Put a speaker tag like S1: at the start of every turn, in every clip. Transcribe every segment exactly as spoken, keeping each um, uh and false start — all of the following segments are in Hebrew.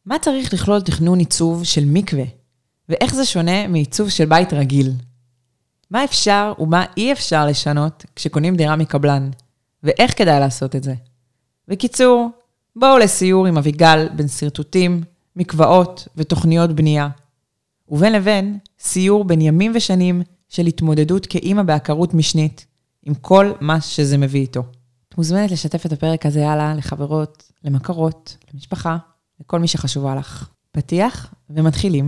S1: מה צריך לכלול תכנון עיצוב של מקווה? ואיך זה שונה מעיצוב של בית רגיל? מה אפשר ומה אי אפשר לשנות כשקונים דירה מקבלן? ואיך כדאי לעשות את זה? בקיצור, בואו לסיור עם אביגל בין סרטוטים, מקוואות ותוכניות בנייה. ובין לבין, סיור בין ימים ושנים של התמודדות כאימא בהכרות משנית, עם כל מה שזה מביא איתו. את מוזמנת לשתף את הפרק הזה הלאה לחברות, למכרות, למשפחה, לכל מי שחשובה לך. פתיח ומתחילים.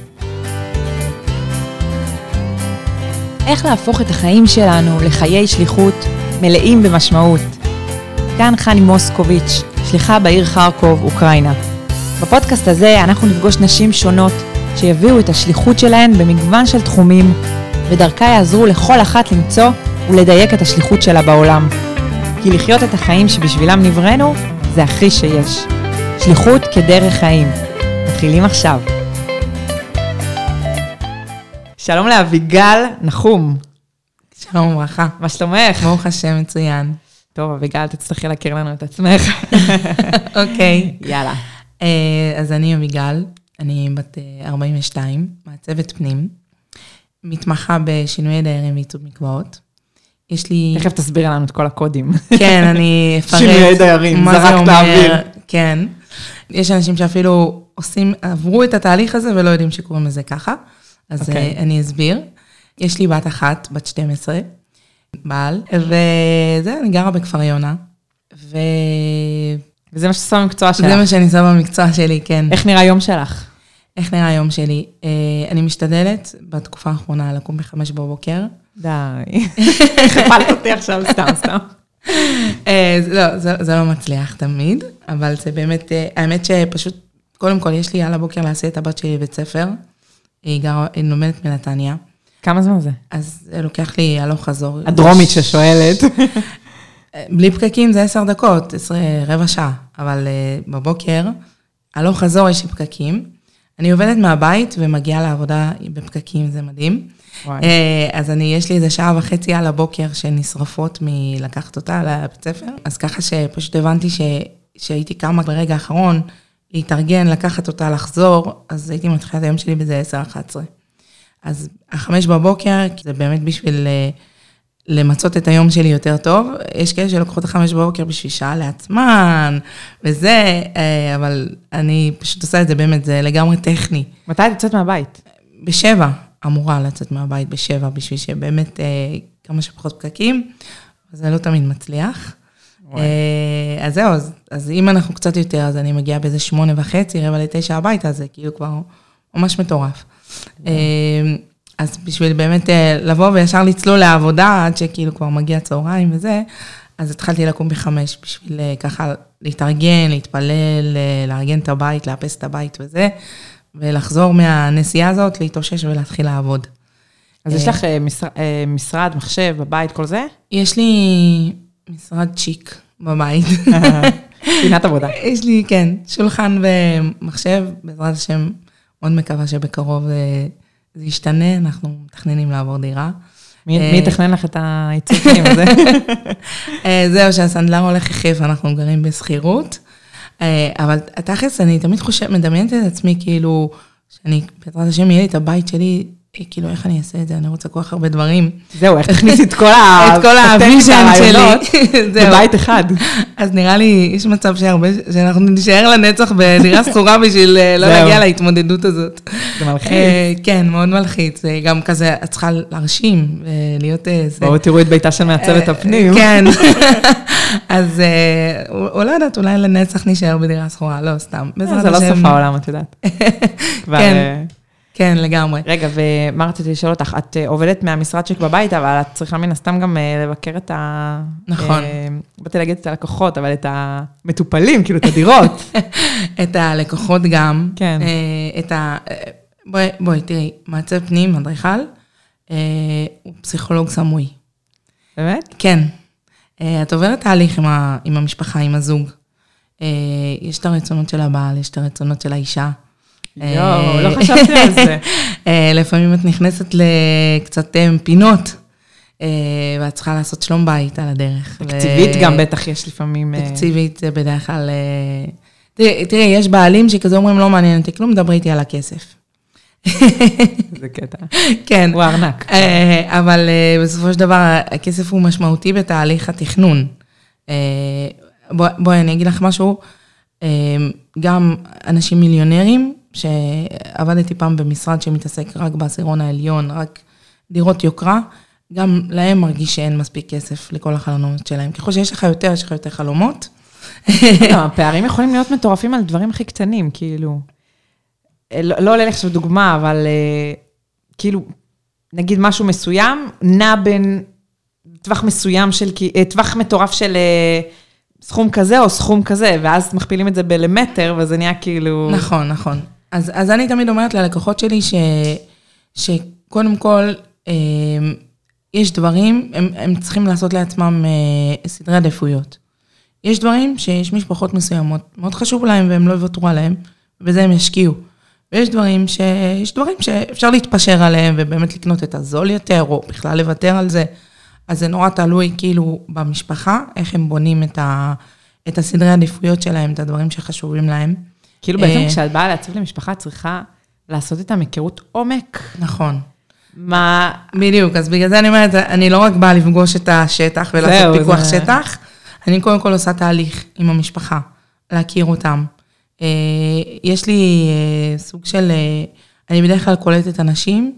S1: איך להפוך את החיים שלנו לחיי שליחות מלאים במשמעות? כאן חני מוסקוביץ', שליחה בעיר חרקוב, אוקראינה. בפודקאסט הזה אנחנו נפגוש נשים שונות שיביאו את השליחות שלהן במגוון של תחומים, ודרכה יעזרו לכל אחת למצוא ולדייק את השליחות שלה בעולם. כי לחיות את החיים שבשבילם נבראנו, זה הכי שיש. שליחות כדרך חיים. מתחילים עכשיו. שלום לאביגל נחום.
S2: שלום וברכה.
S1: מה שלומך?
S2: ברוך השם, מצוין.
S1: טוב, אביגל, תצטרכי להכיר לנו את עצמך.
S2: אוקיי.
S1: יאללה.
S2: אז אני אביגל, אני בת ארבעים ושתיים, מעצבת פנים, מתמחה בשינויי דיירים ועיצוב מקוואות. יש לי...
S1: תכף תסביר לנו את כל הקודים.
S2: כן, אני אפרט.
S1: שינויי דיירים,
S2: מה זה
S1: זרקת לאוויר.
S2: כן. יש אנשים שאפילו עושים, עברו את התהליך הזה ולא יודעים שקוראים לזה ככה. אז okay. אני אסביר. יש לי בת אחת, בת שתים עשרה, בעל, וזה, אני גרה בכפר יונה. ו...
S1: וזה מה שעושה במקצוע שלך.
S2: זה מה שאני עושה במקצוע שלי, כן.
S1: איך נראה היום שלך?
S2: איך נראה היום שלי? אני משתדלת בתקופה האחרונה לקום בחמש בבוקר.
S1: די. חפלת אותי עכשיו, סתם, סתם.
S2: לא, זה לא מצליח תמיד, אבל זה באמת, האמת שפשוט, קודם כל, יש לי על הבוקר להסיע את הבת שלי בבית ספר, היא לומדת מנתניה.
S1: כמה זמן זה?
S2: אז זה לוקח לי הלוך חזור.
S1: הדרומית ששואלת.
S2: בלי פקקים זה עשר דקות, עשרה, רבע שעה, אבל בבוקר, הלוך חזור יש לי פקקים. אני עובדת מהבית ומגיעה לעבודה בפקקים, זה מדהים. וואי. אז אני, יש לי איזה שעה וחצי על הבוקר שנשרפות מלקחת אותה לבית ספר. אז ככה שפשוט הבנתי ש, שהייתי קמה ברגע האחרון, להתארגן, לקחת אותה, לחזור, אז הייתי מתחילת היום שלי בזה עשר אחת עשרה. אז החמש בבוקר, זה באמת בשביל למצות את היום שלי יותר טוב. יש כאלה שלוקחות החמש בבוקר בשביל שעה לעצמן, וזה, אבל אני פשוט עושה את זה באמת, זה לגמרי טכני.
S1: מתי את יוצאת מהבית?
S2: בשבע, אמורה לצאת מהבית בשבע, בשביל שבאמת כמה שפחות פקקים, זה לא תמיד מצליח. אז זהו, אז, אז אם אנחנו קצת יותר, אז אני מגיעה באיזה שמונה וחצי, רבע לתשע הביתה, זה כאילו כבר ממש מטורף. אז בשביל באמת לבוא וישר לצלול לעבודה, עד שכאילו כבר מגיע צהריים וזה, אז התחלתי לקום בחמש, בשביל ככה להתארגן, להתפלל, לארגן את הבית, לאפס את הבית וזה, ולחזור מהנסיעה הזאת, להתאושש ולהתחיל לעבוד.
S1: אז יש לך משרד, מחשב, בבית, כל זה?
S2: יש לי משרד צ'יק בבית.
S1: פינת עבודה.
S2: יש לי, כן, שולחן ומחשב, בעזרת השם, מאוד מקווה שבקרוב זה ישתנה, אנחנו מתכננים לעבור דירה.
S1: מי יתכנן לך את העיצובים הזה?
S2: זהו, שהסנדלר הולך יחף, אנחנו גרים בסחירות, אבל תכלס, אני תמיד חושבת, מדמיינת את עצמי, כאילו, שאני, בעזרת השם, יהיה לי את הבית שלי, כאילו, איך אני אעשה את זה? אני רוצה כל כך הרבה דברים.
S1: זהו, איך תכניסי את כל
S2: הוויז'ן שלי.
S1: בבית אחד.
S2: אז נראה לי, יש מצב שאנחנו נשאר לנצח בדירה סחורה בשביל לא להגיע להתמודדות הזאת.
S1: זה מלחיץ.
S2: כן, מאוד מלחיץ. גם כזה, את צריכה להרשים ולהיות...
S1: בואו תראו את ביתה של מעצבת הפנים.
S2: כן. אז אולי יודעת, אולי לנצח נשאר בדירה סחורה, לא, סתם.
S1: זה לא סוף העולם, את יודעת.
S2: כן. כן, לגמרי.
S1: רגע, ומה רציתי לשאול אותך? את עובדת מהמשרד שלך בבית, אבל את צריכה מן הסתם גם לבקר את ה...
S2: נכון.
S1: באתי להגיד את הלקוחות, אבל את המטופלים, כאילו את הדירות.
S2: את הלקוחות גם.
S1: כן.
S2: את ה... בואי, בואי, תראי, מעצב פנים, אדריכל, הוא פסיכולוג סמוי.
S1: באמת?
S2: כן. את עוברת תהליך עם המשפחה, עם הזוג. יש את הרצונות של הבעל, יש את הרצונות של האישה.
S1: יואו, לא חשבתי על זה.
S2: לפעמים את נכנסת לקצת פינות, ואת צריכה לעשות שלום בית על הדרך.
S1: תקציבית גם בטח יש לפעמים...
S2: תקציבית זה בדרך כלל תראי, יש בעלים שכזה אומרים, לא מעניין אותי כלום, דברי איתי על הכסף.
S1: זה קטע.
S2: כן.
S1: הוא ארנק.
S2: אבל בסופו של דבר, הכסף הוא משמעותי בתהליך התכנון. בואי, אני אגיד לך משהו, גם אנשים מיליונרים, שעבדתי פעם במשרד שמתעסק רק בעשירון העליון, רק דירות יוקרה, גם להם מרגיש שאין מספיק כסף לכל החלומות שלהם. ככל שיש לך יותר, יש לך יותר חלומות.
S1: לא, הפערים יכולים להיות מטורפים על דברים הכי קטנים, כאילו, לא עולה לך שזו דוגמה, אבל כאילו, נגיד משהו מסוים, נע בין טווח מסוים של, טווח מטורף של סכום כזה או סכום כזה, ואז מכפילים את זה בלמטר, וזה נהיה כאילו...
S2: נכון, נכון. אז, אז אני תמיד אומרת ללקוחות שלי ש, שקודם כל, יש דברים, הם, הם צריכים לעשות לעצמם סדרי עדיפויות. יש דברים שיש משפחות מסוימות, מאוד חשוב להם והם לא יוותרו עליהם, ובזה הם ישקיעו. ויש דברים ש... יש דברים שאפשר להתפשר עליהם, ובאמת לקנות את הזול יותר, או בכלל לוותר על זה. אז זה נורא תלוי כאילו במשפחה, איך הם בונים את, ה... את הסדרי העדיפויות שלהם, את הדברים שחשובים להם.
S1: כאילו בעצם כשאת באה להציב למשפחה, צריכה לעשות את המכירות עומק.
S2: נכון.
S1: מה...
S2: בדיוק, אז בגלל זה אני אומרת, אני לא רק באה לפגוש את השטח ולעשות פיקוח זה... שטח, אני קודם כל עושה תהליך עם המשפחה, להכיר אותם. יש לי סוג של, אני בדרך כלל קולטת אנשים,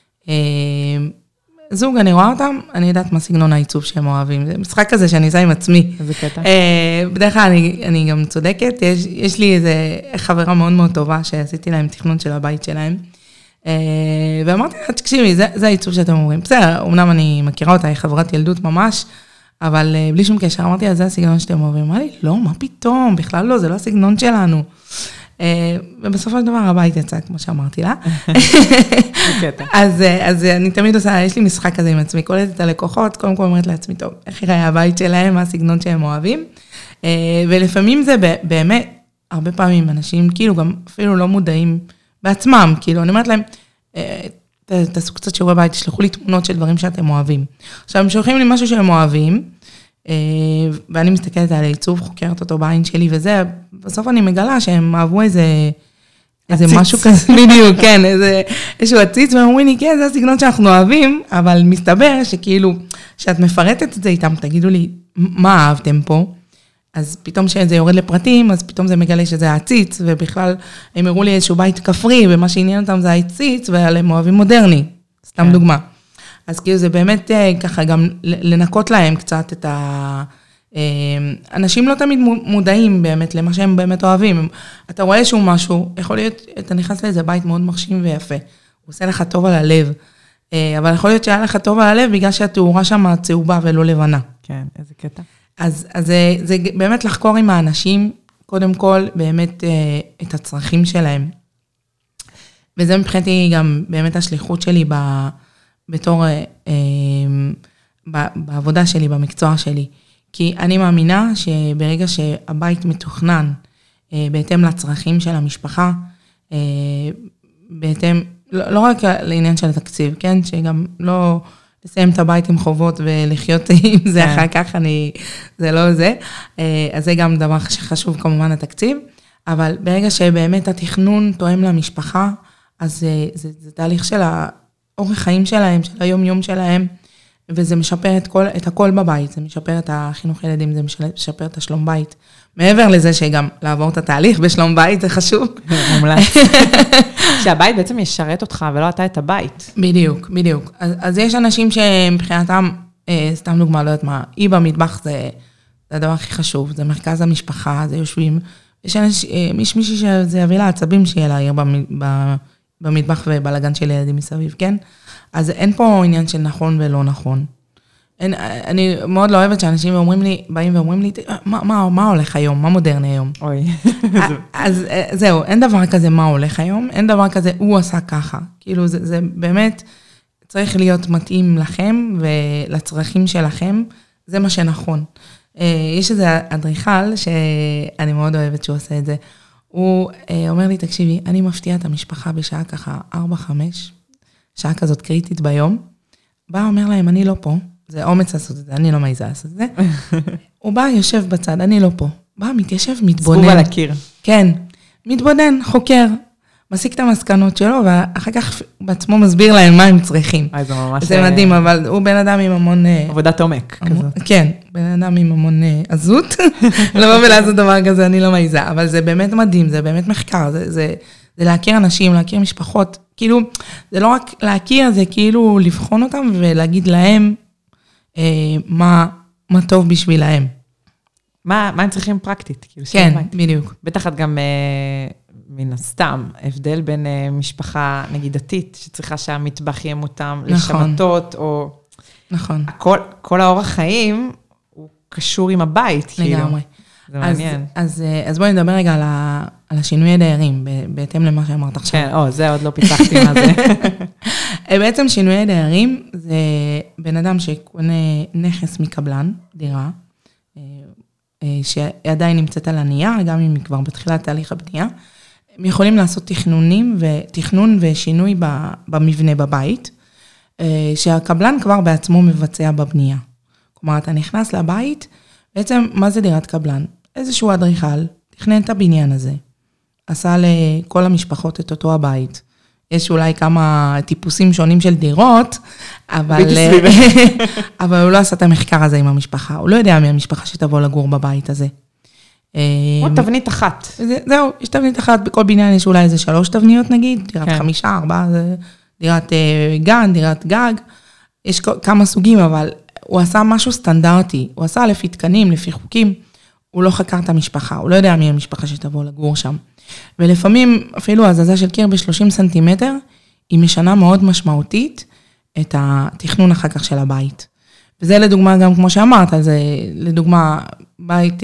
S2: זוג, אני רואה אותם, אני יודעת מה סגנון העיצוב שהם אוהבים. זה משחק כזה שאני עושה עם עצמי.
S1: איזה קטע.
S2: בדרך כלל אני, אני גם צודקת, יש, יש לי איזה חברה מאוד מאוד טובה, שעשיתי להם תכנון של הבית שלהם, ואמרתי לה, תקשיבי, זה, זה העיצוב שאתם אומרים. בסדר, אמנם אני מכירה אותה, היא חברת ילדות ממש, אבל בלי שום קשר, אמרתי לה, זה הסגנון שאתם אוהבים. אמרה לי, לא, מה פתאום? בכלל לא, זה לא הסגנון שלנו. ובסופו של דבר הבית יצא, כמו שאמרתי לה. אז, אז אני תמיד עושה, יש לי משחק כזה עם עצמי, קולטת את הלקוחות, קודם כל אומרת לעצמי, טוב, איך יראה הבית שלהם, מה הסגנון שהם אוהבים. ולפעמים זה באמת, הרבה פעמים אנשים כאילו גם אפילו לא מודעים בעצמם, כאילו אני אומרת להם, תעשו קצת שיעורי בית, תשלחו לי תמונות של דברים שאתם אוהבים. עכשיו, הם שולחים לי משהו שהם אוהבים, ואני מסתכלת על העיצוב, חוקרת אותו בעין שלי וזה, בסוף אני מגלה שהם אהבו איזה, איזה משהו כזה, בדיוק, כן, איזה, איזשהו עציץ, והם אומרים לי, כן, זה הסגנון שאנחנו אוהבים, אבל מסתבר שכאילו, שאת מפרטת את זה איתם, תגידו לי, מה אהבתם פה? אז פתאום שזה יורד לפרטים, אז פתאום זה מגלה שזה העציץ, ובכלל הם הראו לי איזשהו בית כפרי, ומה שעניין אותם זה העציץ, והם אוהבים מודרני, סתם כן. דוגמה. אז כאילו זה באמת ככה גם לנקות להם קצת את ה... אנשים לא תמיד מודעים באמת למה שהם באמת אוהבים. אתה רואה שהוא משהו, יכול להיות, אתה נכנס לאיזה בית מאוד מרשים ויפה, הוא עושה לך טוב על הלב, אבל יכול להיות שהיה לך טוב על הלב, בגלל שהתאורה שם צהובה ולא לבנה.
S1: כן, איזה קטע.
S2: אז, אז זה, זה באמת לחקור עם האנשים, קודם כל, באמת את הצרכים שלהם. וזה מבחינתי גם באמת השליחות שלי ב... בתור, בעבודה שלי, במקצוע שלי. כי אני מאמינה שברגע שהבית מתוכנן, בהתאם לצרכים של המשפחה, בהתאם, לא, לא רק לעניין של התקציב, כן? שגם לא לסיים את הבית עם חובות ולחיות עם זה אחר כך, אני, זה לא זה. אז זה גם דבר שחשוב כמובן התקציב, אבל ברגע שבאמת התכנון תואם למשפחה, אז זה, זה, זה תהליך של ה... אורח חיים שלהם, של היום-יום שלהם, וזה משפר את, כל, את הכל בבית, זה משפר את החינוך ילדים, זה משפר את השלום בית. מעבר לזה שגם לעבור את התהליך בשלום בית, זה חשוב.
S1: מומלץ. שהבית בעצם ישרת אותך, ולא אתה את הבית.
S2: בדיוק, בדיוק. אז, אז יש אנשים שמבחינתם, אה, סתם דוגמה, לא יודעת מה, אי במטבח זה, זה הדבר הכי חשוב, זה מרכז המשפחה, זה יושבים, יש אנשים, אה, מיש, מישהי שזה יביא לה עצבים שיהיה לה עיר במטבח, במטבח ובלגן של ילדים מסביב, כן? אז אין פה עניין של נכון ולא נכון. אין, אני מאוד לא אוהבת שאנשים אומרים לי, באים ואומרים לי, מה, מה, מה הולך היום? מה מודרני היום?
S1: אוי.
S2: אז זהו, אין דבר כזה מה הולך היום, אין דבר כזה, הוא עשה ככה. כאילו, זה, זה באמת צריך להיות מתאים לכם ולצרכים שלכם, זה מה שנכון. יש איזה אדריכל שאני מאוד אוהבת שהוא עושה את זה, הוא אומר לי, תקשיבי, אני מפתיע את המשפחה בשעה ככה ארבע חמש, שעה כזאת קריטית ביום, בא אומר להם, אני לא פה, זה אומץ לעשות את זה, אני לא מעיזה לעשות את זה, הוא בא, יושב בצד, אני לא פה, בא, מתיישב, מתבונן.
S1: סגוב על הקיר.
S2: כן, מתבודד, חוקר, מסיק את המסקנות שלו, ואחר כך בעצמו מסביר להם מה הם צריכים.
S1: אה, זה ממש...
S2: זה מדהים, אבל הוא בן אדם עם המון...
S1: עבודת עומק.
S2: כן, בן אדם עם המון עזות. לבוא ולעשות דבר כזה, אני לא מעיזה, אבל זה באמת מדהים, זה באמת מחקר, זה, זה, זה להכיר אנשים, להכיר משפחות, כאילו, זה לא רק להכיר, זה כאילו לבחון אותם ולהגיד להם אה, מה, מה טוב בשבילהם.
S1: מה, מה הם צריכים פרקטית? כאילו
S2: כן, בדיוק.
S1: בטח את גם... אה, מן הסתם, הבדל בין uh, משפחה, נגיד דתית, שצריכה שהמטבח יהיה מותאם נכון. לשבתות, או...
S2: נכון.
S1: הכל, כל האורח חיים הוא קשור עם הבית,
S2: לגמרי.
S1: כאילו. זה
S2: אז,
S1: מעניין.
S2: אז, אז בואי נדבר רגע על, ה, על השינוי דיירים, בהתאם למה שאמרת עכשיו.
S1: כן, או, זה עוד לא פיתחתי מה זה.
S2: בעצם שינוי דיירים, זה בן אדם שקונה נכס מקבלן, דירה, שעדיין נמצאת על הנייר, גם אם היא כבר בתחילת תהליך הבנייה, הם יכולים לעשות תכנונים ותכנון ושינוי במבנה בבית, שהקבלן כבר בעצמו מבצע בבנייה. כלומר, אתה נכנס לבית, בעצם מה זה דירת קבלן? איזשהו אדריכל, תכנן את הבניין הזה, עשה לכל המשפחות את אותו הבית. יש אולי כמה טיפוסים שונים של דירות, אבל, אבל הוא לא עשה את המחקר הזה עם המשפחה, הוא לא יודע מי המשפחה שתבוא לגור בבית הזה.
S1: עוד תבנית אחת.
S2: זהו, יש תבנית אחת, בכל בניין יש אולי איזה שלוש תבניות נגיד, דירת חמישה, ארבעה, דירת גן, דירת גג, יש כמה סוגים, אבל הוא עשה משהו סטנדרטי, הוא עשה לפי תקנים, לפי חוקים, הוא לא חקר את המשפחה, הוא לא יודע מי המשפחה שתבוא לגור שם. ולפעמים אפילו הזזה של קיר ב-שלושים סנטימטר, היא משנה מאוד משמעותית את התכנון אחר כך של הבית. וזה לדוגמה גם כמו שאמרת, זה לדוגמה בית,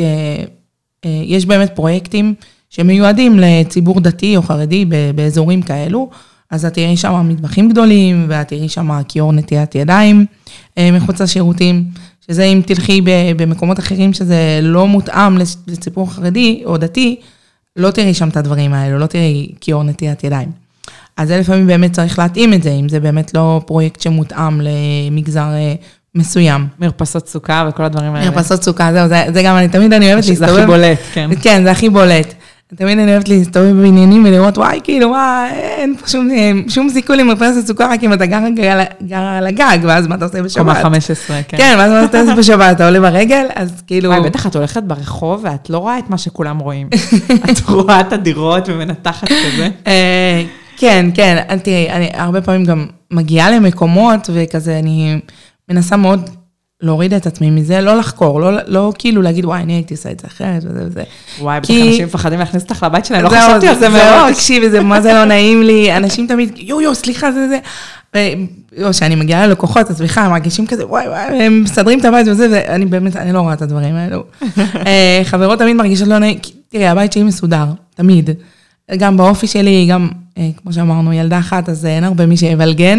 S2: יש באמת פרויקטים שמיועדים לציבור דתי או חרדי באזורים כאלו, אז את תראי שם מטבחים גדולים, ואת תראי שם כיור נטיית ידיים מחוץ לשירותים, שזה אם תלכי במקומות אחרים שזה לא מותאם לציבור חרדי או דתי, לא תראי שם את הדברים האלו, לא תראי כיור נטיית ידיים. אז זה לפעמים באמת צריך להתאים את זה, אם זה באמת לא פרויקט שמותאם למגזר מסוים.
S1: מרפסות סוכה וכל הדברים האלה.
S2: מרפסות סוכה, זהו, זה, זה גם, אני תמיד אני אוהבת להסתובב.
S1: זה הכי בולט, כן.
S2: כן, זה הכי בולט. תמיד אני אוהבת להסתובב בעניינים ולראות, וואי, כאילו, וואי, אין פה שום, שום סיכוי למרפסת סוכה, רק אם אתה גר, גר, גר על הגג, ואז מה אתה עושה בשבת?
S1: קומה חמש עשרה, כן.
S2: כן, ואז מה אתה עושה בשבת? אתה עולה ברגל, אז כאילו...
S1: וואי, בטח את הולכת ברחוב, ואת לא רואה את מה שכולם רואים. את רואה את הדירות ומנתחת כזה.
S2: כן, כן, תראי, אני הרבה פעמים גם מגיעה למקומות, וכזה אני מנסה מאוד להוריד את עצמי מזה, לא לחקור, לא, לא כאילו להגיד, וואי, אני הייתי עושה את זה אחרת, וזה וזה.
S1: וואי, בטח אנשים מפחדים להכניס אותך לבית שלהם, לא חשבתי על זה מראש.
S2: תקשיבי, זה מה זה לא נעים לי, אנשים תמיד, יו, יו, סליחה, זה זה. או שאני מגיעה ללקוחות, אז סליחה, הם מרגישים כזה, וואי, וואי, הם מסדרים את הבית וזה, ואני באמת, אני לא רואה את הדברים האלו. חברות תמיד מרגישות לא נעים, תראי, הבית שלי מסודר, תמיד. גם באופי שלי, גם, כמו שאמרנו, ילדה אחת, אז אין הרבה מי שיבלגן.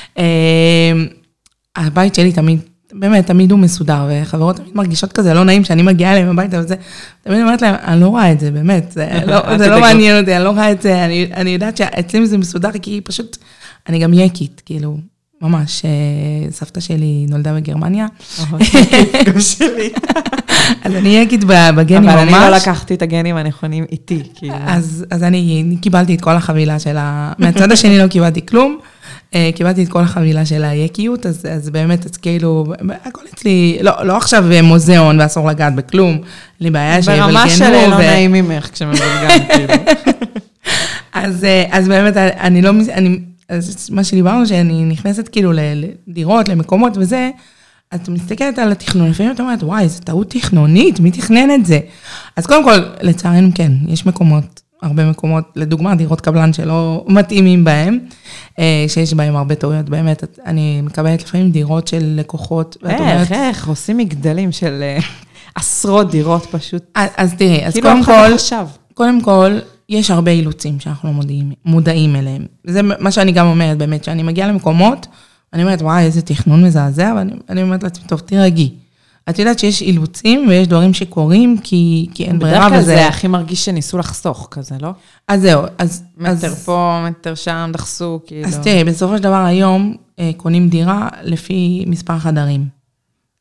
S2: הבית שלי תמיד, באמת, תמיד הוא מסודר, וחברות תמיד מרגישות כזה, לא נעים שאני מגיעה אליהם הביתה, וזה, תמיד אומרת להם, אני לא רואה את זה, באמת, זה לא, זה לא מעניין אותי, אני לא רואה את זה, אני, אני יודעת שאצלי זה מסודר, כי פשוט, אני גם יקית, כאילו, ממש, סבתא שלי נולדה בגרמניה.
S1: גם שלי.
S2: אז אני יקית בגנים ממש.
S1: אבל אני לא לקחתי את הגנים הנכונים איתי, כאילו.
S2: אז, אז אני קיבלתי את כל החבילה של ה... מהצד השני לא קיבלתי כלום, קיבלתי את כל החבילה של היקיות, אז, אז באמת, אז כאילו, הכל אצלי, לא, לא עכשיו מוזיאון ואסור לגעת בכלום, לי בעיה שיבלגנו.
S1: ברמה שלי לא נעים ממך כשמבלגן, כאילו.
S2: אז, אז באמת, אני לא, אני, אז מה שדיברנו, שאני נכנסת כאילו לדירות, למקומות וזה, את מסתכלת על התכנון, לפעמים את אומרת, וואי, זו טעות תכנונית, מי תכנן את זה? אז קודם כל, לצערנו כן, יש מקומות, הרבה מקומות, לדוגמה, דירות קבלן שלא מתאימים בהם, שיש בהם הרבה טעויות, באמת, אני מקבלת לפעמים דירות של לקוחות,
S1: איך, איך, עושים מגדלים של עשרות דירות פשוט.
S2: אז תראי, אז קודם כל, קודם כל, יש הרבה אילוצים שאנחנו מודעים, מודעים אליהם. וזה מה שאני גם אומרת, באמת, שאני מגיעה למקומות, אני אומרת, וואי, איזה תכנון מזעזע, ואני אומרת לעצמי, טוב, תירגעי. את יודעת שיש אילוצים ויש דברים שקורים, כי, כי אין ברירה
S1: בדרך כלל זה הכי מרגיש שניסו לחסוך כזה, לא?
S2: אז זהו, אז...
S1: מטר
S2: אז,
S1: פה, מטר שם, דחסו, כאילו.
S2: אז תראי, בסופו של דבר היום, קונים דירה לפי מספר חדרים.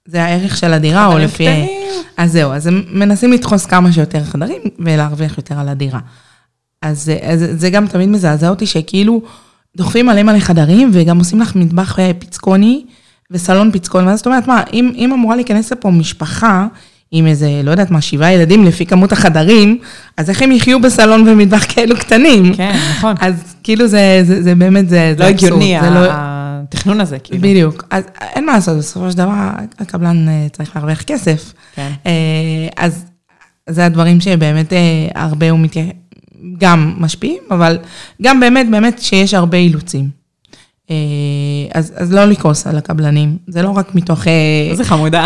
S2: זה הערך של הדירה, או לפי... אז זהו, אז הם מנסים לדחוס כמה שיותר חדרים, ולהרוויח יותר על הדירה. אז, אז זה גם תמיד מזעזע אותי, שכאילו דוחפים מלא מלא חדרים, וגם עושים לך מטבח פיצקוני, וסלון פיצקוני, ואז זאת אומרת, מה, אם, אם אמורה להיכנס לפה משפחה, עם איזה, לא יודעת מה, שבעה ילדים לפי כמות החדרים, אז איך הם יחיו בסלון ומטבח כאלו קטנים?
S1: כן, נכון.
S2: אז כאילו זה, זה, זה באמת, זה,
S1: לא הגיוני,
S2: לא...
S1: התכנון הזה, כאילו.
S2: בדיוק. אז אין מה לעשות, בסופו של דבר, הקבלן צריך להרוויח כסף.
S1: כן.
S2: אז זה הדברים שבאמת הרבה הוא מתייחס, גם משפיעים, אבל גם באמת, באמת שיש הרבה אילוצים. אז, אז לא לקרוס על הקבלנים, זה לא רק מתוך...
S1: זה חמודה.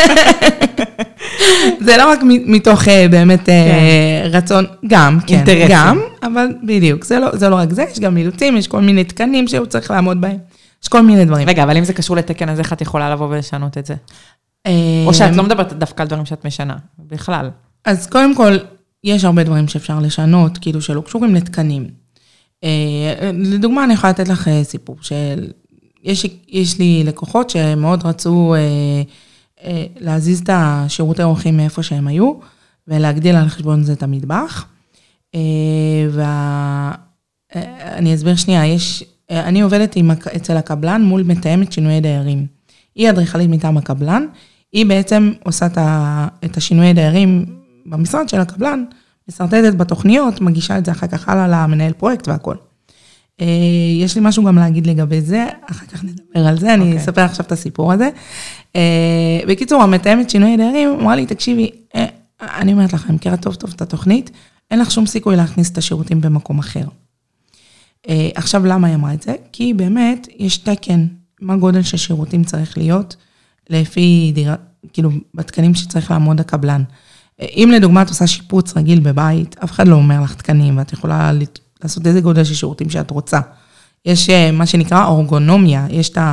S2: זה לא רק מתוך באמת רצון, גם, כן, גם, אבל בדיוק, זה לא, זה לא רק זה, יש גם אילוצים, יש כל מיני תקנים שהוא צריך לעמוד בהם, יש כל מיני דברים.
S1: רגע, אבל אם זה קשור לתקן, אז איך את יכולה לבוא ולשנות את זה? או שאת לא מדברת דווקא על דברים שאת משנה, בכלל.
S2: אז קודם כל, יש הרבה דברים שאפשר לשנות, כאילו שלא קשורים לתקנים. לדוגמה, אני יכולה לתת לך סיפור של, יש, יש לי לקוחות שמאוד רצו להזיז את השירותי אורחים מאיפה שהם היו, ולהגדיל על חשבון זה את המטבח. ואני אסביר שנייה, יש, אני עובדת עם, אצל הקבלן מול מתאמת שינויי דיירים. היא אדריכלית מטעם הקבלן, היא בעצם עושה את השינויי דיירים במשרד של הקבלן, מסרטטת בתוכניות, מגישה את זה אחר כך הלאה למנהל פרויקט והכל. יש לי משהו גם להגיד לגבי זה, אחר כך נדבר על זה, אני אספר עכשיו את הסיפור הזה. בקיצור, המתאמת שינוי דיירים, אמרה לי, תקשיבי, אני אומרת לך, אני מכירה טוב טוב את התוכנית, אין לך שום סיכוי להכניס את השירותים במקום אחר. עכשיו, למה היא אמרה את זה? כי באמת, יש תקן, מה גודל של שירותים צריך להיות, לפי דירה, כאילו, בתקנים שצריך לעמוד הקבלן. אם לדוגמה את עושה שיפוץ רגיל בבית, אף אחד לא אומר לך תקנים, ואת יכולה לעשות איזה גודל של שירותים שאת רוצה. יש מה שנקרא אורגונומיה, יש את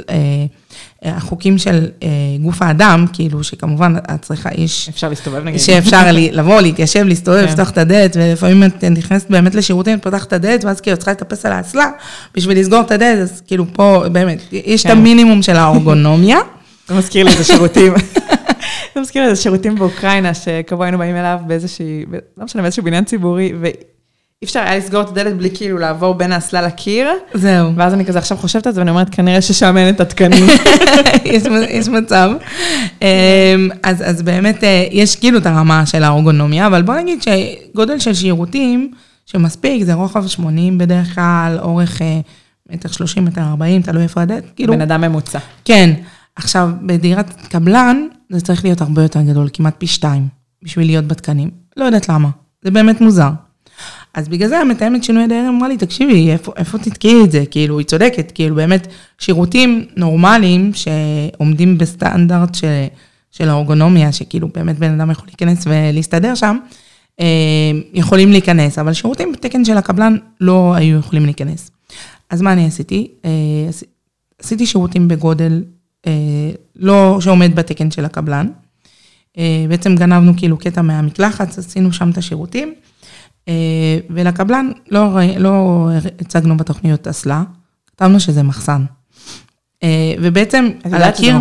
S2: החוקים של גוף האדם, כאילו שכמובן את צריכה, יש...
S1: אפשר להסתובב נגיד.
S2: שאפשר לבוא, להתיישב, להסתובב, לפתוח את הדלת, ולפעמים את נכנסת באמת לשירותים, את פותחת את הדלת, ואז כאילו צריכה לטפס על האסלה, בשביל לסגור את הדלת, אז כאילו פה באמת, יש את המינימום של האורגונומיה.
S1: זה מזכיר לי את השירותים. זה מזכיר לי את השירותים באוקראינה, שקבוע היינו באים אליו באיזושהי, לא משנה, באיזשהו בניין ציבורי, ואי אפשר היה לסגור את הדלת בלי כאילו לעבור בין האסלה לקיר.
S2: זהו.
S1: ואז אני כזה עכשיו חושבת את זה, ואני אומרת, כנראה ששם אין את התקנים.
S2: יש מצב. אז, אז באמת, יש כאילו את הרמה של האורגונומיה, אבל בוא נגיד שגודל של שירותים, שמספיק, זה רוחב שמונים בדרך כלל, אורך מטר שלושים, מטר ארבעים, תלוי איפה הדלת.
S1: בן אדם ממוצע.
S2: כן. עכשיו, בדירת קבלן, זה צריך להיות הרבה יותר גדול, כמעט פי שתיים, בשביל להיות בתקנים. לא יודעת למה. זה באמת מוזר. אז בגלל זה המתאמת שינוי דיירים אמרה לי, תקשיבי, איפה, איפה תתקעי את זה? כאילו, היא צודקת, כאילו באמת שירותים נורמליים שעומדים בסטנדרט של, של האורגונומיה, שכאילו באמת בן אדם יכול להיכנס ולהסתדר שם, יכולים להיכנס, אבל שירותים בתקן של הקבלן לא היו יכולים להיכנס. אז מה אני עשיתי? עשיתי שירותים בגודל לא שעומד בתקן של הקבלן, בעצם גנבנו כאילו קטע מהמקלחת, עשינו שם את השירותים, ולקבלן לא, לא הצגנו בתוכניות אסלה, כתבנו שזה מחסן. ובעצם על הקיר...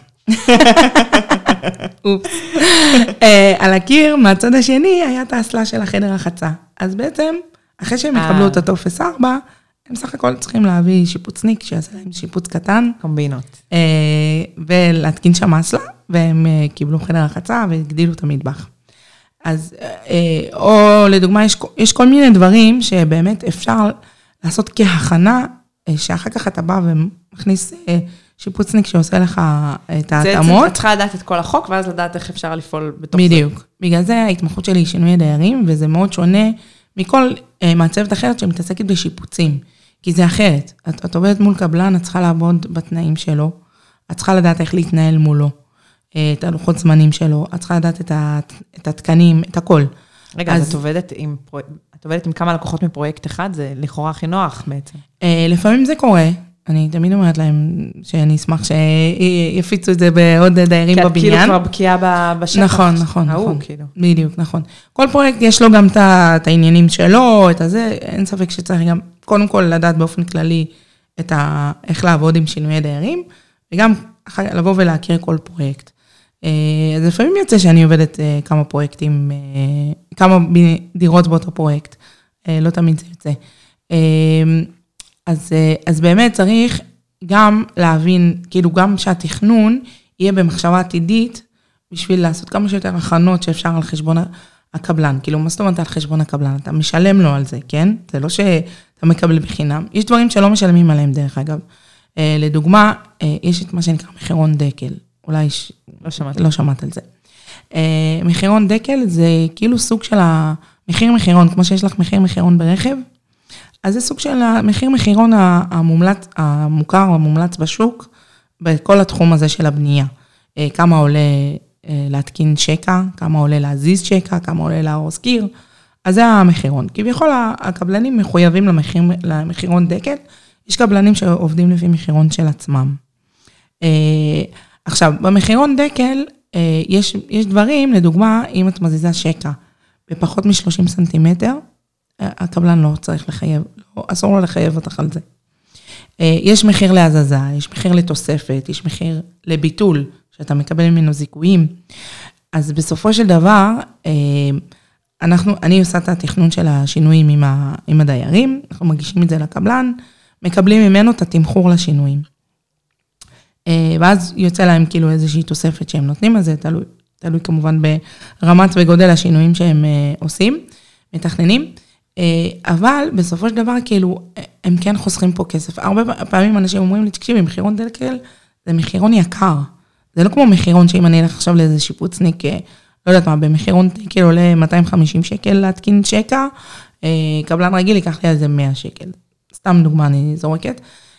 S2: אופס. על הקיר, מהצד השני, היה את האסלה של החדר החצה. אז בעצם, אחרי שהם יקבלו את הטופס ארבע, הם סך הכל צריכים להביא שיפוצניק, שיעשה להם שיפוץ קטן.
S1: קומבינות.
S2: ולהתקין שם אסלה, והם קיבלו חדר החצה והגדילו את המטבח. אז, או לדוגמה, יש, יש כל מיני דברים שבאמת אפשר לעשות כהכנה, שאחר כך אתה בא ומכניס שיפוצניק שעושה לך את ההתאמות.
S1: את צריכה לדעת את כל החוק, ואז לדעת איך אפשר לפעול בתוך זה.
S2: בדיוק. בגלל זה ההתמחות שלי היא שינוי דיירים, וזה מאוד שונה מכל מעצבת אחרת שמתעסקת בשיפוצים. כי זה אחרת. את, את עובדת מול קבלן, את צריכה לעבוד בתנאים שלו, את צריכה לדעת איך להתנהל מולו. את הלוחות זמנים שלו, את צריכה לדעת את, את התקנים, את הכל.
S1: רגע, אז את עובדת עם, את עובדת עם כמה לקוחות מפרויקט אחד, זה לכאורה הכי נוח בעצם.
S2: לפעמים זה קורה, אני תמיד אומרת להם שאני אשמח שיפיצו את זה בעוד דיירים בבניין.
S1: כי את כאילו כבר בקיאה בשטח.
S2: נכון, נכון, נכון.
S1: כאילו.
S2: בדיוק, נכון. כל פרויקט יש לו גם את העניינים שלו, את הזה, אין ספק שצריך גם, קודם כל לדעת באופן כללי, את ה, איך לעבוד עם שינויי דיירים, וגם לבוא ולהכיר כל פרויקט. אז לפעמים יוצא שאני עובדת כמה פרויקטים, כמה דירות באותו פרויקט, לא תמיד זה יוצא. אז, אז באמת צריך גם להבין, כאילו גם שהתכנון יהיה במחשבה עתידית, בשביל לעשות כמה שיותר הכנות שאפשר על חשבון הקבלן. כאילו, מה זאת אומרת על חשבון הקבלן? אתה משלם לו על זה, כן? זה לא שאתה מקבל בחינם. יש דברים שלא משלמים עליהם, דרך אגב. לדוגמה, יש את מה שנקרא מחירון דקל. אולי
S1: לא שמעת.
S2: לא שמעת על זה. מחירון דקל זה כאילו סוג של המחיר מחירון, כמו שיש לך מחיר מחירון ברכב, אז זה סוג של המחיר מחירון המומלץ, המוכר, המומלץ בשוק, בכל התחום הזה של הבנייה. כמה עולה להתקין שקע, כמה עולה להזיז שקע, כמה עולה להרוס קיר, אז זה המחירון. כביכול הקבלנים מחויבים למחיר, למחירון דקל, יש קבלנים שעובדים לפי מחירון של עצמם. עכשיו, במחירון דקל, יש, יש דברים, לדוגמה, אם את מזיזה שקע, בפחות מ-שלושים סנטימטר, הקבלן לא צריך לחייב, לא, אסור לו לחייב אותך על זה. יש מחיר להזזה, יש מחיר לתוספת, יש מחיר לביטול, שאתה מקבל ממנו זיכויים. אז בסופו של דבר, אנחנו, אני עושה את התכנון של השינויים עם, ה, עם הדיירים, אנחנו מגישים את זה לקבלן, מקבלים ממנו את התמחור לשינויים. ואז יוצא להם כאילו איזושהי תוספת שהם נותנים, אז זה תלוי, תלוי כמובן ברמת וגודל השינויים שהם עושים, מתכננים, אבל בסופו של דבר כאילו הם כן חוסכים פה כסף. הרבה פעמים אנשים אומרים לי, תקשיבי, מחירון דקל זה מחירון יקר. זה לא כמו מחירון שאם אני אלך עכשיו לאיזה שיפוצניק, לא יודעת מה, במחירון דקל עולה מאתיים וחמישים שקל להתקין שקע, קבלן רגיל ייקח לי על זה מאה שקל. סתם דוגמה אני זורקת.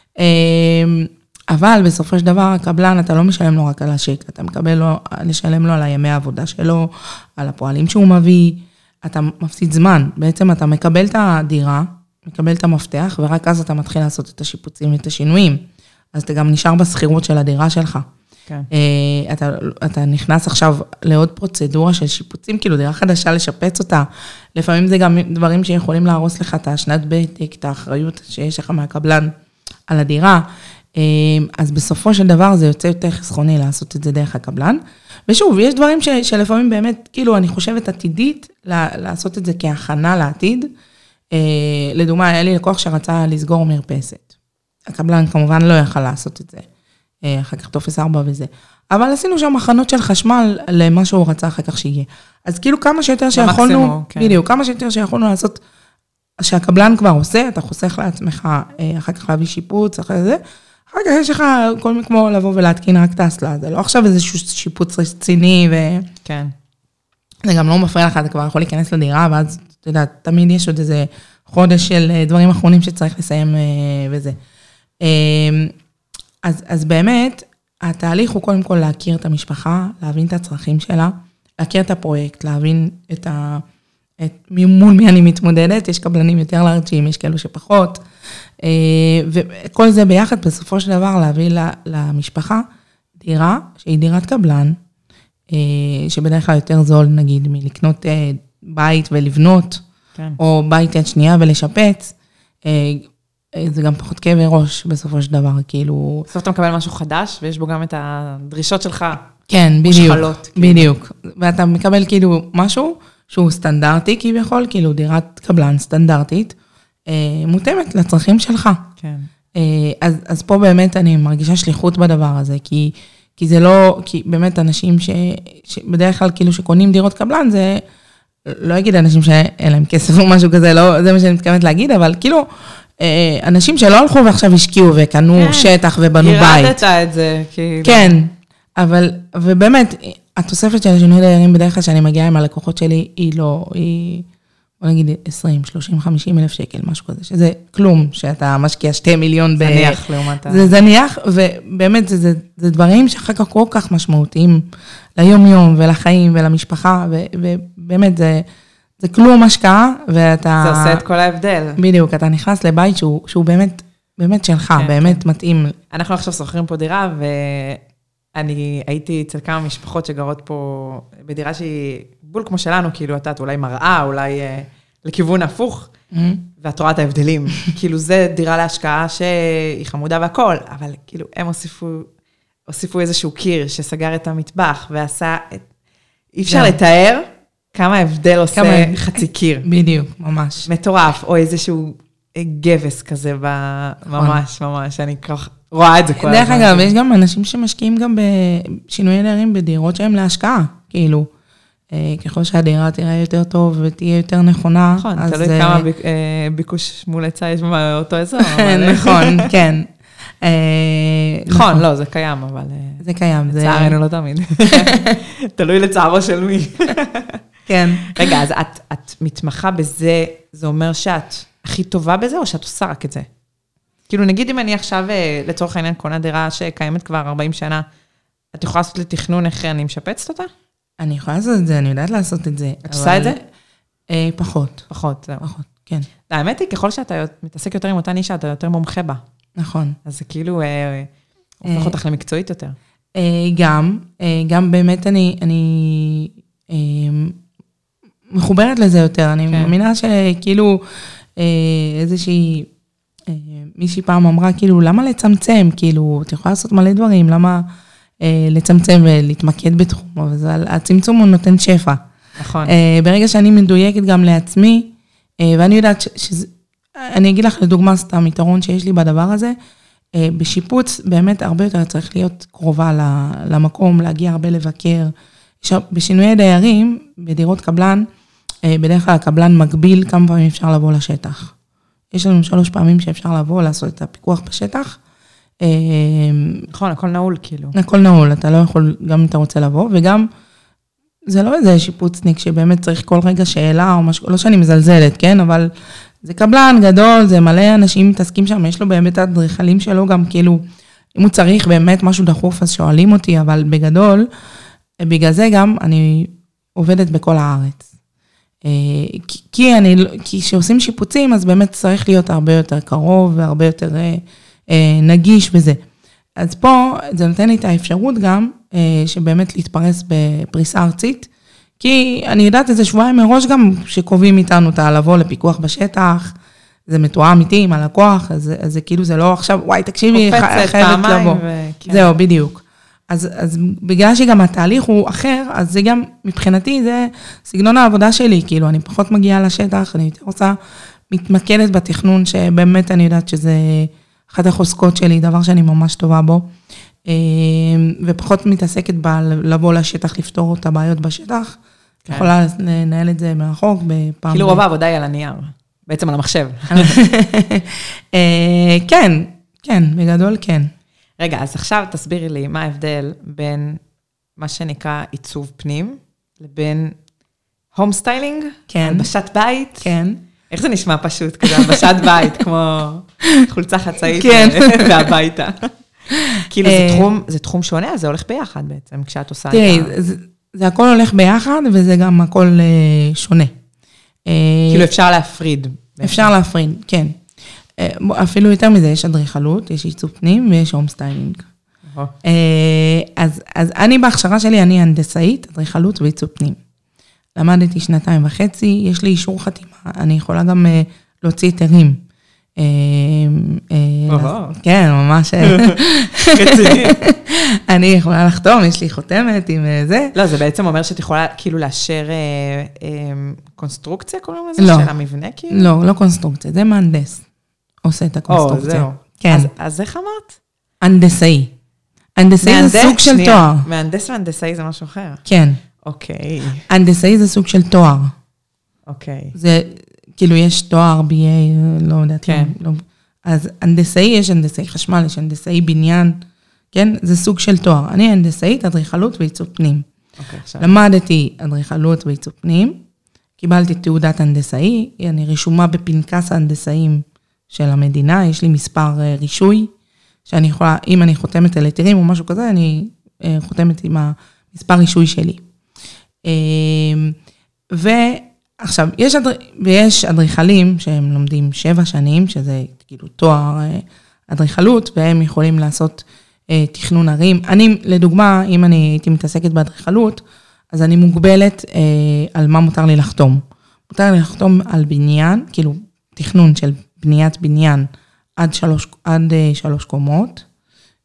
S2: אבל בסופו של דבר, הקבלן, אתה לא משלם לו רק על השקע, אתה מקבל לו, לשלם לו על הימי העבודה שלו, על הפועלים שהוא מביא, אתה מפסיד זמן. בעצם אתה מקבל את הדירה, מקבל את המפתח, ורק אז אתה מתחיל לעשות את השיפוצים ואת השינויים. אז אתה גם נשאר בסחירות של הדירה שלך. כן. אתה, אתה נכנס עכשיו לעוד פרוצדורה של שיפוצים, כאילו דירה חדשה לשפץ אותה. לפעמים זה גם דברים שיכולים להרוס לך את השנת בית, את האחריות שיש לך מהקבלן על הדירה. אז בסופו של דבר זה יוצא יותר חסכוני לעשות את זה דרך הקבלן. ושוב, יש דברים ש, שלפעמים באמת, כאילו אני חושבת עתידית, לעשות את זה כהכנה לעתיד. לדוגמה, היה לי לקוח שרצה לסגור מרפסת. הקבלן כמובן לא יכל לעשות את זה. אחר כך טופס ארבע וזה. אבל עשינו שם הכנות של חשמל למה שהוא רצה אחר כך שיהיה. אז כאילו כמה שיותר שיכולנו, כן. בדיוק, כמה שיותר שיכולנו לעשות, שהקבלן כבר עושה, אתה חוסך לעצמך, אחר כך להביא שיפוץ, אחרי זה, אחר כך יש לך כל מיני כמו לבוא ולהתקין רק טסלה, זה לא עכשיו איזשהו שיפוץ רציני, ו...
S1: כן.
S2: זה גם לא מפריע לך, אתה כבר יכול להיכנס לדירה, ואז, אתה יודע, תמיד יש עוד איזה חודש של דברים אחרונים שצריך לסיים וזה. אז, אז באמת, התהליך הוא קודם כל להכיר את המשפחה, להבין את הצרכים שלה, להכיר את הפרויקט, להבין את ה... את מול מי אני מתמודדת, יש קבלנים יותר לארג'ים, יש כאלו שפחות, וכל זה ביחד בסופו של דבר להביא למשפחה דירה, שהיא דירת קבלן, שבדרך כלל יותר זול נגיד מלקנות בית ולבנות, כן. או בית יד שנייה ולשפץ, זה גם פחות כאבי ראש בסופו של דבר, כאילו... בסוף
S1: אתה מקבל משהו חדש, ויש בו גם את הדרישות שלך.
S2: כן, בדיוק, מושחלות, בדיוק. כאילו. ואתה מקבל כאילו משהו שהוא סטנדרטי כביכול, כאילו דירת קבלן סטנדרטית, מותאמת לצרכים שלך. כן. אז, אז פה באמת אני מרגישה שליחות בדבר הזה, כי, כי זה לא, כי באמת אנשים ש, שבדרך כלל כאילו שקונים דירות קבלן, זה לא אגיד אנשים שאין להם כסף או משהו כזה, לא, זה מה שאני מתכוונת להגיד, אבל כאילו, אנשים שלא הלכו ועכשיו השקיעו וקנו כן. שטח ובנו בית.
S1: ירדת את זה. כאילו.
S2: כן, אבל, ובאמת, התוספת של השינוי דיירים בדרך כלל שאני מגיעה עם הלקוחות שלי, היא לא, היא, בוא נגיד עשרים, שלושים, חמישים אלף שקל, משהו כזה, שזה כלום, שאתה משקיע שתי מיליון ב...
S1: זניח לעומת ה...
S2: זה זניח, ובאמת זה, זה, זה דברים שאחר כך כל כך משמעותיים ליום-יום ולחיים ולמשפחה, ובאמת זה, זה כלום השקעה, ואתה...
S1: זה עושה את כל ההבדל.
S2: בדיוק, אתה נכנס לבית שהוא, שהוא באמת, באמת שלך, כן, באמת כן. מתאים.
S1: אנחנו עכשיו שוכרים פה דירה, ו... אני הייתי אצל כמה משפחות שגרות פה בדירה שהיא בול כמו שלנו, כאילו את אולי מראה, אולי אה, לכיוון הפוך, mm-hmm. ואת רואה את ההבדלים. כאילו זה דירה להשקעה שהיא חמודה והכל, אבל כאילו הם הוסיפו הוסיפו איזשהו קיר שסגר את המטבח, ועשה, אי אפשר לתאר כמה הבדל עושה חצי קיר.
S2: בדיוק, ממש.
S1: מטורף, או איזשהו גבס כזה, ממש, ממש, אני כך רואה את זה כל הזמן.
S2: דרך אגב, יש גם אנשים שמשקיעים גם בשינויי דיירים בדירות שהם להשקעה, כאילו, ככל שהדירה תראה יותר טוב ותהיה יותר נכונה.
S1: נכון, תלוי כמה ביקוש מול היצע יש באותו אזור.
S2: נכון, כן.
S1: נכון, לא, זה קיים, אבל...
S2: זה קיים.
S1: לצערנו לא תמיד. תלוי לצערו של מי.
S2: כן.
S1: רגע, אז את מתמחה בזה, זה אומר שאת הכי טובה בזה, או שאת עושה רק את זה? כאילו, נגיד אם אני עכשיו, לצורך העניין, קונה דירה שקיימת כבר ארבעים שנה, את יכולה לעשות לתכנון איך אני משפצת אותה?
S2: אני יכולה לעשות את זה, אני יודעת לעשות את זה.
S1: את עושה את זה?
S2: פחות.
S1: פחות, זהו.
S2: פחות, כן.
S1: האמת היא, ככל שאתה מתעסק יותר עם אותה נישה, אתה יותר מומחה בה.
S2: נכון.
S1: אז זה כאילו, הופך אותך למקצועית יותר.
S2: גם, גם באמת אני, אני מחוברת לזה יותר. אני מאמינה שכאילו, איזושהי, מישהי פעם אמרה, כאילו, למה לצמצם? כאילו, את יכולה לעשות מלא דברים, למה לצמצם ולהתמקד בתחום? אבל הצמצום הוא נותן שפע.
S1: נכון.
S2: ברגע שאני מדויקת גם לעצמי, ואני יודעת שזה, אני אגיד לך לדוגמה סתם יתרון שיש לי בדבר הזה, בשיפוץ באמת הרבה יותר צריך להיות קרובה למקום, להגיע הרבה לבקר. בשינויי דיירים, בדירות קבלן, בדרך כלל הקבלן מגביל כמה פעמים אפשר לבוא לשטח. יש לנו שלוש פעמים שאפשר לבוא, לעשות את הפיקוח בשטח.
S1: נכון, הכל נעול כאילו.
S2: הכל נעול, אתה לא יכול, גם אם אתה רוצה לבוא, וגם זה לא איזה שיפוצניק שבאמת צריך כל רגע שאלה או משהו, לא שאני מזלזלת, כן? אבל זה קבלן גדול, זה מלא אנשים מתעסקים שם, יש לו באמת הדריכלים שלו גם כאילו, אם הוא צריך באמת משהו דחוף, אז שואלים אותי, אבל בגדול, בגלל זה גם אני עובדת בכל הארץ. כי אני, כי שעושים שיפוצים, אז באמת צריך להיות הרבה יותר קרוב, והרבה יותר נגיש וזה. אז פה זה נותן לי את האפשרות גם, שבאמת להתפרס בפריסה ארצית, כי אני יודעת איזה שבועיים מראש גם שקובעים איתנו אותה לבוא לפיקוח בשטח, זה מתואם איתי עם הלקוח, אז, אז זה כאילו זה לא עכשיו, וואי תקשיבי, חייבת לבוא. וכן. זהו, בדיוק. אז, אז בגלל שגם התהליך הוא אחר, אז זה גם מבחינתי זה סגנון העבודה שלי, כאילו אני פחות מגיעה לשטח, אני יותר רוצה מתמקדת בתכנון, שבאמת אני יודעת שזה אחת החוזקות שלי, דבר שאני ממש טובה בו, ופחות מתעסקת בה לבוא לשטח, לפתור את הבעיות בשטח, כן. יכולה לנהל את זה מרחוק בפעם...
S1: כאילו רוב העבודה היא על הנייר, בעצם על המחשב.
S2: כן, כן, בגדול כן.
S1: רגע, אז עכשיו תסבירי לי מה ההבדל בין מה שנקרא עיצוב פנים, לבין הום סטיילינג,
S2: כן.
S1: הלבשת בית.
S2: כן.
S1: איך זה נשמע פשוט כזה, הלבשת בית, כמו חולצה חצאית
S2: כן.
S1: והביתה. כאילו זה תחום, זה תחום שונה, זה הולך ביחד בעצם, כשאת עושה את ה...
S2: תראי, זה, זה הכל הולך ביחד, וזה גם הכל שונה.
S1: כאילו אפשר להפריד.
S2: אפשר להפריד, כן. אפילו יותר מזה, יש אדריכלות, יש עיצוב פנים ויש הום סטיילינג. אז, אז אני בהכשרה שלי, אני הנדסאית, אדריכלות ועיצוב פנים. למדתי שנתיים וחצי, יש לי אישור חתימה, אני יכולה גם להוציא היתרים. כן, ממש.
S1: רציני.
S2: אני יכולה לחתום, יש לי חותמת עם זה.
S1: לא, זה בעצם אומר שאת יכולה כאילו לאשר קונסטרוקציה, קוראים לזה?
S2: לא.
S1: של המבנה כאילו?
S2: לא, לא קונסטרוקציה, זה מהנדס. עושה את הקונסטרוקציה.
S1: או, זהו.
S2: כן.
S1: אז איך אמרת?
S2: הנדסאי. הנדסאי זה סוג של תואר.
S1: מהנדס והנדסאי זה משהו אחר.
S2: כן.
S1: אוקיי.
S2: הנדסאי זה סוג של תואר.
S1: אוקיי.
S2: זה, כאילו יש תואר בי איי, לא יודעת.
S1: כן.
S2: לא, אז הנדסאי, יש הנדסאי חשמל, יש הנדסאי בניין, כן? זה סוג של תואר. אני הנדסאית, אדריכלות ועיצוב פנים.
S1: אוקיי, עכשיו.
S2: למדתי אדריכלות ועיצוב פנים, קיבלתי תעודת הנדסאי, אני רשומה בפנקס ההנדסאים של המדינה, יש לי מספר רישוי, שאני יכולה, אם אני חותמת על היתרים או משהו כזה, אני חותמת עם המספר רישוי שלי. ועכשיו, יש, אדר... ויש אדריכלים שהם לומדים שבע שנים, שזה כאילו תואר אדריכלות, והם יכולים לעשות תכנון ערים. אני, לדוגמה, אם אני הייתי מתעסקת באדריכלות, אז אני מוגבלת על מה מותר לי לחתום. מותר לי לחתום על בניין, כאילו תכנון של בניית בניין עד שלוש, עד שלוש קומות,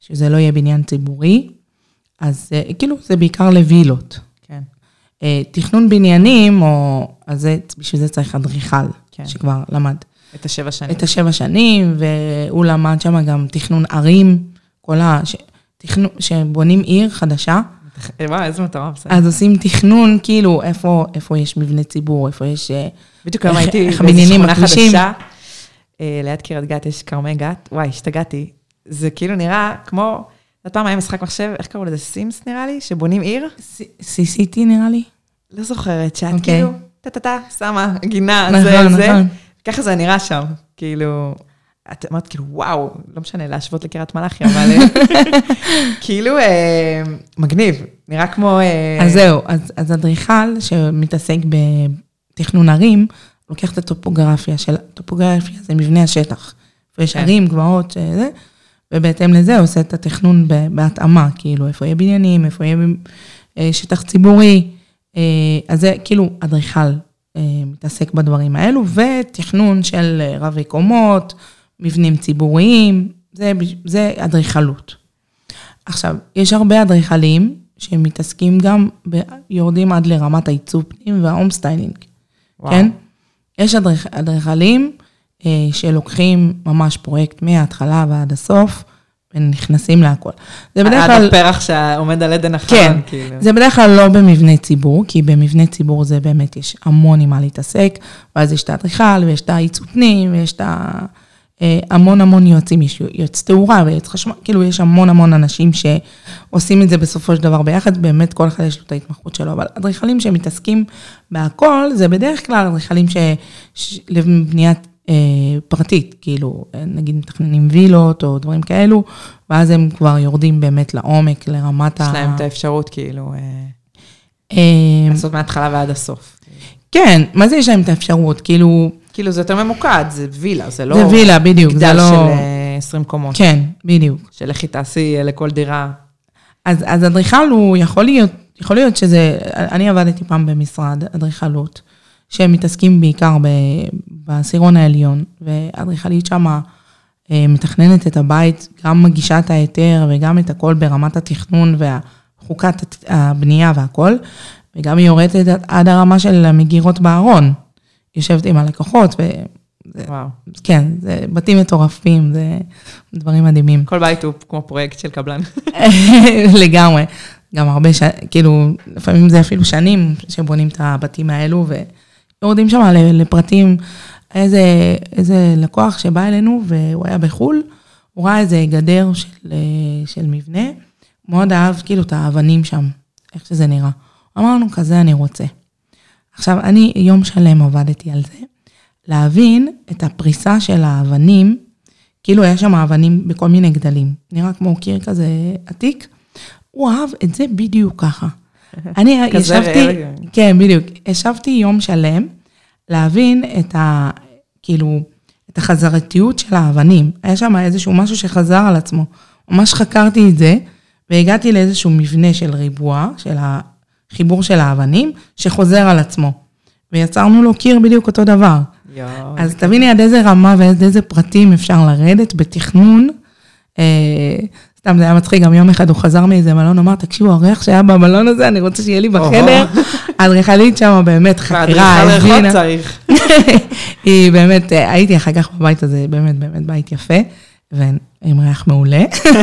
S2: שזה לא יהיה בניין ציבורי, אז כאילו זה בעיקר לווילות.
S1: כן.
S2: תכנון בניינים, או, אז זה, בשביל זה צריך אדריכל, כן. שכבר למד.
S1: את השבע שנים.
S2: את השבע שנים, והוא למד שם גם תכנון ערים, כל ה... ש... תכנון, שבונים עיר חדשה.
S1: וואו, איזה מטרה.
S2: אז עושים תכנון, כאילו, איפה, איפה יש מבנה ציבור, איפה יש...
S1: בדיוק כמה הייתי באיזו שכונה חדשה, ליד קריית גת יש כרמי גת, וואי, השתגעתי. זה כאילו נראה כמו, זאת פעם היה משחק מחשב, איך קראו לזה? סימס נראה לי, שבונים עיר?
S2: סי-סי-טי נראה לי.
S1: לא זוכרת, שאת כאילו, טה-טה-טה, שמה, גינה, זה, זה. ככה זה נראה שם, כאילו... את אמרת, כאילו, וואו, לא משנה, להשוות לקריית מלאכי, אבל כאילו, מגניב, נראה כמו...
S2: אז זהו, אז אדריכל שמתעסק בתכנון ערים, לוקח את הטופוגרפיה של, טופוגרפיה זה מבנה השטח, ויש ערים, גבעות, שזה, ובהתאם לזה עושה את התכנון בהתאמה, כאילו, איפה יהיה בניינים, איפה יהיה שטח ציבורי, אז זה כאילו אדריכל מתעסק בדברים האלו, ותכנון של רבי קומות, מבנים ציבוריים, זה, זה אדריכלות. עכשיו, יש הרבה אדריכלים שהם מתעסקים גם, ב, יורדים עד לרמת העיצוב פנים וההום סטיילינג. וואו. כן? יש אדריכ, אדריכלים אה, שלוקחים ממש פרויקט מההתחלה ועד הסוף, ונכנסים להכל.
S1: זה בדרך כלל... עד הפרח שעומד על עדן אחרון.
S2: כן, כאילו. זה בדרך כלל לא במבנה ציבור, כי במבנה ציבור זה באמת יש המון עם מה להתעסק, ואז יש את האדריכל, ויש את העיצוב פנים, ויש את ה... המון המון יועצים, יש יועץ תאורה ויועץ חשמל, כאילו יש המון המון אנשים שעושים את זה בסופו של דבר ביחד, באמת כל אחד יש לו את ההתמחות שלו, אבל אדריכלים שמתעסקים בהכל, זה בדרך כלל אדריכלים לבניית אה, פרטית, כאילו נגיד מתכננים וילות או דברים כאלו, ואז הם כבר יורדים באמת לעומק, לרמת ה...
S1: יש להם את האפשרות כאילו,
S2: אה,
S1: לעשות מההתחלה ועד הסוף.
S2: כן, מה זה יש להם את האפשרות? כאילו...
S1: כאילו זה יותר ממוקד, זה וילה, זה לא...
S2: זה וילה, בדיוק, זה לא...
S1: מגדל של עשרים קומות.
S2: כן, בדיוק.
S1: של איך היא תעשי לכל דירה.
S2: אז, אז אדריכל הוא יכול להיות, יכול להיות שזה, אני עבדתי פעם במשרד, אדריכלות, שהם מתעסקים בעיקר בעשירון העליון, ואדריכלית שמה מתכננת את הבית, גם מגישה את ההיתר, וגם את הכל ברמת התכנון והחוקת הבנייה והכל, וגם היא יורדת עד הרמה של המגירות בארון. יושבת עם הלקוחות, ו...
S1: וואו.
S2: כן, זה בתים מטורפים, זה דברים מדהימים.
S1: כל בית הוא כמו פרויקט של קבלן.
S2: לגמרי. גם הרבה, ש... כאילו, לפעמים זה אפילו שנים שבונים את הבתים האלו, ויורדים שם לפרטים, איזה, איזה לקוח שבא אלינו, והוא היה בחול, הוא ראה איזה גדר של, של מבנה, מאוד אהב כאילו את האבנים שם, איך שזה נראה. אמרנו, כזה אני רוצה. עכשיו, אני יום שלם עבדתי על זה, להבין את הפריסה של האבנים, כאילו היה שם האבנים בכל מיני גדלים, נראה כמו קיר כזה עתיק, הוא אהב את זה בדיוק ככה. אני ישבתי, כן, בדיוק, ישבתי יום שלם, להבין את ה, כאילו, את החזרתיות של האבנים, היה שם איזשהו משהו שחזר על עצמו, ממש חקרתי את זה, והגעתי לאיזשהו מבנה של ריבוע, של ה... חיבור של האבנים, שחוזר על עצמו. ויצרנו לו קיר בדיוק אותו דבר. יו, אז תביני עד איזה רמה ועד איזה פרטים אפשר לרדת בתכנון. אה, סתם זה היה מצחיק, גם יום אחד הוא חזר מאיזה מלון, אמר, תקשיבו, הריח שהיה במלון הזה, אני רוצה שיהיה לי בחדר. האדריכלית שם באמת חקירה,
S1: הבינה. צריך.
S2: היא באמת, הייתי אחר כך בבית הזה, באמת, באמת בית יפה, ועם ריח מעולה.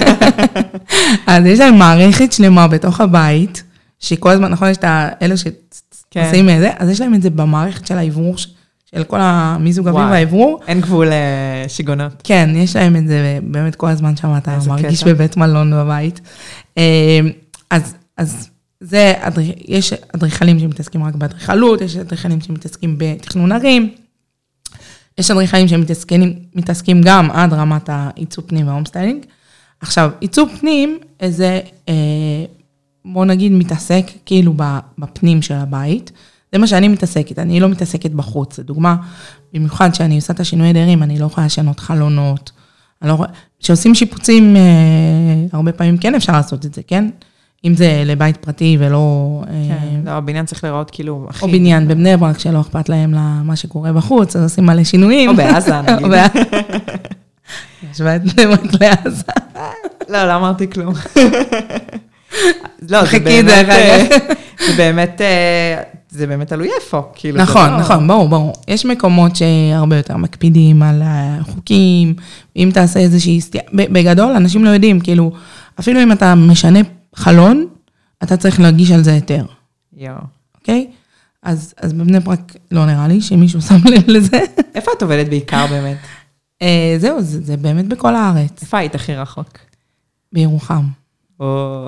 S2: אז יש להם מערכת שלמה בתוך הבית, שכל הזמן, נכון, יש את האלה שעושים את זה, אז יש להם את זה במערכת של העברור, של כל המיזוג אוויר והעברור.
S1: אין גבול שיגונות.
S2: כן, יש להם את זה, באמת כל הזמן שם אתה מרגיש בבית מלון בבית. אז זה, יש אדריכלים שמתעסקים רק באדריכלות, יש אדריכלים שמתעסקים בתכנון ערים, יש אדריכלים שמתעסקים גם עד רמת העיצוב פנים וההום סטיילינג. עכשיו, עיצוב פנים, זה... בוא נגיד, מתעסק כאילו בפנים של הבית. זה מה שאני מתעסקת, אני לא מתעסקת בחוץ. לדוגמה, במיוחד שאני עושה את השינוי דיירים, אני לא יכולה לשנות חלונות. כשעושים לא... שיפוצים, הרבה פעמים כן אפשר לעשות את זה, כן? אם זה לבית פרטי ולא...
S1: כן, לא, הבניין צריך לראות כאילו...
S2: או בניין בבני ברק, שלא אכפת להם למה שקורה בחוץ, אז עושים מלא שינויים.
S1: או בעזה, נגיד.
S2: יש בית בני ברק לעזה.
S1: לא, לא אמרתי כלום. לא, זה
S2: חכי
S1: באמת,
S2: דרך.
S1: זה באמת, זה באמת תלוי איפה. כאילו,
S2: נכון,
S1: זה לא-
S2: נכון, ברור, ברור. יש מקומות שהרבה יותר מקפידים על החוקים, אם תעשה איזושהי סטייה, בגדול, אנשים לא יודעים, כאילו, אפילו אם אתה משנה חלון, אתה צריך להגיש על זה היתר,
S1: יואו.
S2: אוקיי? אז, אז בבני ברק לא נראה לי שמישהו שם לב לזה.
S1: איפה את עובדת בעיקר באמת?
S2: אה, זהו, זה, זה באמת בכל הארץ,
S1: איפה היית הכי רחוק?
S2: בירוחם.
S1: או...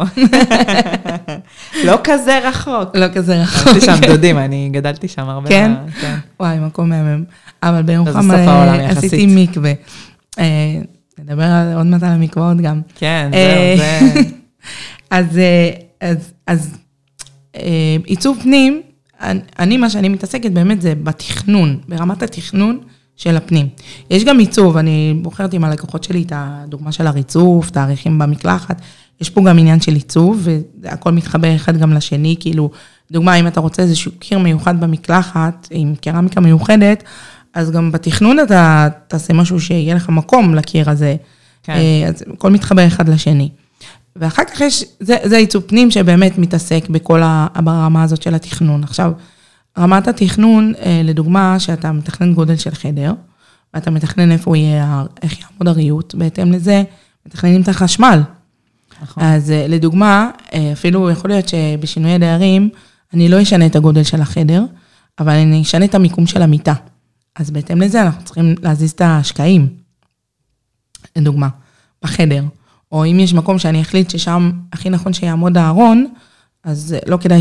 S1: לא כזה רחוק.
S2: לא כזה רחוק.
S1: הייתי שם דודים, אני גדלתי שם הרבה.
S2: כן?
S1: כן.
S2: וואי, מקום מהמם. אבל בירוחם
S1: סוף העולם
S2: אה,
S1: יחסית.
S2: עשיתי מקווה. אה, נדבר על- עוד מעט על המקוואות גם.
S1: כן,
S2: אה,
S1: זהו, זה...
S2: אז, אה, אז, אז אה, עיצוב פנים, אני, אני, מה שאני מתעסקת באמת זה בתכנון, ברמת התכנון של הפנים. יש גם עיצוב, אני בוחרת עם הלקוחות שלי את הדוגמה של הריצוף, תאריכים במקלחת, יש פה גם עניין של עיצוב, והכל מתחבר אחד גם לשני, כאילו, דוגמה, אם אתה רוצה איזשהו קיר מיוחד במקלחת, עם קרמיקה מיוחדת, אז גם בתכנון אתה תעשה משהו שיהיה לך מקום לקיר הזה,
S1: כן.
S2: אז הכל מתחבר אחד לשני. ואחר כך יש, זה, זה עיצוב פנים שבאמת מתעסק בכל ה- ברמה הזאת של התכנון. עכשיו, רמת התכנון, לדוגמה, שאתה מתכנן גודל של חדר, ואתה מתכנן איפה יהיה, איך יעמוד הריהוט, בהתאם לזה, מתכננים את החשמל.
S1: נכון.
S2: אז לדוגמה, אפילו יכול להיות שבשינוי דיירים, אני לא אשנה את הגודל של החדר, אבל אני אשנה את המיקום של המיטה. אז בהתאם לזה אנחנו צריכים להזיז את ההשקעים, לדוגמה, בחדר. או אם יש מקום שאני אחליט ששם הכי נכון שיעמוד הארון, אז לא כדאי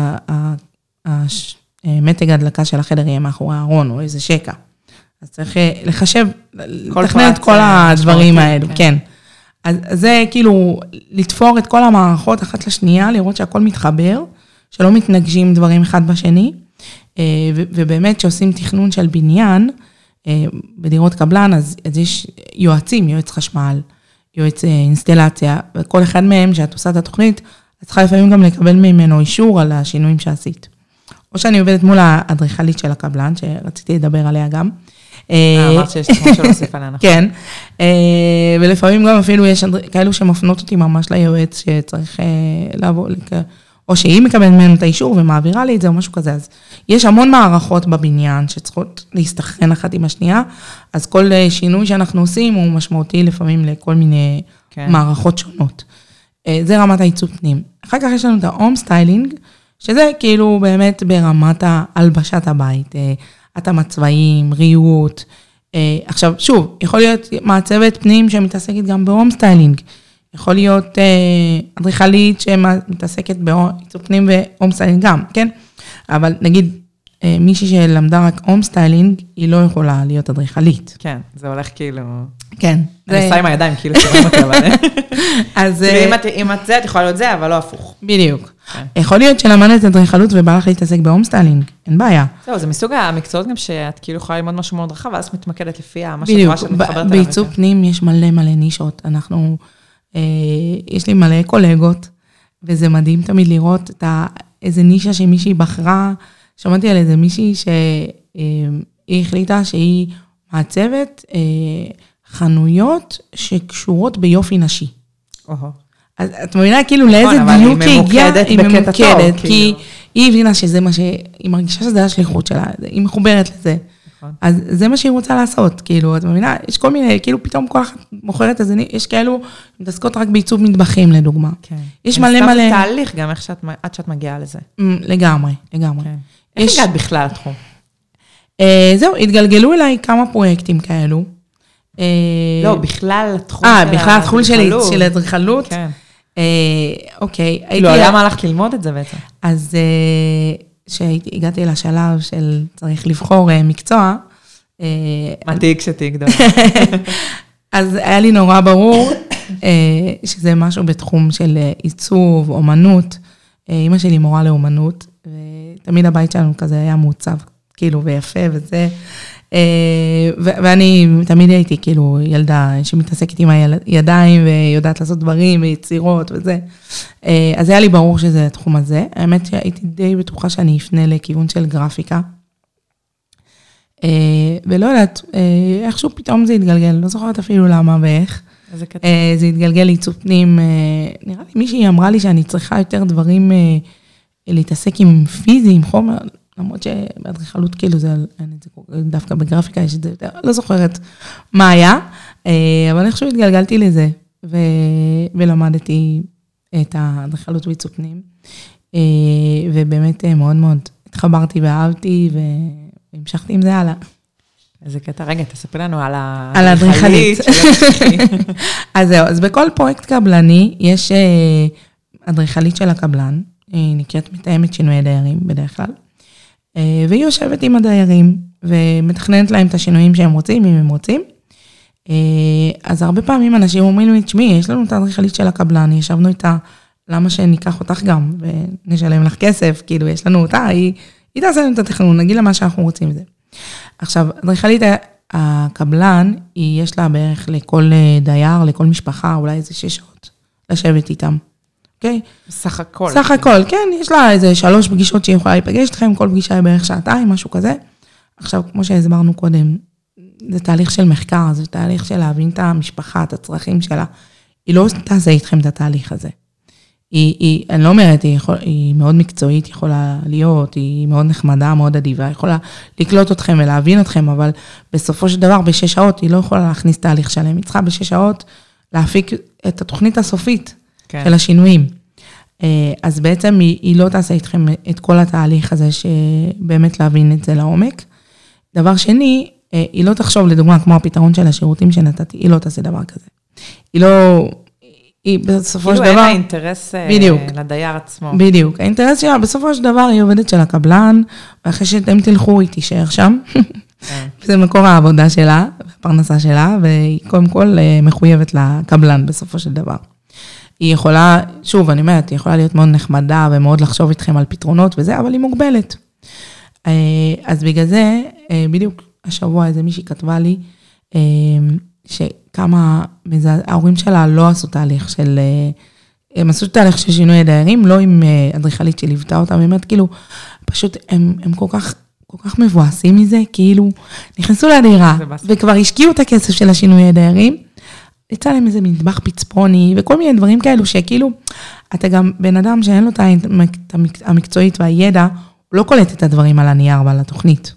S2: שהמתג ההדלקה של החדר יהיה מאחורי הארון, או איזה שקע. אז צריך לחשב, לתכנן את כל הדברים האלו, כן. אז זה כאילו לתפור את כל המערכות אחת לשנייה, לראות שהכל מתחבר, שלא מתנגשים דברים אחד בשני, ובאמת שעושים תכנון של בניין, בדירות קבלן, אז יש יועצים, יועץ חשמל, יועץ אינסטלציה, וכל אחד מהם שאת עושה את התוכנית, את צריכה לפעמים גם לקבל ממנו אישור על השינויים שעשית. או שאני עובדת מול האדריכלית של הקבלן, שרציתי לדבר עליה גם.
S1: אמרת שיש תכנון שלא הוסיף עליה, נכון.
S2: כן, ולפעמים גם אפילו יש כאלו שמפנות אותי ממש ליועץ שצריך לעבור, או שהיא מקבלת ממנו את האישור ומעבירה לי את זה או משהו כזה. אז יש המון מערכות בבניין שצריכות להסתכן אחת עם השנייה, אז כל שינוי שאנחנו עושים הוא משמעותי לפעמים לכל מיני
S1: כן.
S2: מערכות שונות. זה רמת העיצוב פנים. אחר כך יש לנו את ההום סטיילינג, שזה כאילו באמת ברמת הלבשת הבית, התאמת צבעים, ריהוט. עכשיו, שוב, יכול להיות מעצבת פנים שמתעסקת גם בהום סטיילינג, יכול להיות אדריכלית שמתעסקת בעיצוב פנים והום סטיילינג גם, כן? אבל נגיד, מישהי שלמדה רק הום סטיילינג, היא לא יכולה להיות אדריכלית.
S1: כן, זה הולך כאילו...
S2: כן.
S1: אני עושה עם הידיים, כאילו שומעים אותי, אבל...
S2: אז...
S1: אם את זה, את יכולה להיות זה, אבל לא הפוך.
S2: בדיוק. יכול להיות שלמדת אדריכלות ובא לך להתעסק בהום סטיילינג, אין בעיה.
S1: זהו, זה מסוג המקצועות גם שאת כאילו יכולה ללמוד משהו מאוד רחב, ואז מתמקדת לפי מה שאת רואה שאת מתחברת אליו.
S2: בעיצוב פנים יש מלא מלא נישות, אנחנו, יש לי מלא קולגות, וזה מדהים תמיד לראות את איזה נישה שמישהי בחרה, שמעתי על איזה מישהי שהיא החליטה שהיא מעצבת חנויות שקשורות ביופי נשי.
S1: אוהו.
S2: אז את מבינה כאילו לאיזה דיוק היא הגיעה, היא ממוקדת, כי היא הבינה שזה מה שהיא מרגישה שזה השליחות שלה, היא מחוברת לזה. אז זה מה שהיא רוצה לעשות, כאילו, את מבינה, יש כל מיני, כאילו פתאום כל אחת מוכרת איזה, יש כאלו מתעסקות רק בעיצוב מטבחים, לדוגמה. יש מלא מלא...
S1: זה תהליך גם איך עד שאת מגיעה לזה.
S2: לגמרי, לגמרי.
S1: איך הגעת בכלל לתחום?
S2: זהו, התגלגלו אליי כמה פרויקטים כאלו.
S1: לא, בכלל לתחום
S2: של... אה, בכלל התחום של אדריכלות?
S1: כן.
S2: אוקיי.
S1: לא, למה הלכת ללמוד את זה בעצם?
S2: אז שהגעתי לשלב של צריך לבחור מקצוע.
S1: מה תהיי כשתהיי גדולה?
S2: אז היה לי נורא ברור שזה משהו בתחום של עיצוב, אומנות. אמא שלי מורה לאומנות, ותמיד הבית שלנו כזה היה מעוצב, כאילו, ויפה וזה. ואני תמיד הייתי כאילו ילדה שמתעסקת עם הידיים ויודעת לעשות דברים ויצירות וזה. אז היה לי ברור שזה התחום הזה. האמת שהייתי די בטוחה שאני אפנה לכיוון של גרפיקה. ולא יודעת, איכשהו פתאום זה התגלגל, לא זוכרת אפילו למה ואיך.
S1: איזה קטע.
S2: זה התגלגל לעיצוב פנים, נראה לי מישהי אמרה לי שאני צריכה יותר דברים להתעסק עם פיזי, עם חומר, למרות שבאדריכלות כאילו זה, דווקא בגרפיקה יש את זה יותר, לא זוכרת מה היה, אבל איכשהו התגלגלתי לזה, ולמדתי את האדריכלות ועיצוב פנים, ובאמת מאוד מאוד התחברתי ואהבתי, והמשכתי עם זה הלאה.
S1: איזה קטע, רגע, תספר לנו על
S2: האדריכלית. אז זהו, אז בכל פרויקט קבלני יש אדריכלית של הקבלן, היא נקראת מתאמת שינויי דיירים בדרך כלל, והיא יושבת עם הדיירים, ומתכננת להם את השינויים שהם רוצים, אם הם רוצים. אז הרבה פעמים אנשים אומרים לי, תשמעי, יש לנו את האדריכלית של הקבלן, ישבנו איתה, למה שניקח אותך גם, ונשלם לך כסף, כאילו יש לנו אותה, היא, היא תעשה לנו את התכנון, נגיד לה מה שאנחנו רוצים זה. עכשיו, אדריכלית הקבלן, היא יש לה בערך לכל דייר, לכל משפחה, אולי איזה שש שעות, לשבת איתם. אוקיי?
S1: סך הכל.
S2: סך הכל, כן, יש לה איזה שלוש פגישות שהיא יכולה להיפגש איתכם, כל פגישה היא בערך שעתיים, משהו כזה. עכשיו, כמו שהסברנו קודם, זה תהליך של מחקר, זה תהליך של להבין את המשפחה, את הצרכים שלה. היא לא תעשה איתכם את התהליך הזה. היא, היא, אני לא אומרת, היא, יכול, היא מאוד מקצועית, יכולה להיות, היא מאוד נחמדה, מאוד אדיבה, יכולה לקלוט אתכם ולהבין אתכם, אבל בסופו של דבר, בשש שעות, היא לא יכולה להכניס תהליך שלם. היא צריכה בשש שעות להפיק את התוכנית הסופית כן. של השינויים. אז בעצם היא, היא לא תעשה איתכם את כל התהליך הזה, שבאמת להבין את זה לעומק. דבר שני, היא לא תחשוב לדוגמה, כמו הפתרון של השירותים שנתתי, היא לא תעשה דבר כזה. היא לא... היא בסופו של דבר...
S1: כאילו אין האינטרס בדיוק, לדייר עצמו.
S2: בדיוק. האינטרס שלה, בסופו של דבר, היא עובדת של הקבלן, ואחרי שאתם תלכו, היא תישאר שם. זה מקור העבודה שלה, הפרנסה שלה, והיא קודם כל מחויבת לקבלן בסופו של דבר. היא יכולה, שוב, אני אומרת, היא יכולה להיות מאוד נחמדה, ומאוד לחשוב איתכם על פתרונות וזה, אבל היא מוגבלת. אז בגלל זה, בדיוק השבוע איזה מישהי כתבה לי, שכמה, ההורים שלה לא עשו תהליך של, הם עשו תהליך של שינוי דיירים, לא עם אדריכלית שליוותה אותם, היא אומרת, כאילו, פשוט הם, הם כל כך, כל כך מבואסים מזה, כאילו, נכנסו לדירה, וכבר השקיעו את הכסף של השינוי דיירים, יצא להם איזה מטבח פצפוני, וכל מיני דברים כאלו, שכאילו, אתה גם בן אדם שאין לו את המקצועית והידע, הוא לא קולט את הדברים על הנייר ועל התוכנית.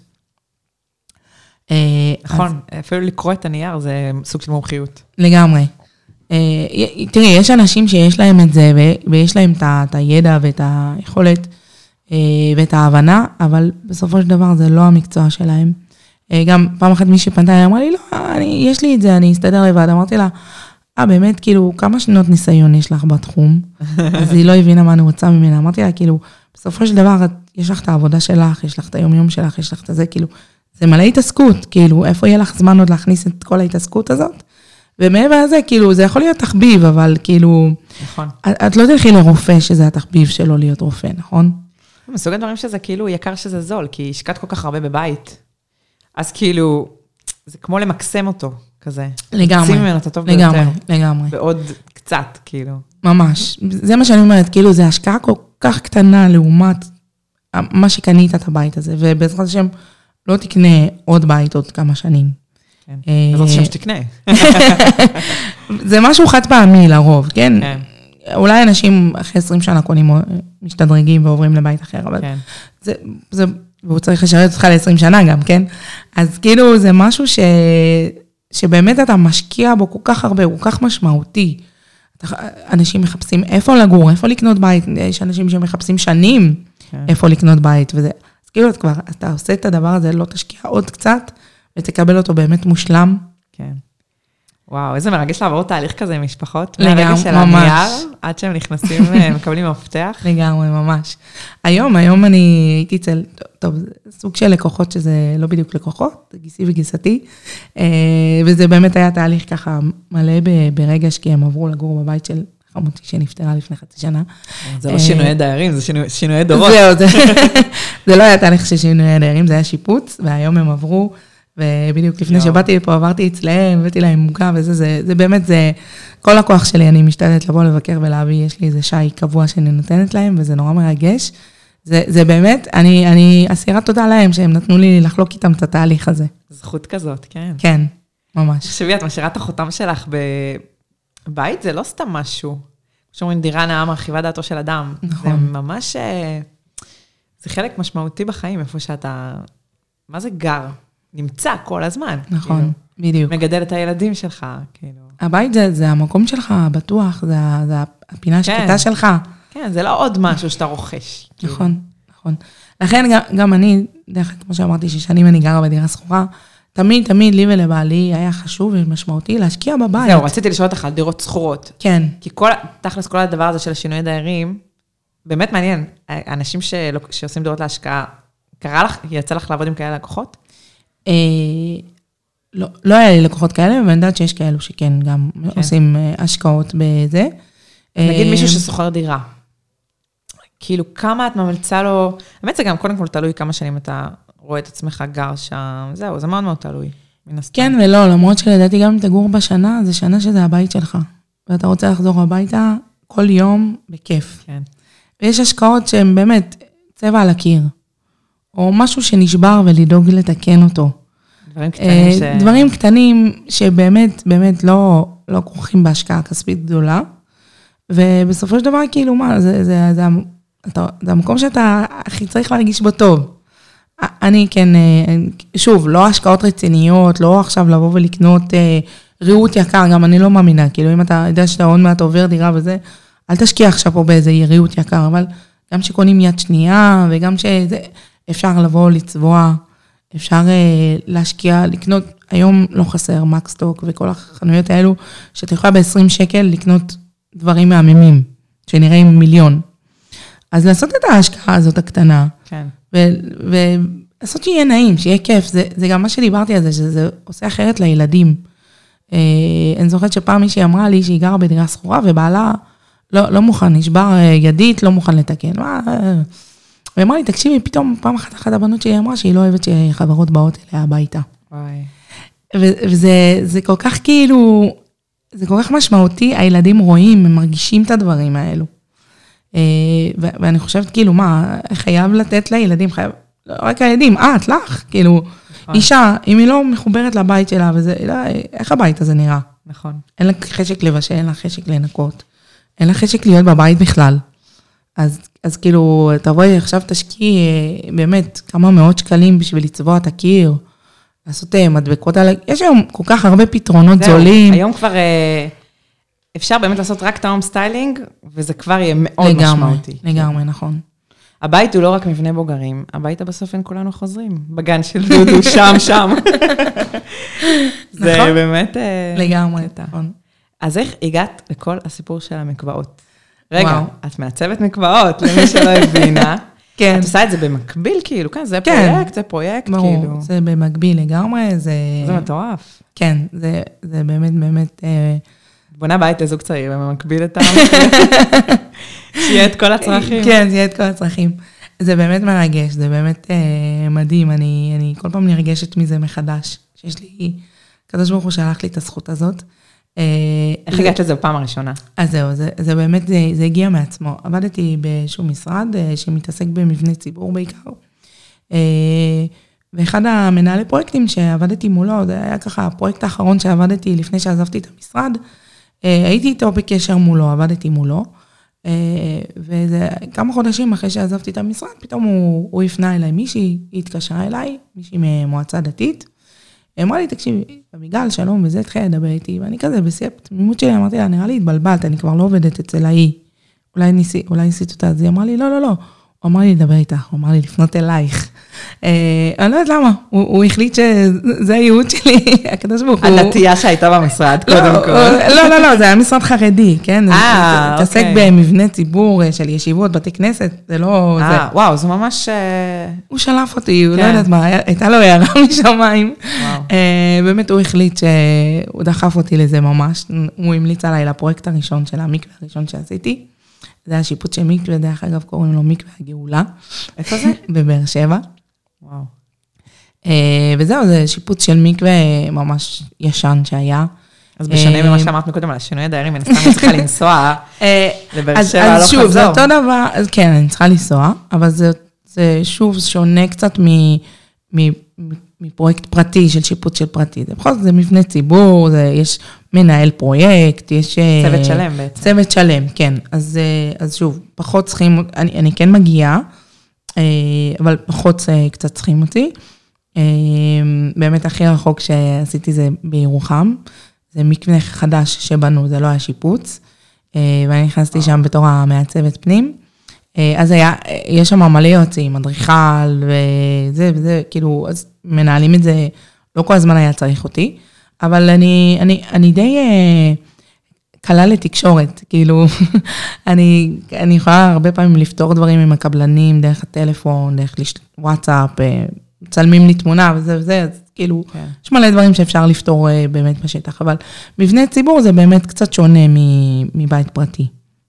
S1: נכון, אפילו לקרוא את הנייר זה סוג של מומחיות.
S2: לגמרי. תראי, יש אנשים שיש להם את זה, ויש להם את הידע ואת היכולת ואת ההבנה, אבל בסופו של דבר זה לא המקצוע שלהם. גם פעם אחת מי שפנתה, היא אמרה לי, לא, אני, יש לי את זה, אני אסתדר לבד. אמרתי לה, אה, באמת, כאילו, כמה שנות ניסיון יש לך בתחום? אז היא לא הבינה מה אני רוצה ממנה. אמרתי לה, כאילו, בסופו של דבר, יש לך את העבודה שלך, יש לך את היום יום שלך, יש לך את זה, כאילו, זה מלא התעסקות, כאילו, איפה יהיה לך זמן עוד להכניס את כל ההתעסקות הזאת? ומעבר לזה, כאילו, זה יכול להיות תחביב, אבל כאילו,
S1: נכון.
S2: את, את לא תלכי לרופא שזה התחביב שלו להיות רופא, נכון?
S1: מסוג הדברים שזה כאילו יקר שזה זול, כי השקעת כל כך הרבה בבית. אז כאילו, זה כמו למקסם אותו, כזה.
S2: לגמרי.
S1: שים ממנו את הטוב
S2: לגמרי,
S1: ביותר.
S2: לגמרי.
S1: ועוד קצת, כאילו.
S2: ממש. זה מה שאני אומרת, כאילו, זה השקעה כל כך קטנה לעומת מה שקנית את הבית הזה, ובעזרת השם, לא תקנה עוד בית עוד כמה שנים.
S1: כן, בעזרת השם שתקנה.
S2: זה משהו חד פעמי לרוב, כן? כן. אולי אנשים אחרי עשרים שנה קונים, משתדרגים ועוברים לבית אחר, אבל כן. זה, זה, והוא צריך לשרת אותך ל-עשרים שנה גם, כן? אז כאילו זה משהו ש, שבאמת אתה משקיע בו כל כך הרבה, הוא כל כך משמעותי. אנשים מחפשים איפה לגור, איפה לקנות בית, יש אנשים שמחפשים שנים כן. איפה לקנות בית, וזה, אז כאילו, כבר, אתה עושה את הדבר הזה, לא תשקיע עוד קצת, ותקבל אותו באמת מושלם.
S1: כן. וואו, איזה מרגש לעבור תהליך כזה עם משפחות.
S2: לגמרי,
S1: מהרגע של הנייר, עד שהם נכנסים, מקבלים מפתח.
S2: לגמרי, ממש. היום, היום אני הייתי אצל, טוב, סוג של לקוחות, שזה לא בדיוק לקוחות, גיסי וגיסתי, וזה באמת היה תהליך ככה מלא ברגש, כי הם עברו לגור בבית של חמותי שנפטרה לפני חצי שנה.
S1: זה לא שינויי דיירים, זה שינויי דורות.
S2: זהו, זה לא היה תהליך של שינויי דיירים, זה היה שיפוץ, והיום הם עברו, ובדיוק לפני שבאתי לפה, עברתי אצלהם, הבאתי להם מוקה, וזה, זה, זה באמת, זה, כל הכוח שלי, אני משתדלת לבוא לבקר ולהביא, יש לי איזה שי קבוע שאני נותנת להם, וזה נורא מרגש. זה, זה באמת, אני, אני אסירת תודה להם, שהם נתנו לי לחלוק איתם את התהליך הזה.
S1: זכות כזאת, כן.
S2: כן, ממש.
S1: תחשבי, את משאירה את החותם שלך בית זה לא סתם משהו. כשאומרים דירה נאה מרחיבה דעתו של אדם.
S2: נכון.
S1: זה ממש, זה חלק משמעותי בחיים, איפה שאתה, מה זה גר? נמצא כל הזמן.
S2: נכון,
S1: כאילו,
S2: בדיוק.
S1: מגדל את הילדים שלך, כאילו.
S2: הבית זה, זה המקום שלך, בטוח, זה, זה הפינה השקטה
S1: כן.
S2: שלך.
S1: כן, זה לא עוד משהו שאתה רוכש. כאילו.
S2: נכון, נכון. לכן גם, גם אני, דרך כמו שאמרתי, ששנים אני גרה בדירה שכורה, תמיד, תמיד לי ולבעלי היה חשוב ומשמעותי להשקיע בבית.
S1: זהו, רציתי לשאול אותך על דירות שכורות.
S2: כן.
S1: כי כל, תכלס כל הדבר הזה של השינוי דיירים, באמת מעניין, אנשים שלא, שעושים דירות להשקעה, קרה לך, יצא לך לעבוד עם כאלה לקוחות?
S2: אה, לא, לא היה לי לקוחות כאלה, אבל אני יודעת שיש כאלו שכן גם כן. עושים השקעות בזה.
S1: נגיד מישהו ששוכר דירה. כאילו, כמה את ממלצה לו, באמת זה גם קודם כל תלוי כמה שנים אתה רואה את עצמך גר שם, זהו, זה מאוד מאוד תלוי.
S2: כן ולא, למרות שלדעתי גם אם תגור בשנה, זה שנה שזה הבית שלך. ואתה רוצה לחזור הביתה כל יום בכיף.
S1: כן.
S2: ויש השקעות שהן באמת צבע על הקיר, או משהו שנשבר ולדאוג לתקן אותו.
S1: דברים קטנים ש...
S2: דברים קטנים שבאמת, באמת לא, לא כרוכים בהשקעה כספית גדולה, ובסופו של דבר, כאילו, מה, זה, זה, זה, זה, זה המקום שאתה הכי צריך להרגיש בו טוב. אני כן, שוב, לא השקעות רציניות, לא עכשיו לבוא ולקנות ריהוט יקר, גם אני לא מאמינה, כאילו, אם אתה יודע שאתה עוד מעט עובר דירה וזה, אל תשקיע עכשיו פה באיזה ריהוט יקר, אבל גם שקונים יד שנייה, וגם שזה, אפשר לבוא לצבוע, אפשר להשקיע, לקנות, היום לא חסר מקסטוק וכל החנויות האלו, שאתה יכולה ב-עשרים שקל לקנות דברים מהממים, שנראים מיליון. אז לעשות את ההשקעה הזאת הקטנה,
S1: כן.
S2: ולעשות שיהיה נעים, שיהיה כיף, זה, זה גם מה שדיברתי על זה, שזה עושה אחרת לילדים. אני זוכרת שפעם מישהי אמרה לי שהיא גרה בדירה שכורה, ובעלה לא, לא מוכן, נשבר ידית, לא מוכן לתקן. מה... ואמרה לי, תקשיבי, פתאום פעם אחת אחת הבנות שהיא אמרה, שהיא לא אוהבת שחברות באות אליה הביתה.
S1: וואי.
S2: וזה זה כל כך כאילו, זה כל כך משמעותי, הילדים רואים, הם מרגישים את הדברים האלו. ואני חושבת, כאילו, מה, חייב לתת לילדים, חייב, לא רק הילדים, אה, את לך, כאילו, אישה, אם היא לא מחוברת לבית שלה, וזה, איך הבית הזה נראה?
S1: נכון.
S2: אין לה חשק לבשל, אין לה חשק לנקות, אין לה חשק להיות בבית בכלל. אז, אז כאילו, תבואי עכשיו תשקיעי באמת כמה מאות שקלים בשביל לצבוע את הקיר, לעשות מדבקות על... יש היום כל כך הרבה פתרונות
S1: זהו,
S2: זולים.
S1: היום כבר אפשר באמת לעשות רק את ההום סטיילינג, וזה כבר יהיה מאוד
S2: לגמרי,
S1: משמעותי.
S2: לגמרי, נכון.
S1: הבית הוא לא רק מבנה בוגרים, הביתה בסוף אין כולנו חוזרים. בגן של דודו, שם, שם. זה
S2: נכון?
S1: באמת...
S2: לגמרי, נכון.
S1: אז איך הגעת לכל הסיפור של המקוואות? רגע,
S2: וואו.
S1: את מעצבת מקוואות, למי שלא הבינה.
S2: כן.
S1: את עושה את זה במקביל, כאילו, כן, זה
S2: כן.
S1: פרויקט, זה פרויקט,
S2: ברור,
S1: כאילו.
S2: זה במקביל לגמרי, זה...
S1: זה מטורף.
S2: כן, זה, זה באמת, באמת... אה...
S1: בונה בית לזוג צעיר, ומקביל את העם. שיהיה את כל הצרכים.
S2: כן, שיהיה את כל הצרכים. זה באמת מרגש, זה באמת אה, מדהים, אני, אני כל פעם נרגשת מזה מחדש, שיש לי, קדוש ברוך הוא שלח לי את הזכות הזאת.
S1: איך הגעת לזה בפעם הראשונה?
S2: אז זהו, זה, זה באמת, זה, זה הגיע מעצמו. עבדתי באיזשהו משרד שמתעסק במבנה ציבור בעיקר, ואחד המנהלי פרויקטים שעבדתי מולו, זה היה ככה הפרויקט האחרון שעבדתי לפני שעזבתי את המשרד, הייתי איתו בקשר מולו, עבדתי מולו, וזה כמה חודשים אחרי שעזבתי את המשרד, פתאום הוא, הוא הפנה אליי מישהי, היא התקשרה אליי, מישהי ממועצה דתית, אמרה לי, תקשיבי, אביגל, שלום, וזה התחילה לדבר איתי, ואני כזה בסייפ, תמימות שלי, אמרתי לה, נראה לי התבלבלת, אני כבר לא עובדת אצל ההיא, אולי ניסי, אולי ניסית אותה, אז היא אמרה לי, לא, לא, לא, הוא אמר לי לדבר איתך, הוא אמר לי לפנות אלייך. אני לא יודעת למה, הוא החליט שזה הייעוד שלי, הקדוש ברוך הוא.
S1: הנטייה שהייתה במשרד, קודם כל.
S2: לא, לא, לא, זה היה משרד חרדי, כן?
S1: אה, אוקיי.
S2: תעסק במבנה ציבור של ישיבות, בתי כנסת, זה לא...
S1: אה, וואו, זה ממש...
S2: הוא שלף אותי, הוא לא יודעת מה, הייתה לו הערה משמיים. באמת הוא החליט שהוא דחף אותי לזה ממש, הוא המליץ עליי לפרויקט הראשון של המקווה הראשון שעשיתי, זה היה שיפוץ של מקווה, דרך אגב קוראים לו מקווה הגאולה.
S1: איפה זה?
S2: בבאר שבע.
S1: וואו.
S2: וזהו, זה שיפוץ של מקווה ממש ישן שהיה.
S1: אז בשונה ממה שאמרת מקודם על השינוי הדיירים, אני סתם צריכה לנסוע לבאר שבע, לא חזור.
S2: אז שוב, זה אותו דבר, כן, אני צריכה לנסוע, אבל זה שוב שונה קצת מפרויקט פרטי, של שיפוץ של פרטי. זה בכל זאת, זה מבנה ציבור, זה, יש מנהל פרויקט, יש...
S1: צוות שלם בעצם.
S2: צוות שלם, כן. אז, אז שוב, פחות צריכים, אני, אני כן מגיעה, אבל פחות קצת צריכים אותי. באמת הכי רחוק שעשיתי זה בירוחם, זה מקווה חדש שבנו, זה לא היה שיפוץ, ואני נכנסתי שם בתור המעצבת פנים, אז היה, יש שם מלא יועצים, מדריכל וזה וזה, כאילו, אז מנהלים את זה, לא כל הזמן היה צריך אותי, אבל אני, אני, אני די קלה לתקשורת, כאילו, אני, אני יכולה הרבה פעמים לפתור דברים עם הקבלנים, דרך הטלפון, דרך וואטסאפ, צלמים לי תמונה וזה וזה, אז כאילו, okay. יש מלא דברים שאפשר לפתור באמת בשטח, אבל מבנה ציבור זה באמת קצת שונה מבית פרטי.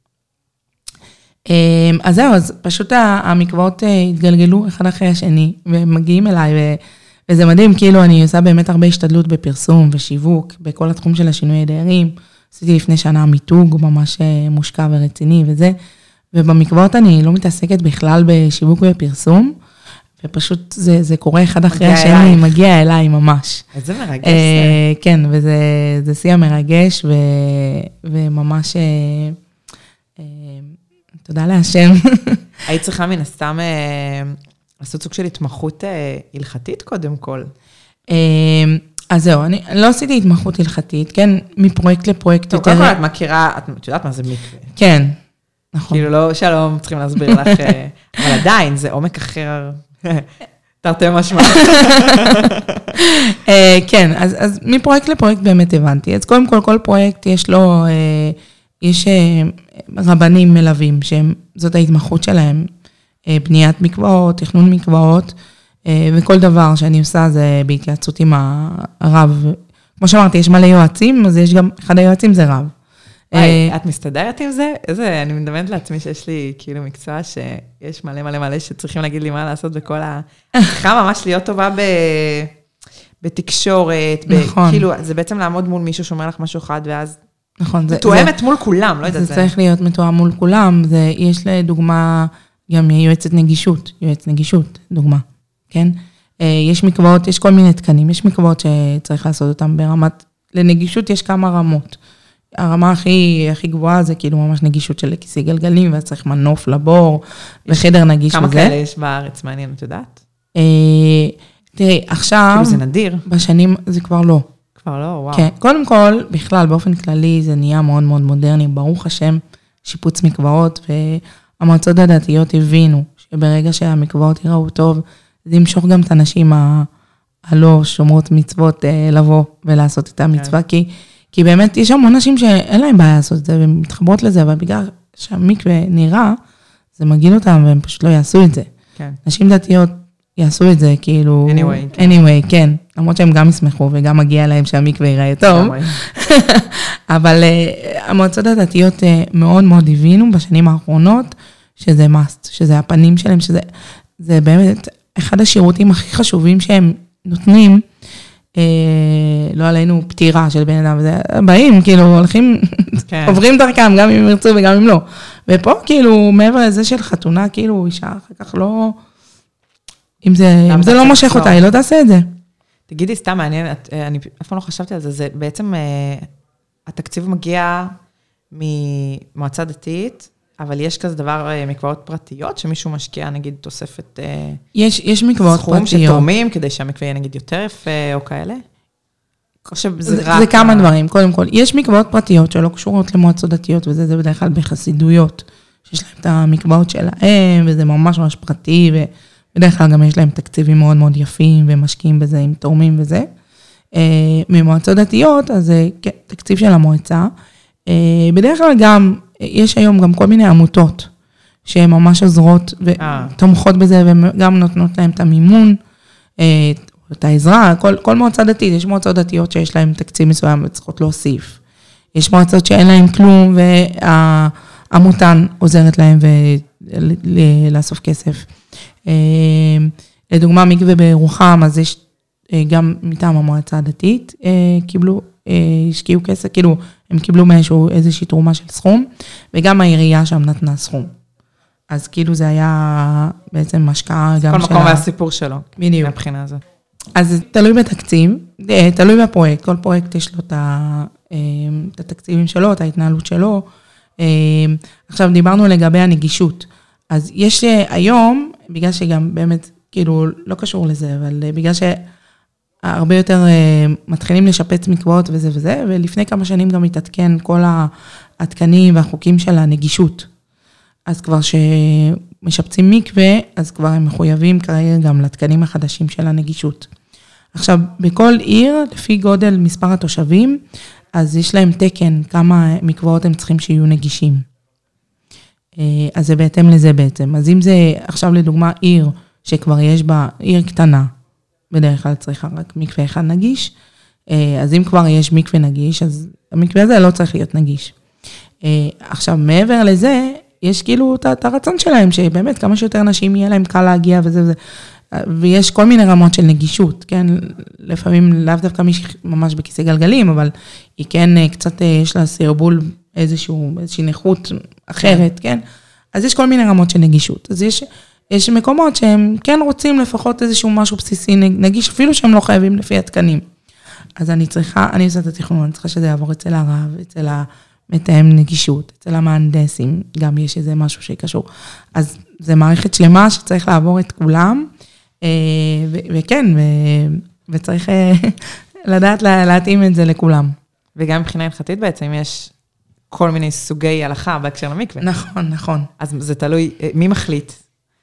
S2: אז זהו, אז פשוט המקוואות התגלגלו אחד אחרי השני, ומגיעים אליי, וזה מדהים, כאילו אני עושה באמת הרבה השתדלות בפרסום ושיווק, בכל התחום של השינוי דיירים, עשיתי לפני שנה מיתוג ממש מושקע ורציני וזה, ובמקוואות אני לא מתעסקת בכלל בשיווק ופרסום, ופשוט זה, זה קורה אחד אחרי השני, מגיע אליי ממש.
S1: איזה מרגש.
S2: אה, כן, וזה זה שיח מרגש, ו, וממש, אה, אה, תודה להשם.
S1: היית צריכה מן הסתם אה, לעשות סוג של התמחות אה, הלכתית קודם כל.
S2: אה, אז זהו, אני לא עשיתי התמחות הלכתית, כן, מפרויקט לפרויקט
S1: יותר. קודם כל את מכירה, את יודעת מה זה מקווה.
S2: כן, נכון.
S1: כאילו לא, שלום, צריכים להסביר לך, אבל עדיין, זה עומק אחר, תרתי משמע.
S2: כן, אז מפרויקט לפרויקט באמת הבנתי. אז קודם כל, כל פרויקט יש לו, יש רבנים מלווים, שזאת ההתמחות שלהם, בניית מקוואות, תכנון מקוואות, וכל דבר שאני עושה זה בהתייעצות עם הרב. כמו שאמרתי, יש מלא יועצים, אז יש גם, אחד היועצים זה רב.
S1: וואי, את מסתדרת עם זה? איזה, אני מדמיינת לעצמי שיש לי כאילו מקצוע שיש מלא מלא מלא שצריכים להגיד לי מה לעשות בכל ה... צריכה ממש להיות טובה בתקשורת, כאילו, זה בעצם לעמוד מול מישהו שאומר לך משהו אחד, ואז...
S2: נכון.
S1: זה תואמת מול כולם, לא יודעת.
S2: זה צריך להיות מתואם מול כולם, יש לדוגמה גם יועצת נגישות, יועץ נגישות, דוגמה, כן? יש מקוואות, יש כל מיני תקנים, יש מקוואות שצריך לעשות אותם ברמת... לנגישות יש כמה רמות. הרמה הכי, הכי גבוהה זה כאילו ממש נגישות של כיסא גלגלים, ואז צריך מנוף לבור, וחדר נגיש
S1: כמה
S2: וזה.
S1: כאלה יש בארץ, מעניין, את יודעת?
S2: אה, תראי, עכשיו...
S1: כאילו זה נדיר.
S2: בשנים זה כבר לא.
S1: כבר לא, וואו.
S2: כן, קודם כל, בכלל, באופן כללי, זה נהיה מאוד מאוד מודרני, ברוך השם, שיפוץ מקוואות, והמועצות הדתיות הבינו, שברגע שהמקוואות יראו טוב, זה ימשוך גם את הנשים הלא שומרות מצוות לבוא ולעשות את המצווה, כי... כי באמת יש המון נשים שאין להם בעיה לעשות את זה, והן מתחברות לזה, אבל בגלל שהמקווה נראה, זה מגיל אותם, והם פשוט לא יעשו את זה.
S1: כן. נשים
S2: דתיות יעשו את זה, כאילו...
S1: anyway, כן.
S2: anyway, כן. למרות שהם גם ישמחו, וגם מגיע להם שהמקווה ייראה טוב. אבל uh, המועצות הדתיות uh, מאוד מאוד הבינו בשנים האחרונות, שזה must, שזה הפנים שלהם, שזה זה באמת אחד השירותים הכי חשובים שהם נותנים, לא עלינו פטירה של בן אדם, וזה באים, כאילו, הולכים, עוברים דרכם, גם אם ירצו וגם אם לא. ופה, כאילו, מעבר לזה של חתונה, כאילו, אישה אחר כך לא, אם זה לא מושך אותה, היא לא תעשה את זה.
S1: תגידי, סתם מעניין, אני אף פעם לא חשבתי על זה, זה בעצם, התקציב מגיע ממועצה דתית, אבל יש כזה דבר מקוואות פרטיות, שמישהו משקיע, נגיד, תוספת...
S2: יש, יש מקוואות פרטיות.
S1: סכום שתורמים, כדי שהמקווה יהיה, נגיד, יותר יפה, או כאלה?
S2: זה, זה כמה דברים. קודם כל, יש מקוואות פרטיות שלא קשורות למועצות דתיות, וזה זה בדרך כלל בחסידויות, שיש להם את המקוואות שלהם, וזה ממש ממש פרטי, ובדרך כלל גם יש להם תקציבים מאוד מאוד יפים, ומשקיעים בזה עם תורמים וזה. ממועצות דתיות, אז זה תקציב של המועצה. בדרך כלל גם... יש היום גם כל מיני עמותות שהן ממש עוזרות ותומכות בזה, וגם נותנות להם את המימון, את העזרה, כל, כל מועצה דתית, יש מועצות דתיות שיש להם תקציב מסוים וצריכות להוסיף. יש מועצות שאין להם כלום, והעמותן עוזרת להם לאסוף כסף. לדוגמה, מקווה בירוחם, אז יש גם מטעם המועצה הדתית, קיבלו, השקיעו כסף, כאילו, הם קיבלו מאיזשהו, איזושהי תרומה של סכום, וגם העירייה שם נתנה סכום. אז כאילו זה היה בעצם השקעה גם
S1: של... כל מקום והסיפור שלו.
S2: בדיוק.
S1: מבחינה הזו.
S2: אז זה תלוי בתקציב, תלוי בפרויקט, כל פרויקט יש לו את התקציבים שלו, את ההתנהלות שלו. עכשיו דיברנו לגבי הנגישות, אז יש היום, בגלל שגם באמת, כאילו לא קשור לזה, אבל בגלל שהרבה יותר מתחילים לשפץ מקוואות וזה וזה, ולפני כמה שנים גם מתעדכן כל התקנים והחוקים של הנגישות. אז כבר שמשפצים מקווה, אז כבר הם מחויבים כרגע גם לתקנים החדשים של הנגישות. עכשיו, בכל עיר, לפי גודל מספר התושבים, אז יש להם תקן כמה מקוואות הם צריכים שיהיו נגישים. אז זה בהתאם לזה בעצם. אז אם זה עכשיו לדוגמה עיר שכבר יש בה עיר קטנה, בדרך כלל צריכה רק מקווה אחד נגיש, אז אם כבר יש מקווה נגיש, אז המקווה הזה לא צריך להיות נגיש. עכשיו, מעבר לזה, יש כאילו את הרצון שלהם, שבאמת כמה שיותר נשים יהיה להם קל להגיע וזה וזה, ויש כל מיני רמות של נגישות, כן? לפעמים לאו דווקא מישהי ממש בכיסא גלגלים, אבל היא כן קצת, יש לה סרבול איזשהו, איזושהי נכות אחרת, כן? אז יש כל מיני רמות של נגישות. אז יש, יש מקומות שהם כן רוצים לפחות איזשהו משהו בסיסי נגיש, אפילו שהם לא חייבים לפי התקנים. אז אני צריכה, אני עושה את התכנון, אני צריכה שזה יעבור אצל הרב, אצל המתאם נגישות, אצל המהנדסים, גם יש איזה משהו שקשור. אז זה מערכת שלמה שצריך לעבור את כולם, וכן, וצריך לדעת להתאים את זה לכולם.
S1: וגם מבחינה הלכתית בעצם יש כל מיני סוגי הלכה בהקשר למקווה.
S2: נכון, נכון.
S1: אז זה תלוי, מי מחליט?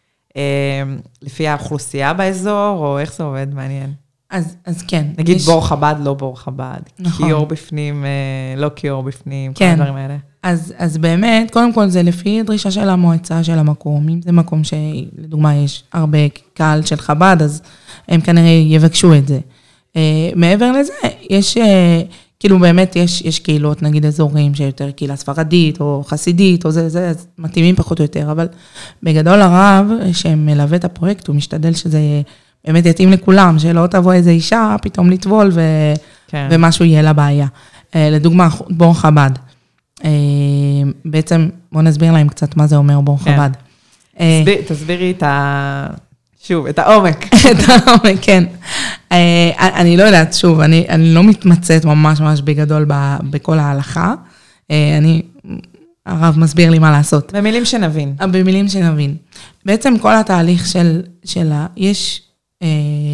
S1: לפי האוכלוסייה באזור, או איך זה עובד? מעניין.
S2: אז, אז כן.
S1: נגיד יש... בור חב"ד, לא בור חב"ד. נכון. כיור בפנים, לא כיור בפנים, כן. כל הדברים האלה.
S2: אז, אז באמת, קודם כל זה לפי דרישה של המועצה של המקום. אם זה מקום שלדוגמה יש הרבה קהל של חב"ד, אז הם כנראה יבקשו את זה. מעבר לזה, יש, כאילו באמת יש, יש קהילות, נגיד אזורים שיותר קהילה ספרדית או חסידית, או זה, זה, אז מתאימים פחות או יותר. אבל בגדול הרב שמלווה את הפרויקט, הוא משתדל שזה באמת יתאים לכולם, שלא תבוא איזו אישה, פתאום לטבול ו... כן. ומשהו יהיה לה בעיה. לדוגמה, בור חב"ד. בעצם, בואו נסביר להם קצת מה זה אומר בור כן. חב"ד.
S1: תסביר, תסבירי את ה... שוב, את העומק.
S2: את העומק, כן. אני לא יודעת, שוב, אני, אני לא מתמצאת ממש ממש בגדול ב, בכל ההלכה. אני, הרב מסביר לי מה לעשות.
S1: במילים שנבין.
S2: במילים שנבין. בעצם כל התהליך של, של ה... יש אה,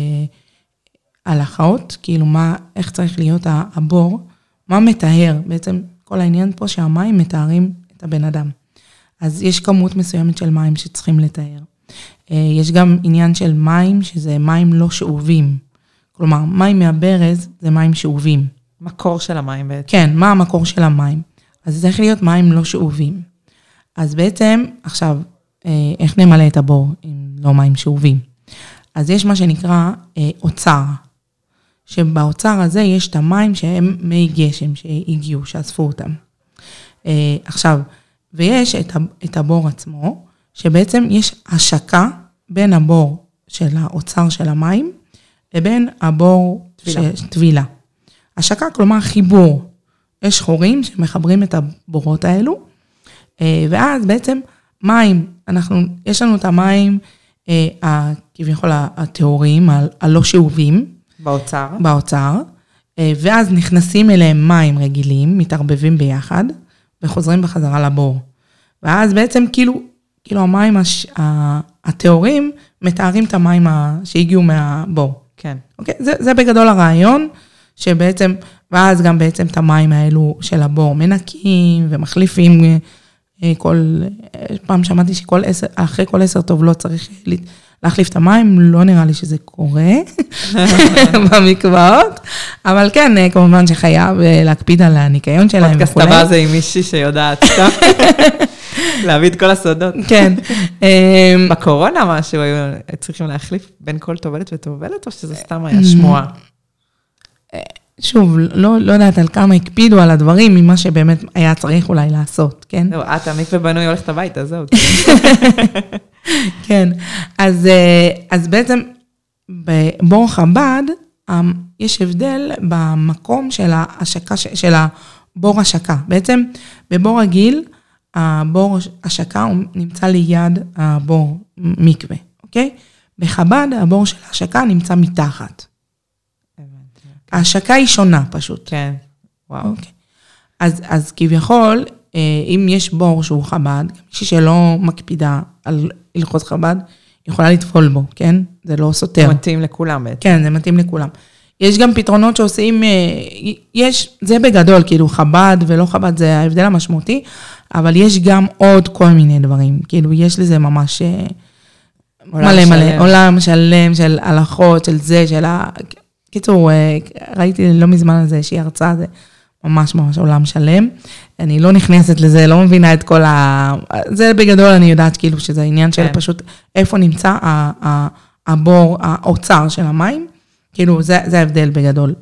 S2: הלכות, כאילו מה, איך צריך להיות הבור, מה מטהר, בעצם כל העניין פה שהמים מטהרים את הבן אדם. אז יש כמות מסוימת של מים שצריכים לטהר. יש גם עניין של מים, שזה מים לא שאובים. כלומר, מים מהברז זה מים שאובים.
S1: מקור של המים בעצם.
S2: כן, מה המקור של המים? אז זה צריך להיות מים לא שאובים. אז בעצם, עכשיו, איך נמלא את הבור אם לא מים שאובים? אז יש מה שנקרא אוצר, שבאוצר הזה יש את המים שהם מי גשם שהגיעו, שאספו אותם. עכשיו, ויש את הבור עצמו, שבעצם יש השקה בין הבור של האוצר של המים, לבין הבור טבילה. השקה, כלומר חיבור. יש חורים שמחברים את הבורות האלו, ואז בעצם מים, אנחנו, יש לנו את המים, כביכול הטהורים, הלא שאובים.
S1: באוצר.
S2: באוצר, ואז נכנסים אליהם מים רגילים, מתערבבים ביחד, וחוזרים בחזרה לבור. ואז בעצם כאילו, כאילו המים הש... הטהורים מתארים את המים שהגיעו מהבור.
S1: כן.
S2: אוקיי? זה, זה בגדול הרעיון, שבעצם, ואז גם בעצם את המים האלו של הבור מנקים ומחליפים כל, פעם שמעתי שכל עשר, אחרי כל עשר טוב לא צריך להחליף את המים, לא נראה לי שזה קורה במקוואות, אבל כן, כמובן שחייב להקפיד על הניקיון שלהם וכו'.
S1: פודקאסט הבא זה עם מישהי שיודעת, להביא את כל הסודות.
S2: כן.
S1: בקורונה משהו, היו צריכים להחליף בין כל טובלת וטובלת, או שזה סתם היה שמועה?
S2: שוב, לא, לא יודעת על כמה הקפידו על הדברים, ממה שבאמת היה צריך אולי לעשות, כן?
S1: לא, את המקווה בנוי הולכת הביתה, זהו.
S2: כן, אז, אז בעצם בבור חב"ד, יש הבדל במקום של ההשקה, של הבור השקה. בעצם בבור רגיל, הבור השקה הוא נמצא ליד הבור מקווה, אוקיי? בחב"ד, הבור של ההשקה נמצא מתחת. ההשקה היא שונה פשוט.
S1: כן, וואו.
S2: אוקיי. אז, אז כביכול, אם יש בור שהוא חב"ד, מישהי שלא מקפידה על הלכות חב"ד, יכולה לטפול בו, כן? זה לא סותר.
S1: זה מתאים לכולם בעצם.
S2: כן, זה מתאים לכולם. יש גם פתרונות שעושים, יש, זה בגדול, כאילו חב"ד ולא חב"ד, זה ההבדל המשמעותי, אבל יש גם עוד כל מיני דברים, כאילו יש לזה ממש מלא מלא, עולם שלם של הלכות, של זה, של ה... קיצור, ראיתי לא מזמן על זה, שהיא הרצאה, זה ממש ממש עולם שלם, אני לא נכנסת לזה, לא מבינה את כל ה... זה בגדול, אני יודעת כאילו שזה העניין של פשוט, איפה נמצא הבור, האוצר של המים, כאילו זה, זה ההבדל בגדול.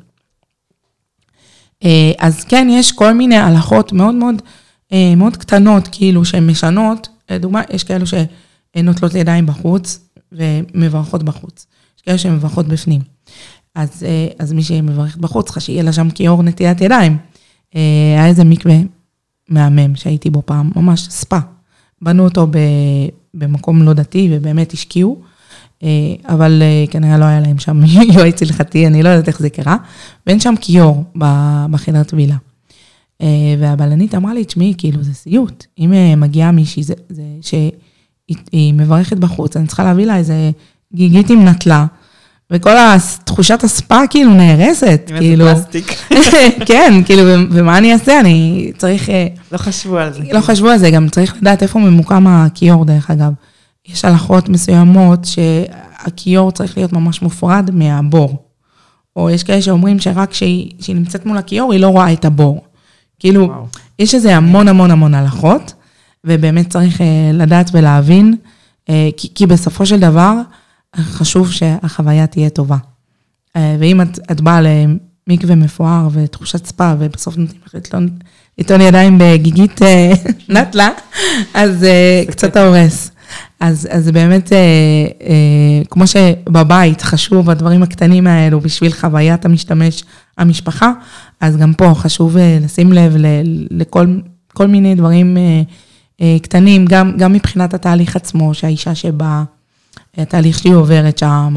S2: אז כן, יש כל מיני הלכות מאוד מאוד, מאוד קטנות, כאילו שהן משנות, לדוגמה, יש כאלו שנוטלות ידיים בחוץ, ומברכות בחוץ. יש כאלו שהן מברכות בפנים. אז, אז מי שמברכת בחוץ, צריכה שיהיה לה שם כיור נטיית ידיים. היה איזה מקווה מהמם שהייתי בו פעם, ממש ספה. בנו אותו במקום לא דתי, ובאמת השקיעו, אבל כנראה לא היה להם שם יועץ הלכתי, אני לא יודעת איך זה קרה, ואין שם כיור בחדר טבילה. והבלנית אמרה לי, תשמעי, כאילו זה סיוט, אם מגיעה מישהי זה, זה, שהיא מברכת בחוץ, אני צריכה להביא לה איזה גיגית עם נטלה, וכל תחושת הספה כאילו נהרסת, כאילו.
S1: עם איזה פלסטיק.
S2: כן, כאילו, ומה אני אעשה? אני צריך...
S1: לא חשבו על זה.
S2: לא חשבו על זה, גם צריך לדעת איפה ממוקם הכיור, דרך אגב. יש הלכות מסוימות שהכיור צריך להיות ממש מופרד מהבור. או יש כאלה שאומרים שרק כשהיא, כשהיא נמצאת מול הכיור, היא לא רואה את הבור. כאילו, וואו. יש איזה המון המון המון הלכות, ובאמת צריך לדעת ולהבין, כי, כי בסופו של דבר, חשוב שהחוויה תהיה טובה. ואם את, את באה למקווה מפואר ותחושת ספה, ובסוף נותנים לך לטעון, לטעון ידיים בגיגית נטלה, אז קצת ההורס. אז, אז באמת, כמו שבבית חשוב הדברים הקטנים האלו, בשביל חוויית המשתמש המשפחה, אז גם פה חשוב לשים לב לכל כל מיני דברים קטנים, גם, גם מבחינת התהליך עצמו, שהאישה שבאה, התהליך שהיא עוברת שם,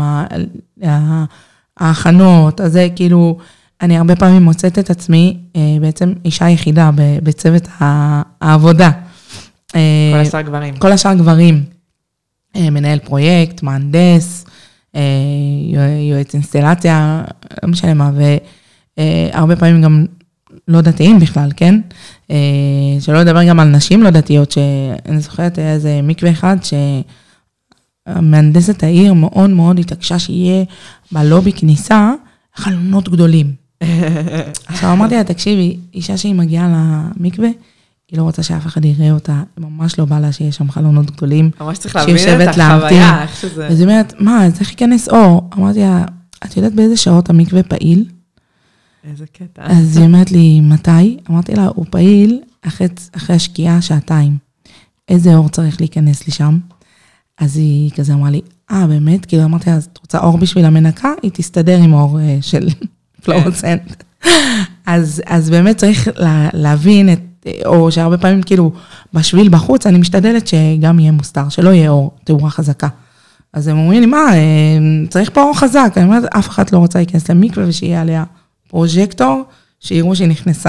S2: ההכנות, אז זה כאילו, אני הרבה פעמים מוצאת את עצמי, בעצם אישה יחידה בצוות העבודה.
S1: כל השאר גברים.
S2: כל השאר גברים. מנהל פרויקט, מהנדס, יועץ אינסטלציה, לא משנה מה, והרבה פעמים גם לא דתיים בכלל, כן? שלא לדבר גם על נשים לא דתיות, שאני זוכרת איזה מקווה אחד, שהמהנדסת העיר מאוד מאוד התעקשה שיהיה בלובי כניסה, חלונות גדולים. עכשיו אמרתי לה, תקשיבי, אישה שהיא מגיעה למקווה, היא לא רוצה שאף אחד יראה אותה, ממש לא בא לה שיש שם חלונות גדולים.
S1: ממש צריך להבין את החוויה, איך שזה...
S2: אז היא אומרת, מה, צריך להיכנס אור. אמרתי לה, את יודעת באיזה שעות המקווה פעיל?
S1: איזה קטע.
S2: אז היא אומרת לי, מתי? אמרתי לה, הוא פעיל אחרי, אחרי השקיעה שעתיים. איזה אור צריך להיכנס לי שם? אז היא כזה אמרה לי, אה, באמת? כאילו אמרתי לה, אז את רוצה אור בשביל המנקה? היא תסתדר עם אור של פלורסנט. אז, אז באמת צריך לה, להבין את, או שהרבה פעמים כאילו בשביל בחוץ, אני משתדלת שגם יהיה מוסתר, שלא יהיה אור, תאורה חזקה. אז הם אומרים לי, מה, צריך פה אור חזק. אני אומרת, אף אחד לא רוצה להיכנס למקווה ושיהיה עליה פרוז'קטור, שיראו שהיא נכנסה.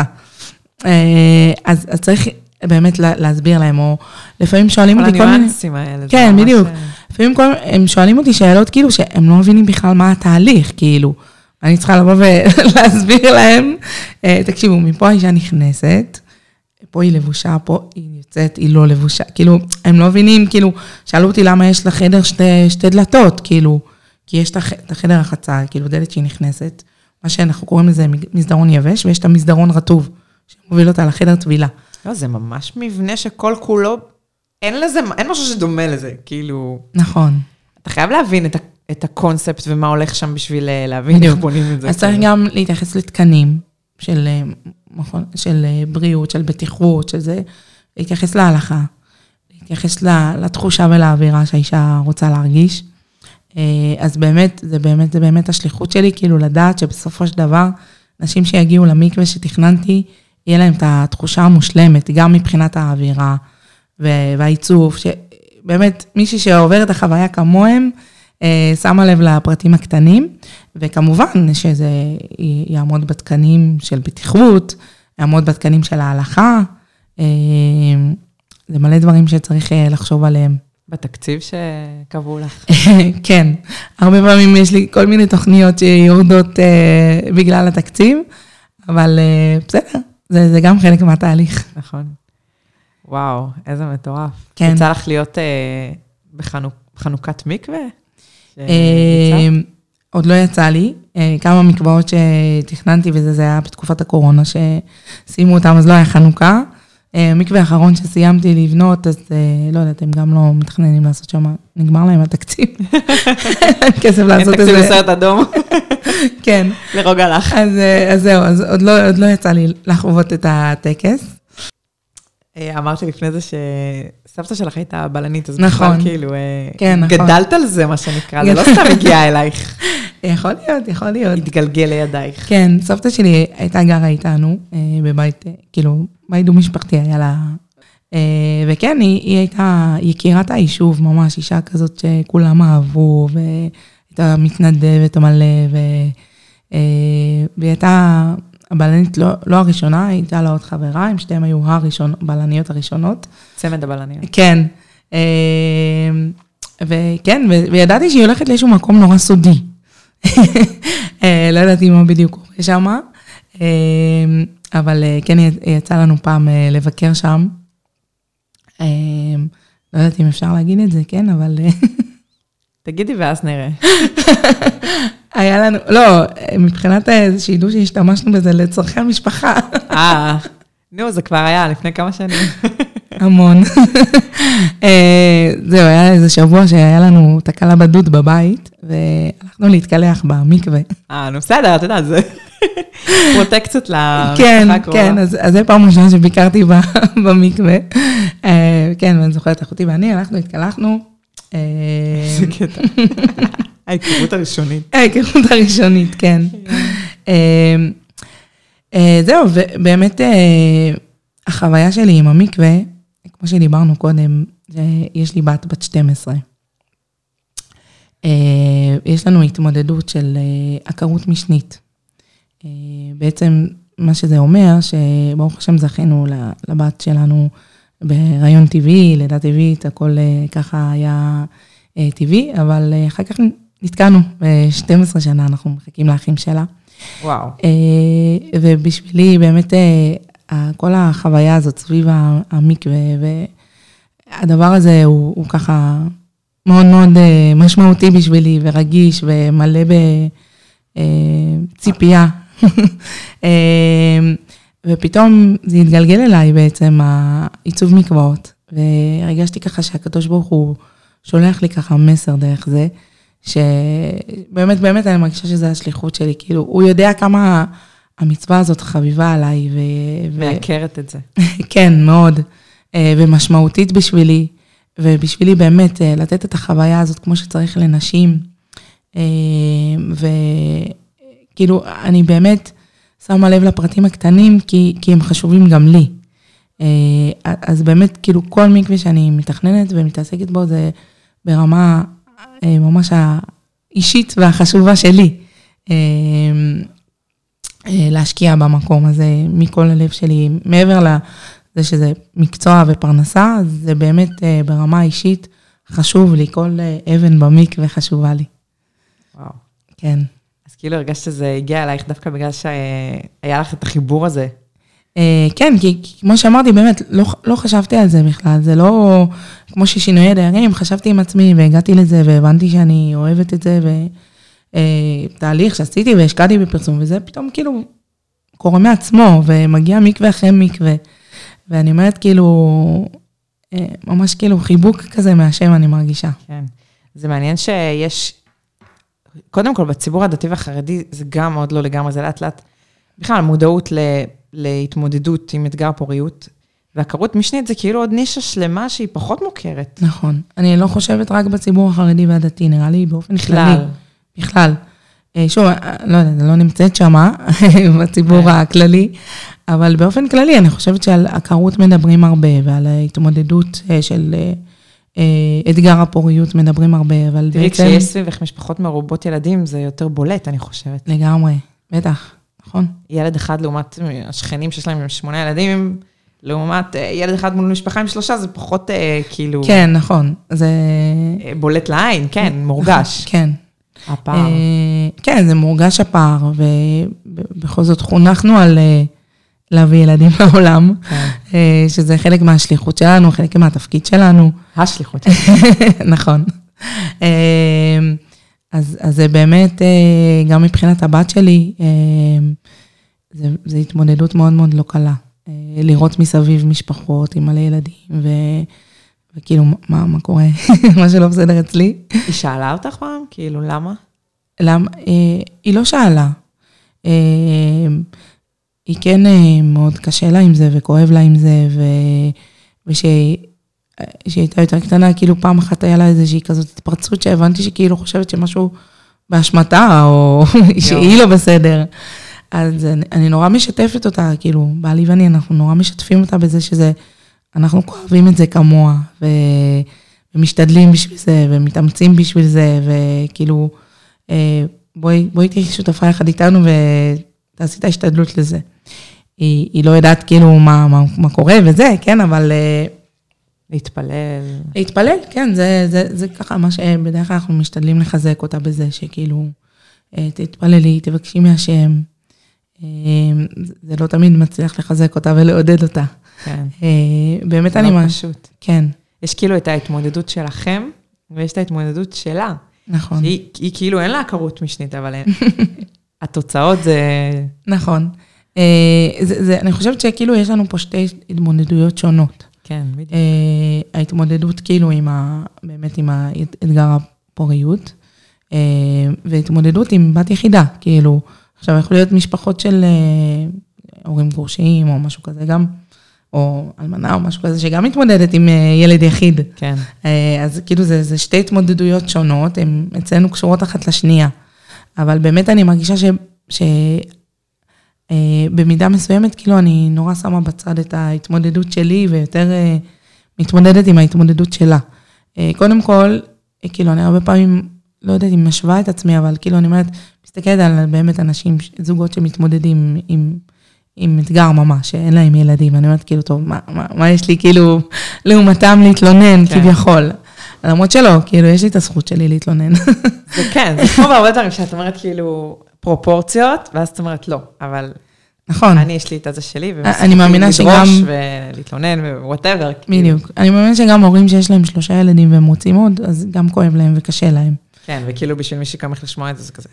S2: אז, אז צריך באמת להסביר להם, או לפעמים שואלים אותי כל מיני...
S1: כל הניואנסים האלה.
S2: כן, בדיוק. לפעמים כל... הם שואלים אותי שאלות כאילו שהם לא מבינים בכלל מה התהליך, כאילו. אני צריכה לבוא ולהסביר להם, תקשיבו, מפה האישה נכנסת, פה היא לבושה, פה היא יוצאת, היא לא לבושה, כאילו, הם לא מבינים, כאילו, שאלו אותי למה יש לחדר שתי, שתי דלתות, כאילו, כי יש את החדר החצה, כאילו, דלת שהיא נכנסת, מה שאנחנו קוראים לזה מסדרון יבש, ויש את המסדרון רטוב, שמוביל אותה לחדר טבילה.
S1: לא, זה ממש מבנה שכל כולו, אין לזה, אין משהו שדומה לזה, כאילו...
S2: נכון.
S1: אתה חייב להבין את, את הקונספט ומה הולך שם בשביל להבין איך בונים את זה.
S2: אז צריך גם להתייחס לתקנים של... של בריאות, של בטיחות, של זה, להתייחס להלכה, להתייחס לתחושה ולאווירה שהאישה רוצה להרגיש. אז באמת, זה באמת, זה באמת השליחות שלי, כאילו לדעת שבסופו של דבר, נשים שיגיעו למקווה שתכננתי, יהיה להם את התחושה המושלמת, גם מבחינת האווירה, והעיצוב, שבאמת מישהי שעובר את החוויה כמוהם, שמה לב לפרטים הקטנים, וכמובן שזה יעמוד בתקנים של בטיחות, יעמוד בתקנים של ההלכה, זה מלא דברים שצריך לחשוב עליהם.
S1: בתקציב שקבעו לך.
S2: כן, הרבה פעמים יש לי כל מיני תוכניות שיורדות בגלל התקציב, אבל בסדר, זה, זה גם חלק מהתהליך.
S1: נכון. וואו, איזה מטורף.
S2: כן.
S1: יצא לך להיות בחנוכת מקווה?
S2: עוד לא יצא לי, כמה מקוואות שתכננתי, וזה זה היה בתקופת הקורונה, ששימו אותם, אז לא היה חנוכה. מקווה האחרון שסיימתי לבנות, אז לא יודעת, הם גם לא מתכננים לעשות שם, נגמר להם התקציב. אין כסף לעשות את זה.
S1: אין תקציב בסרט אדום.
S2: כן.
S1: לרוגע לך.
S2: אז זהו, אז עוד לא יצא לי לחוות את הטקס.
S1: אמרתי לפני זה שסבתא שלך הייתה בלנית, אז
S2: נכון.
S1: בכלל כאילו,
S2: כן, נכון.
S1: גדלת על זה, מה שנקרא, זה לא סתם הגיעה אלייך.
S2: יכול להיות, יכול להיות.
S1: התגלגל לידייך.
S2: כן, סבתא שלי הייתה גרה איתנו, בבית, כאילו, בית דו-משפחתי היה לה, וכן, היא, היא הייתה יקירת היישוב, ממש אישה כזאת שכולם אהבו, והייתה מתנדבת מלא, והיא הייתה הבלנית לא, לא הראשונה, הייתה לה עוד חברה, הם שתיהם היו הראשון, הבלניות הראשונות.
S1: צמד הבלניות.
S2: כן. וכן, וידעתי שהיא הולכת לאיזשהו מקום נורא סודי. לא ידעתי מה בדיוק קורה שם, אבל כן יצא לנו פעם לבקר שם. לא יודעת אם אפשר להגיד את זה, כן, אבל...
S1: תגידי ואז נראה.
S2: היה לנו, לא, מבחינת איזה שידעו שהשתמשנו בזה לצורכי המשפחה.
S1: אה, נו, זה כבר היה לפני כמה שנים.
S2: המון. זהו, היה איזה שבוע שהיה לנו תקלה בדוד בבית, והלכנו להתקלח במקווה.
S1: אה, נו, בסדר, אתה יודע, זה פרוטקציות למשפחה
S2: כן,
S1: הקרובה.
S2: כן, אז זה פעם ראשונה שביקרתי במקווה. כן, ואני זוכרת, אחותי ואני, הלכנו, התקלחנו.
S1: זה קטע. ההיכרות הראשונית.
S2: ההיכרות הראשונית, כן. זהו, ובאמת החוויה שלי עם המקווה, כמו שדיברנו קודם, יש לי בת בת שתים עשרה. יש לנו התמודדות של עקרות משנית. בעצם מה שזה אומר, שברוך השם זכינו לבת שלנו בהיריון טבעי, לידה טבעית, הכל ככה היה טבעי, אבל אחר כך נתקענו, ב-שתים עשרה שנה אנחנו מחכים לאחים שלה.
S1: וואו.
S2: ובשבילי באמת כל החוויה הזאת סביב המקווה, והדבר הזה הוא, הוא ככה מאוד מאוד משמעותי בשבילי, ורגיש ומלא בציפייה. ופתאום זה התגלגל אליי בעצם העיצוב מקוואות, והרגשתי ככה שהקדוש ברוך הוא שולח לי ככה מסר דרך זה, שבאמת באמת אני מרגישה שזה השליחות שלי, כאילו הוא יודע כמה המצווה הזאת חביבה עליי. ו...
S1: מעקרת את זה.
S2: כן, מאוד, ומשמעותית בשבילי, ובשבילי באמת לתת את החוויה הזאת כמו שצריך לנשים, וכאילו אני באמת שמה לב לפרטים הקטנים, כי, כי הם חשובים גם לי. אז באמת, כאילו, כל מקווה שאני מתכננת ומתעסקת בו, זה ברמה ממש האישית והחשובה שלי. להשקיע במקום הזה, מכל הלב שלי, מעבר לזה שזה מקצוע ופרנסה, זה באמת ברמה האישית חשוב לי, כל אבן במקווה חשובה לי.
S1: וואו.
S2: כן.
S1: אז כאילו הרגשת שזה הגיע אלייך דווקא בגלל שהיה לך את החיבור הזה.
S2: כן, כי כמו שאמרתי, באמת, לא, לא חשבתי על זה בכלל, זה לא כמו ששינויי דיירים, חשבתי עם עצמי והגעתי לזה והבנתי שאני אוהבת את זה, ותהליך שעשיתי והשקעתי בפרסום, וזה פתאום כאילו קורה מעצמו, ומגיע מקווה אחרי מקווה, ואני אומרת כאילו, ממש כאילו חיבוק כזה מהשם אני מרגישה.
S1: כן, זה מעניין שיש... קודם כל, בציבור הדתי והחרדי, זה גם מאוד לא לגמרי, זה לאט לאט, בכלל, מודעות ל, להתמודדות עם אתגר פוריות, והכרות משנית זה כאילו עוד נישה שלמה שהיא פחות מוכרת.
S2: נכון. אני לא חושבת רק בציבור החרדי והדתי, נראה לי באופן כללי. בכלל. שוב, לא יודעת, לא נמצאת שמה, בציבור הכללי, אבל באופן כללי, אני חושבת שעל עקרות מדברים הרבה, ועל ההתמודדות של אתגר הפוריות מדברים הרבה, אבל
S1: תראי, כשיש סביבך משפחות מרובות ילדים, זה יותר בולט, אני חושבת.
S2: לגמרי, בטח, נכון.
S1: ילד אחד לעומת השכנים שיש להם שמונה ילדים, לעומת ילד אחד מול משפחה עם שלושה, זה פחות כאילו...
S2: כן, נכון. זה...
S1: בולט לעין, כן, מורגש.
S2: כן.
S1: הפער.
S2: כן, זה מורגש הפער, ובכל זאת חונכנו על להביא ילדים לעולם, שזה חלק מהשליחות שלנו, חלק מהתפקיד שלנו.
S1: השליחות שלנו.
S2: נכון. אז זה באמת, גם מבחינת הבת שלי, זה התמודדות מאוד מאוד לא קלה. לראות מסביב משפחות עם מלא ילדים, ו... וכאילו, מה, מה קורה? מה שלא בסדר אצלי.
S1: היא שאלה אותך פעם? כאילו, למה?
S2: למה? היא לא שאלה. היא כן מאוד קשה לה עם זה, וכואב לה עם זה, ושהיא הייתה יותר קטנה, כאילו פעם אחת היה לה איזושהי כזאת התפרצות, שהבנתי שכאילו חושבת שמשהו באשמתה, או שהיא לא בסדר. אז אני, אני נורא משתפת אותה, כאילו, בעלי ואני, אנחנו נורא משתפים אותה בזה שזה, אנחנו כואבים את זה כמוה, ו, ומשתדלים בשביל זה, ומתאמצים בשביל זה, וכאילו, בואי, בואי תהי שותפה יחד איתנו, ותעשי את ההשתדלות לזה. היא, היא לא יודעת כאילו מה, מה, מה קורה וזה, כן, אבל...
S1: להתפלל.
S2: להתפלל, כן, זה, זה, זה ככה מה שבדרך כלל אנחנו משתדלים לחזק אותה בזה, שכאילו, תתפללי, תבקשי מהשם, זה לא תמיד מצליח לחזק אותה ולעודד אותה.
S1: כן.
S2: באמת אני...
S1: זה לא פשוט.
S2: כן.
S1: יש כאילו את ההתמודדות שלכם, ויש את ההתמודדות שלה.
S2: נכון.
S1: היא, היא כאילו אין לה עקרות משנית, אבל התוצאות זה...
S2: נכון. זה, זה, אני חושבת שכאילו יש לנו פה שתי התמודדויות שונות.
S1: כן, בדיוק.
S2: ההתמודדות כאילו עם ה... באמת עם האתגר הפוריות, והתמודדות עם בת יחידה, כאילו... עכשיו, יכול להיות משפחות של הורים גרושים או משהו כזה גם, או אלמנה או משהו כזה, שגם מתמודדת עם ילד יחיד.
S1: כן.
S2: אז כאילו זה, זה שתי התמודדויות שונות, הן אצלנו קשורות אחת לשנייה. אבל באמת אני מרגישה ש... שבמידה מסוימת, כאילו אני נורא שמה בצד את ההתמודדות שלי, ויותר מתמודדת עם ההתמודדות שלה. קודם כל, כאילו אני הרבה פעמים, לא יודעת אם משווה את עצמי, אבל כאילו אני אומרת, מסתכלת על באמת אנשים, זוגות שמתמודדים עם, עם אתגר ממש, שאין להם ילדים. אני אומרת כאילו, טוב, מה, מה, מה יש לי כאילו לעומתם להתלונן, כן. כביכול. למרות שלא, כאילו, יש לי את הזכות שלי להתלונן.
S1: זה כן, זה כמו בהרבה דברים שאת אומרת כאילו פרופורציות, ואז את אומרת לא, אבל...
S2: נכון.
S1: אני יש לי את הזה שלי,
S2: אני מאמינה שגם...
S1: ולהתלונן ווואטאבר.
S2: בדיוק. אני מאמינה שגם הורים שיש להם שלושה ילדים והם רוצים עוד, אז גם כואב להם וקשה להם.
S1: כן, וכאילו בשביל מי שכמך לשמוע את זה, זה כזה.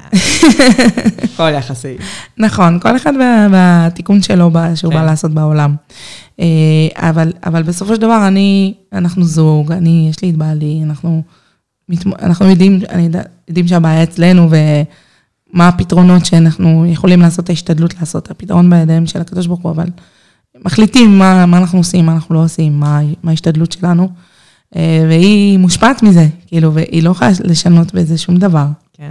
S1: כל יחסי.
S2: נכון, כל אחד בתיקון שלו שהוא בא לעשות בעולם. אבל, אבל בסופו של דבר, אני, אנחנו זוג, אני, יש לי את בעלי, אנחנו, אנחנו יודעים, אני יודעים שהבעיה אצלנו, ומה הפתרונות שאנחנו יכולים לעשות את ההשתדלות לעשות, הפתרון בידיים של הקדוש ברוך הוא, אבל מחליטים מה, מה אנחנו עושים, מה אנחנו לא עושים, מה, מה ההשתדלות שלנו, והיא מושפעת מזה, כאילו, והיא לא יכולה לשנות בזה שום דבר. כן.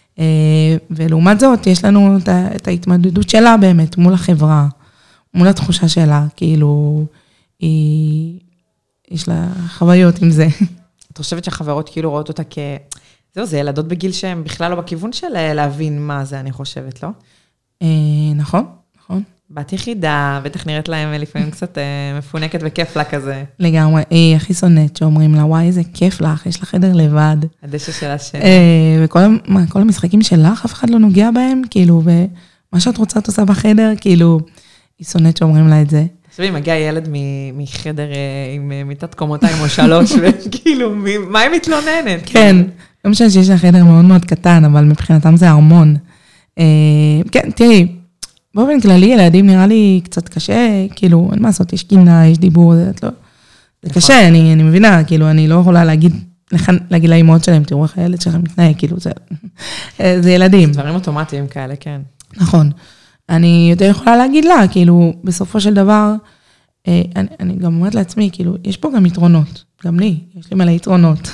S2: ולעומת זאת, יש לנו את ההתמודדות שלה באמת, מול החברה, מול התחושה שלה, כאילו, היא, יש לה חוויות עם זה.
S1: את חושבת שהחברות כאילו רואות אותה כ... זהו, זה ילדות בגיל שהן בכלל לא בכיוון של להבין מה זה, אני חושבת, לא?
S2: נכון, נכון.
S1: בת יחידה, בטח נראית להם לפעמים קצת מפונקת וכיף לה כזה.
S2: לגמרי, היא הכי שונאת שאומרים לה, וואי, איזה כיף לך, יש לך חדר לבד.
S1: הדשא של השם.
S2: וכל המשחקים שלך, אף אחד לא נוגע בהם, כאילו, ומה שאת רוצה את עושה בחדר, כאילו, היא שונאת שאומרים לה את זה.
S1: עכשיו, אם מגיע ילד מחדר עם מיטת קומותיים או שלוש, וכאילו, מה היא מתלוננת?
S2: כן, לא משנה שיש לה חדר מאוד מאוד קטן, אבל מבחינתם זה ארמון. כן, תראי, באופן כללי, ילדים נראה לי קצת קשה, כאילו, אין מה לעשות, יש קינה, יש דיבור, זה לא... זה קשה, אני, אני מבינה, כאילו, אני לא יכולה להגיד, להגיד לאימהות שלהם, תראו איך הילד שלכם מתנהג, כאילו, זה, זה ילדים.
S1: דברים אוטומטיים כאלה, כן.
S2: נכון. אני יותר יכולה להגיד לה, כאילו, בסופו של דבר, אני, אני גם אומרת לעצמי, כאילו, יש פה גם יתרונות. גם לי, יש לי מלא יתרונות.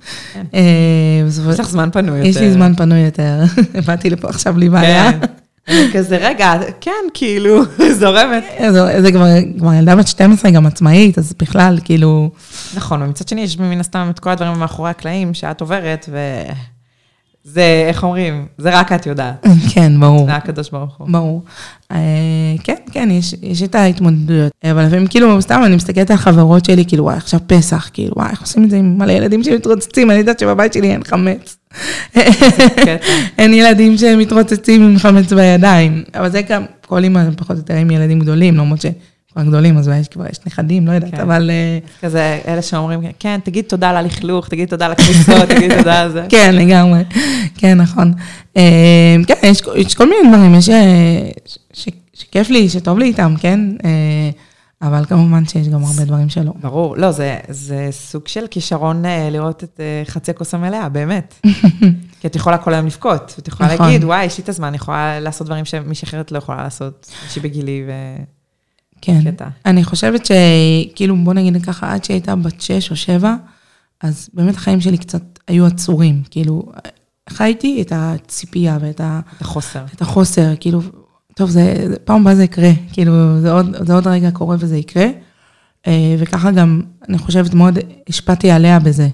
S1: יש לך זמן פנוי יותר.
S2: יש לי זמן פנוי יותר. באתי לפה עכשיו בלי בעיה.
S1: כזה רגע, כן, כאילו, זורמת.
S2: זה כבר ילדה בת שתים עשרה, גם עצמאית, אז בכלל, כאילו...
S1: נכון, ומצד שני, יש מן הסתם את כל הדברים מאחורי הקלעים שאת עוברת, וזה, איך אומרים, זה רק את יודעת.
S2: כן, ברור.
S1: זה הקדוש ברוך הוא.
S2: ברור. כן, כן, יש את ההתמודדויות. אבל לפעמים, כאילו, סתם, אני מסתכלת על חברות שלי, כאילו, וואי, עכשיו פסח, כאילו, וואי, איך עושים את זה עם מלא ילדים שמתרוצצים, אני יודעת שבבית שלי אין חמץ. אין ילדים שמתרוצצים עם חמץ בידיים. אבל זה גם, כל אימא, פחות יותר עם ילדים גדולים, למרות שכבר גדולים, אז יש כבר, יש נכדים, לא יודעת, אבל...
S1: כזה, אלה שאומרים, כן, תגיד תודה על הלכלוך, תגיד תודה על הכניסות, תגיד תודה על זה.
S2: כן, לגמרי. כן, נכון. כן, יש כל מיני דברים, יש שכיף לי, שטוב לי איתם, כן? אבל כמובן שיש גם הרבה דברים שלא.
S1: ברור, לא, זה, זה סוג של כישרון לראות את חצי הכוס המלאה, באמת. כי את יכולה כל היום לבכות, ואת יכולה נכון. להגיד, וואי, יש לי את הזמן, אני יכולה לעשות דברים שמישהי אחרת לא יכולה לעשות, מישהי בגילי ו...
S2: כן, קטע. אני חושבת שכאילו, בוא נגיד ככה, עד שהייתה בת שש או שבע, אז באמת החיים שלי קצת היו עצורים, כאילו, חייתי את הציפייה ואת ה...
S1: את החוסר.
S2: את החוסר, כאילו... טוב, זה, פעם הבאה זה יקרה, כאילו, זה עוד, זה עוד רגע קורה וזה יקרה, וככה גם, אני חושבת, מאוד השפעתי עליה בזה.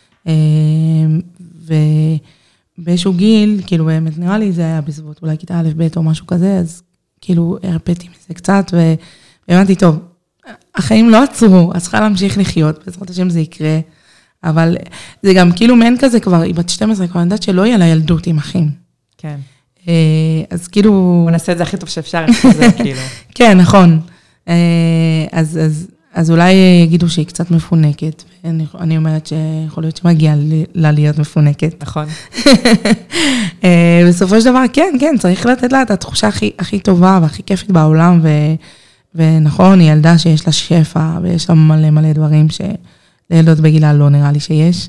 S2: ובאיזשהו גיל, כאילו, באמת נראה לי, זה היה בסביבות, אולי כיתה א' ב' או משהו כזה, אז כאילו, הרפאתי מזה קצת, והבנתי, טוב, החיים לא עצרו, אז צריכה להמשיך לחיות, בעזרת השם זה יקרה, אבל זה גם כאילו מעין כזה כבר, היא בת שתים עשרה, כבר אני יודעת שלא יהיה לה ילדות עם אחים.
S1: כן.
S2: אז כאילו...
S1: בוא נעשה את זה הכי טוב שאפשר, איך זה כאילו.
S2: כן, נכון. אז, אז, אז אולי יגידו שהיא קצת מפונקת, ואני, אני אומרת שיכול להיות שמגיע לה להיות מפונקת.
S1: נכון.
S2: בסופו של דבר, כן, כן, צריך לתת לה את התחושה הכי, הכי טובה והכי כיפית בעולם, ו, ונכון, היא ילדה שיש לה שפע, ויש לה מלא מלא דברים שלילדות בגילה לא נראה לי שיש.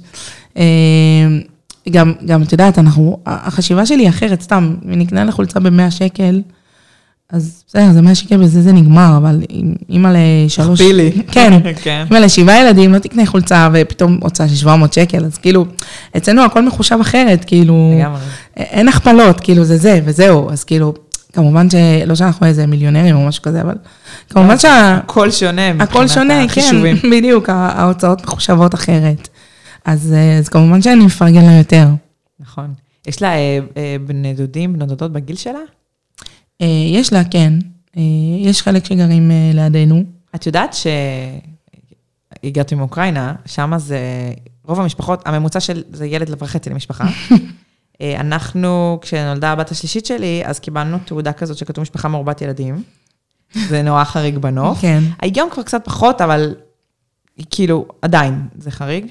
S2: גם, גם, את יודעת, אנחנו, החשיבה שלי היא אחרת, סתם, אם נקנה לחולצה ב-מאה שקל, אז בסדר, זה מאה שקל וזה זה נגמר, אבל אימא לשלוש...
S1: פילי.
S2: כן, אימא לשבעה ילדים, לא תקנה חולצה, ופתאום הוצאה של שבע מאות שקל, אז כאילו, אצלנו הכל מחושב אחרת, כאילו, אין הכפלות, כאילו, זה זה וזהו, אז כאילו, כמובן שלא שאנחנו איזה מיליונרים או משהו כזה, אבל כמובן שה...
S1: הכל שונה,
S2: הכל שונה, כן, בדיוק, ההוצאות מחושבות אחרת. אז, אז כמובן שאני מפרגן לה יותר.
S1: נכון. יש לה בני דודים, בנות דודות בגיל שלה?
S2: יש לה, כן. יש חלק שגרים לידינו.
S1: את יודעת שהגעתי מאוקראינה, שם זה, רוב המשפחות, הממוצע של זה ילד וחצי למשפחה. אנחנו, כשנולדה הבת השלישית שלי, אז קיבלנו תעודה כזאת שכתוב משפחה מרובת ילדים. זה נורא חריג בנוף.
S2: כן.
S1: היום כבר קצת פחות, אבל כאילו, עדיין זה חריג.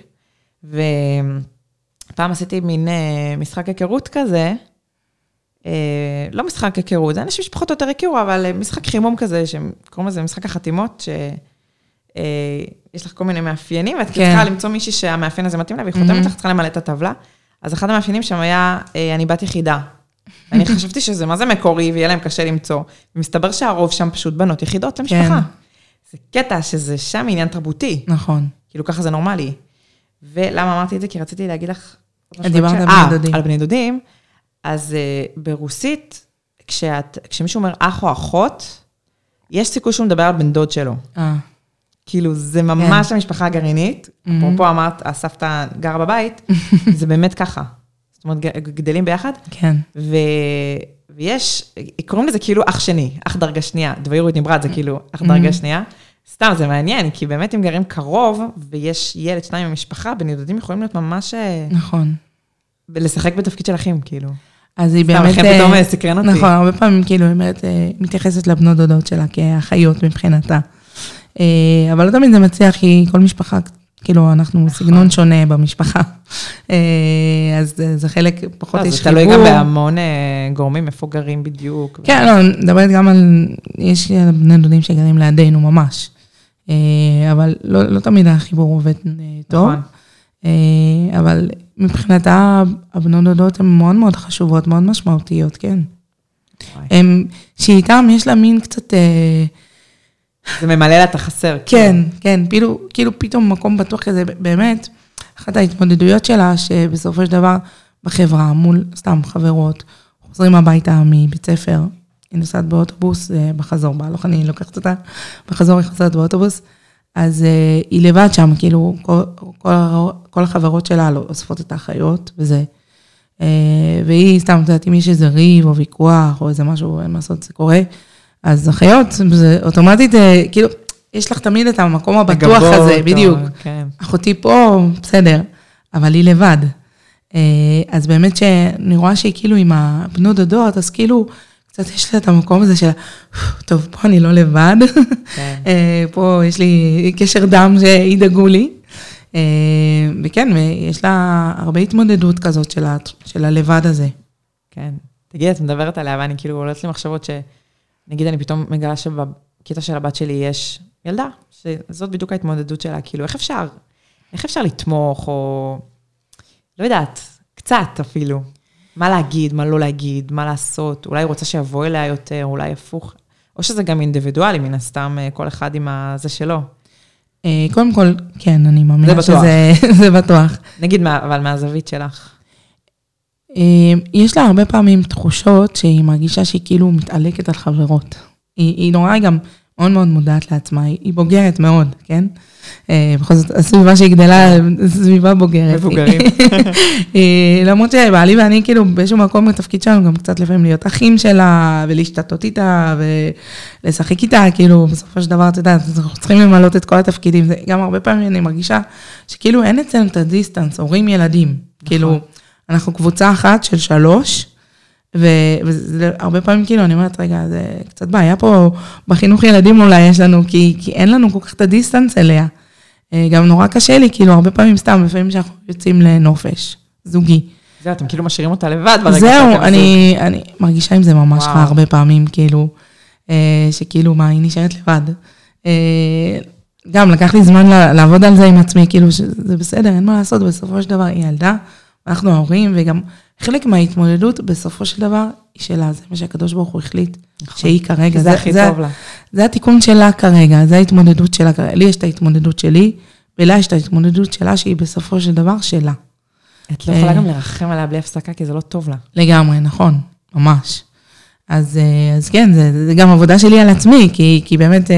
S1: ופעם עשיתי מין משחק היכרות כזה, לא משחק היכרות, זה אנשים שפחות או יותר הכירו, אבל משחק חימום כזה, שקוראים לזה משחק החתימות, שיש לך כל מיני מאפיינים, ואת צריכה למצוא מישהי שהמאפיין הזה מתאים לה, והיא חותמת לך, צריכה למלא את הטבלה. אז אחד המאפיינים שם היה, אני בת יחידה. אני חשבתי שזה מה זה מקורי, ויהיה להם קשה למצוא. ומסתבר שהרוב שם פשוט בנות יחידות למשפחה. זה קטע שזה שם עניין תרבותי.
S2: נכון.
S1: כאילו ככה זה נורמלי. ולמה אמרתי את זה? כי רציתי להגיד לך...
S2: דיברת על בני דודים.
S1: על בני דודים. אז ברוסית, כשמישהו אומר אח או אחות, יש סיכוי שהוא מדבר על בן דוד שלו. כאילו, זה ממש המשפחה הגרעינית. אפרופו אמרת, הסבתא גרה בבית, זה באמת ככה. זאת אומרת, גדלים ביחד.
S2: כן.
S1: ויש, קוראים לזה כאילו אח שני, אח דרגה שנייה. דביירות נבראת, זה כאילו אח דרגה שנייה. סתם, זה מעניין, כי באמת אם גרים קרוב, ויש ילד שניים במשפחה, בני דודים יכולים להיות ממש...
S2: נכון.
S1: לשחק בתפקיד של אחים, כאילו.
S2: אז היא באמת...
S1: סתם, לכם פתאום סקרן אותי.
S2: נכון, הרבה פעמים כאילו, היא אומרת, מתייחסת לבנות דודות שלה כאחיות מבחינתה. אבל לא תמיד זה מצליח, כי כל משפחה, כאילו, אנחנו סגנון שונה במשפחה. אז זה חלק, פחות יש חיבור.
S1: זה תלוי גם בהמון גורמים, איפה גרים בדיוק.
S2: כן, לא, מדברת גם על, יש בני דודים שגרים לידינו ממש. אבל לא תמיד החיבור עובד טוב. אבל מבחינתה, הבנות דודות הן מאוד מאוד חשובות, מאוד משמעותיות, כן. שאיתם יש לה מין קצת...
S1: זה ממלא לה את החסר.
S2: כן, כן, כאילו, כאילו פתאום מקום בטוח כזה, באמת, אחת ההתמודדויות שלה, שבסופו של דבר בחברה, מול סתם חברות, חוזרים הביתה מבית ספר, היא נוסעת באוטובוס, בחזור בה, לא אני לוקחת אותה, בחזור היא חוזרת באוטובוס, אז היא לבד שם, כאילו, כל, כל, כל החברות שלה לא אוספות את האחיות, וזה, והיא סתם, יודעת, אם יש איזה ריב או ויכוח, או איזה משהו, אין מה לעשות, זה קורה, אז אחיות, זה אוטומטית, כאילו, יש לך תמיד את המקום הבטוח הזה, בדיוק. אחותי פה, בסדר, אבל היא לבד. אז באמת שאני רואה שהיא כאילו עם הבנות דודות, אז כאילו, קצת יש לה את המקום הזה של, טוב, פה אני לא לבד, פה יש לי קשר דם שידאגו לי, וכן, ויש לה הרבה התמודדות כזאת של הלבד הזה.
S1: כן, תגיד, את מדברת עליה, ואני כאילו עולת לי מחשבות ש... נגיד, אני פתאום מגלה שבכיתה של הבת שלי יש ילדה, שזאת בדיוק ההתמודדות שלה, כאילו, איך אפשר, איך אפשר לתמוך, או, לא יודעת, קצת אפילו, מה להגיד, מה לא להגיד, מה לעשות, אולי היא רוצה שיבוא אליה יותר, אולי הפוך, או שזה גם אינדיבידואלי, מן הסתם, כל אחד עם הזה שלו.
S2: קודם כל, כן, אני מאמינה שזה זה בטוח.
S1: נגיד, אבל מהזווית שלך.
S2: יש לה הרבה פעמים תחושות שהיא מרגישה שהיא כאילו מתעלקת על חברות. היא, היא נורא גם מאוד מאוד מודעת לעצמה, היא בוגרת מאוד, כן? בכל זאת, הסביבה שהיא גדלה, סביבה בוגרת.
S1: מבוגרים.
S2: למרות שבעלי ואני כאילו באיזשהו מקום בתפקיד שלנו, גם קצת לפעמים להיות אחים שלה, ולהשתתות איתה, ולשחק איתה, כאילו בסופו של דבר, אתה יודע, אנחנו צריכים למלות את כל התפקידים, זה גם הרבה פעמים אני מרגישה, שכאילו אין אצלנו את הדיסטנס, הורים ילדים, כאילו, אנחנו קבוצה אחת של שלוש, והרבה פעמים כאילו, אני אומרת, רגע, זה קצת בעיה פה, בחינוך ילדים אולי יש לנו, כי, כי אין לנו כל כך את הדיסטנס אליה. גם נורא קשה לי, כאילו, הרבה פעמים סתם, לפעמים שאנחנו יוצאים לנופש, זוגי.
S1: זהו, אתם כאילו משאירים אותה לבד.
S2: זהו, אני, אני מרגישה עם זה ממש רע הרבה פעמים, כאילו, שכאילו, מה, היא נשארת לבד. גם לקח לי זמן לעבוד על זה עם עצמי, כאילו, שזה בסדר, אין מה לעשות, בסופו של דבר היא ילדה, אנחנו ההורים, וגם חלק מההתמודדות בסופו של דבר היא שלה, זה מה שהקדוש ברוך הוא החליט, שהיא כרגע.
S1: זה הכי טוב לה.
S2: זה התיקון שלה כרגע, זה ההתמודדות שלה כרגע. לי יש את ההתמודדות שלי, ולה יש את ההתמודדות שלה, שהיא בסופו של דבר שלה.
S1: את לא יכולה גם לרחם עליה בלי הפסקה, כי זה לא טוב לה.
S2: לגמרי, נכון, ממש. אז, אז כן, זה, זה גם עבודה שלי על עצמי, כי, כי באמת,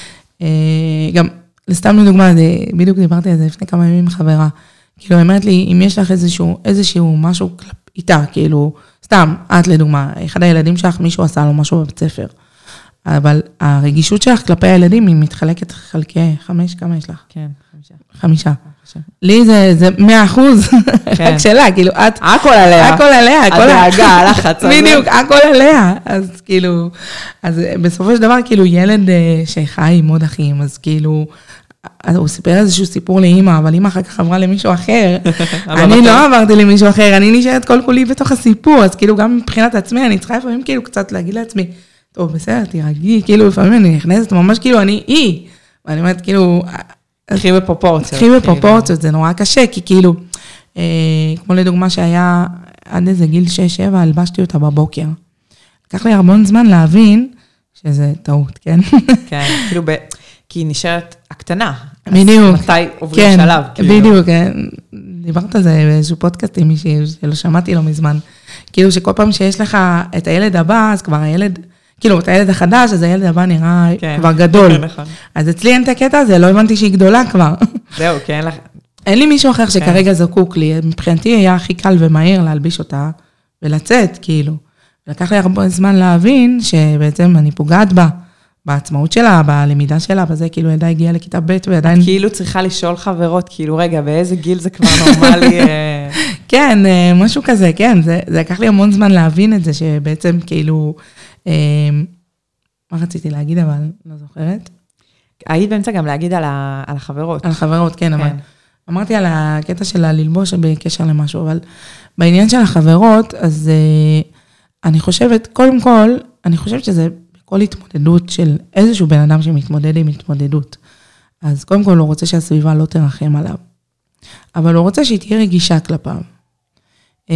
S2: גם, לסתם לדוגמה, בדיוק דיברתי על זה לפני כמה ימים עם חברה, כאילו, אמרת לי, אם יש לך איזשהו, איזשהו משהו איתה, כאילו, סתם, את לדוגמה, אחד הילדים שלך, מישהו עשה לו משהו בבית ספר, אבל הרגישות שלך כלפי הילדים, היא מתחלקת חלקי חמש, כמה יש לך?
S1: כן, חמישה.
S2: חמישה. לי זה, זה מאה אחוז, רק שלה, כאילו, את...
S1: הכל עליה.
S2: הכל עליה.
S1: הדאגה, הלחץ.
S2: בדיוק, הכל עליה. אז כאילו, אז בסופו של דבר, כאילו, ילד שחי עם עוד אחים, אז כאילו, הוא סיפר איזשהו סיפור לאמא, אבל אמא אחר כך עברה למישהו אחר. אני לא עברתי למישהו אחר, אני נשארת כל כולי בתוך הסיפור, אז כאילו, גם מבחינת עצמי, אני צריכה לפעמים כאילו קצת להגיד לעצמי, טוב, בסדר, תירגעי, כאילו, לפעמים אני נכנסת ממש כאילו, אני אי. ואני אומרת, כאילו,
S1: קחי בפרופורציות.
S2: קחי בפרופורציות, זה נורא קשה, כי כאילו, כמו לדוגמה שהיה עד איזה גיל שש שבע, הלבשתי אותה בבוקר. לקח לי הרבה זמן להבין שזה טעות, כן?
S1: כן, כאילו, כי היא נשארת הקטנה.
S2: בדיוק.
S1: מתי עוברים שלב?
S2: בדיוק, דיברת על זה באיזשהו פודקאסט עם מישהי, שלא שמעתי לו מזמן. כאילו שכל פעם שיש לך את הילד הבא, אז כבר הילד... כאילו, את הילד החדש, אז הילד הבא נראה כבר גדול. אז אצלי אין את הקטע הזה, לא הבנתי שהיא גדולה כבר.
S1: זהו, כי אין לך...
S2: אין לי מישהו אחר שכרגע זקוק לי. מבחינתי היה הכי קל ומהיר להלביש אותה ולצאת, כאילו. לקח לי הרבה זמן להבין שבעצם אני פוגעת בה, בעצמאות שלה, בלמידה שלה, בזה כאילו ידעה הגיעה לכיתה ב' ועדיין...
S1: כאילו צריכה לשאול חברות, כאילו, רגע, באיזה גיל זה כבר נורמלי?
S2: כן, משהו כזה, כן. זה לקח לי המון זמן להבין את זה, שבעצם כאילו... מה רציתי להגיד, אבל לא זוכרת.
S1: היית באמצע גם להגיד על החברות.
S2: על החברות, כן, אבל אמרתי על הקטע של הללבוש בקשר למשהו, אבל בעניין של החברות, אז אני חושבת, קודם כל, אני חושבת שזה בכל התמודדות של איזשהו בן אדם שמתמודד עם התמודדות. אז קודם כל הוא רוצה שהסביבה לא תרחם עליו. אבל הוא רוצה שהיא תהיה רגישה כלפיו.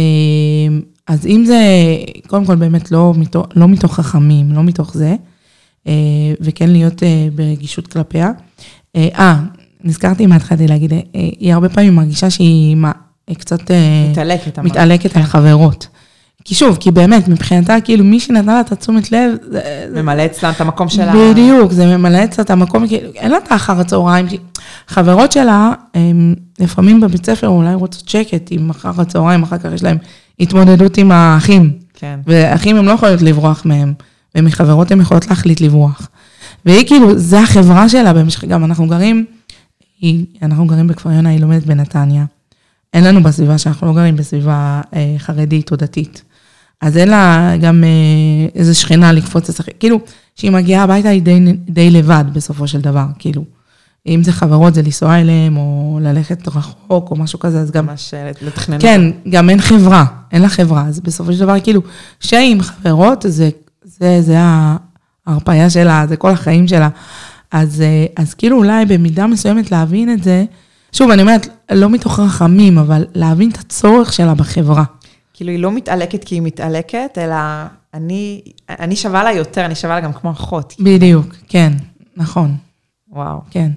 S2: אז אם זה, קודם כל באמת לא מתוך, לא מתוך חכמים, לא מתוך זה, וכן להיות ברגישות כלפיה. אה, נזכרתי מה התחלתי להגיד, היא הרבה פעמים מרגישה שהיא קצת
S1: מתעלקת,
S2: מתעלקת על חברות. כי שוב, כי באמת, מבחינתה, כאילו, מי שנתנה לה את התשומת לב,
S1: ממלא אצלה את המקום שלה.
S2: בדיוק, זה ממלא אצלה את המקום, כאילו, אין לה את האחר הצהריים. חברות שלה, לפעמים בבית ספר, אולי רוצות שקט עם אחר הצהריים, אחר כך יש להם התמודדות עם האחים.
S1: כן.
S2: והאחים הם לא יכולים לברוח מהם, ומחברות הם יכולות להחליט לברוח. והיא כאילו, זה החברה שלה, במשך, גם אנחנו גרים, היא, אנחנו גרים בכפר יונה, היא לומדת בנתניה. אין לנו בסביבה שאנחנו לא גרים בסביבה אה, חרדית או דתית. אז אין לה גם אה, איזו שכנה לקפוץ לשחק. כאילו, כשהיא מגיעה הביתה היא די, די לבד בסופו של דבר, כאילו. אם זה חברות, זה לנסוע אליהם, או ללכת רחוק, או משהו כזה, אז גם...
S1: ממש לתכנן.
S2: כן, גם אין חברה, אין לה חברה. אז בסופו של דבר, כאילו, שהיא חברות, זה, זה, זה ההרפאיה שלה, זה כל החיים שלה. אז, אז כאילו אולי במידה מסוימת להבין את זה, שוב, אני אומרת, לא מתוך רחמים, אבל להבין את הצורך שלה בחברה.
S1: כאילו היא לא מתעלקת כי היא מתעלקת, אלא אני, אני שווה לה יותר, אני שווה לה גם כמו אחות.
S2: בדיוק, כן, נכון.
S1: וואו.
S2: כן.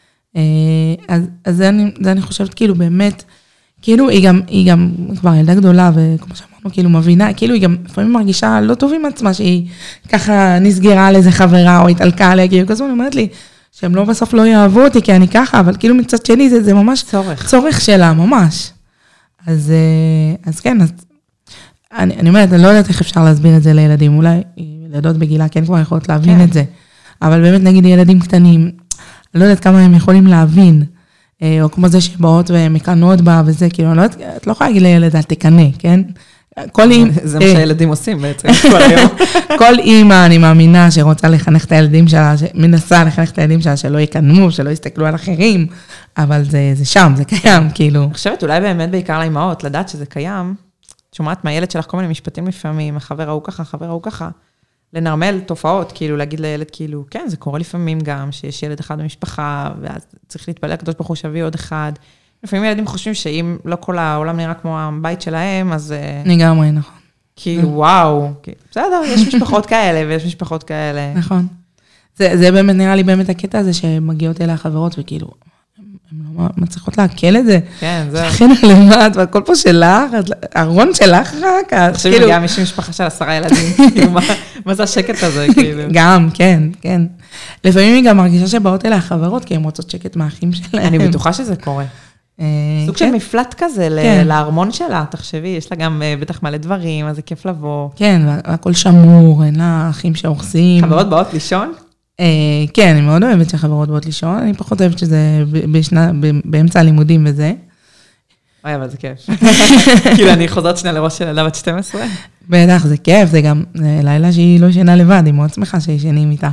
S2: אז, אז זה אני, זה אני חושבת, כאילו באמת, כאילו היא גם, היא גם כבר ילדה גדולה, וכמו שאמרנו, כאילו מבינה, כאילו היא גם לפעמים מרגישה לא טוב עם עצמה, שהיא ככה נסגרה על איזה חברה, או התעלקה עליה, כאילו כזו, אני אומרת לי, שהם לא בסוף לא יאהבו אותי, כי אני ככה, אבל כאילו מצד שני, זה, זה ממש
S1: צורך.
S2: צורך שלה, ממש. אז, אז כן, אז אני, אני אומרת, אני לא יודעת איך אפשר להסביר את זה לילדים, אולי ילדות בגילה כן כבר יכולות להבין
S1: כן.
S2: את זה, אבל באמת נגיד ילדים קטנים, אני לא יודעת כמה הם יכולים להבין, או כמו זה שבאות ומקנות בה וזה, כאילו, אני לא יודעת, את לא יכולה להגיד לילד, אל תקנה, כן? כל אימא...
S1: זה מה שהילדים עושים בעצם, כל היום.
S2: כל אימא, אני מאמינה, שרוצה לחנך את הילדים שלה, שמנסה לחנך את הילדים שלה, שלא יקנו, שלא יסתכלו על אחרים, אבל זה, זה שם, זה קיים, כאילו.
S1: אני חושבת, אולי באמת בעיקר לאמהות, לדעת שזה קיים, שומעת מהילד שלך כל מיני משפטים לפעמים, החבר ההוא ככה, החבר ההוא ככה, לנרמל תופעות, כאילו להגיד לילד, כאילו, כן, זה קורה לפעמים גם, שיש ילד אחד במשפחה, ואז צריך להתפלל, הקדוש ברוך הוא שיביא עוד אחד. לפעמים ילדים חושבים שאם לא כל העולם נראה כמו הבית שלהם, אז...
S2: לגמרי, נכון.
S1: כאילו, וואו, בסדר, יש משפחות כאלה, ויש משפחות כאלה.
S2: נכון. זה, זה באמת, נראה לי באמת הקטע הזה, שמגיעות אלה החברות, וכאילו, הן לא מצליחות להקל את זה.
S1: כן, זה...
S2: שכן לבד, והכל פה שלך, הארון שלך רק,
S1: עכשיו היא מגיעה מישהו משפחה של עשרה ילדים, כאילו, מה זה השקט הזה, כאילו?
S2: גם, כן, כן. לפעמים היא גם מרגישה שבאות אלה החברות, כי הן רוצות שקט מהאחים שלהם.
S1: אני בטוחה שזה קורה. סוג של מפלט כזה לארמון שלה, תחשבי, יש לה גם בטח מלא דברים, אז זה כיף לבוא.
S2: כן, והכל שמור, אין לה אחים שאורסים.
S1: חברות באות לישון?
S2: כן, אני מאוד אוהבת שחברות באות לישון, אני פחות אוהבת שזה באמצע הלימודים וזה.
S1: אוי, אבל זה כיף. כאילו, אני חוזרת שנייה לראש של ילדה בת שתים עשרה.
S2: בטח, זה כיף, זה גם לילה שהיא לא ישנה לבד, היא מאוד שמחה שישנים איתה.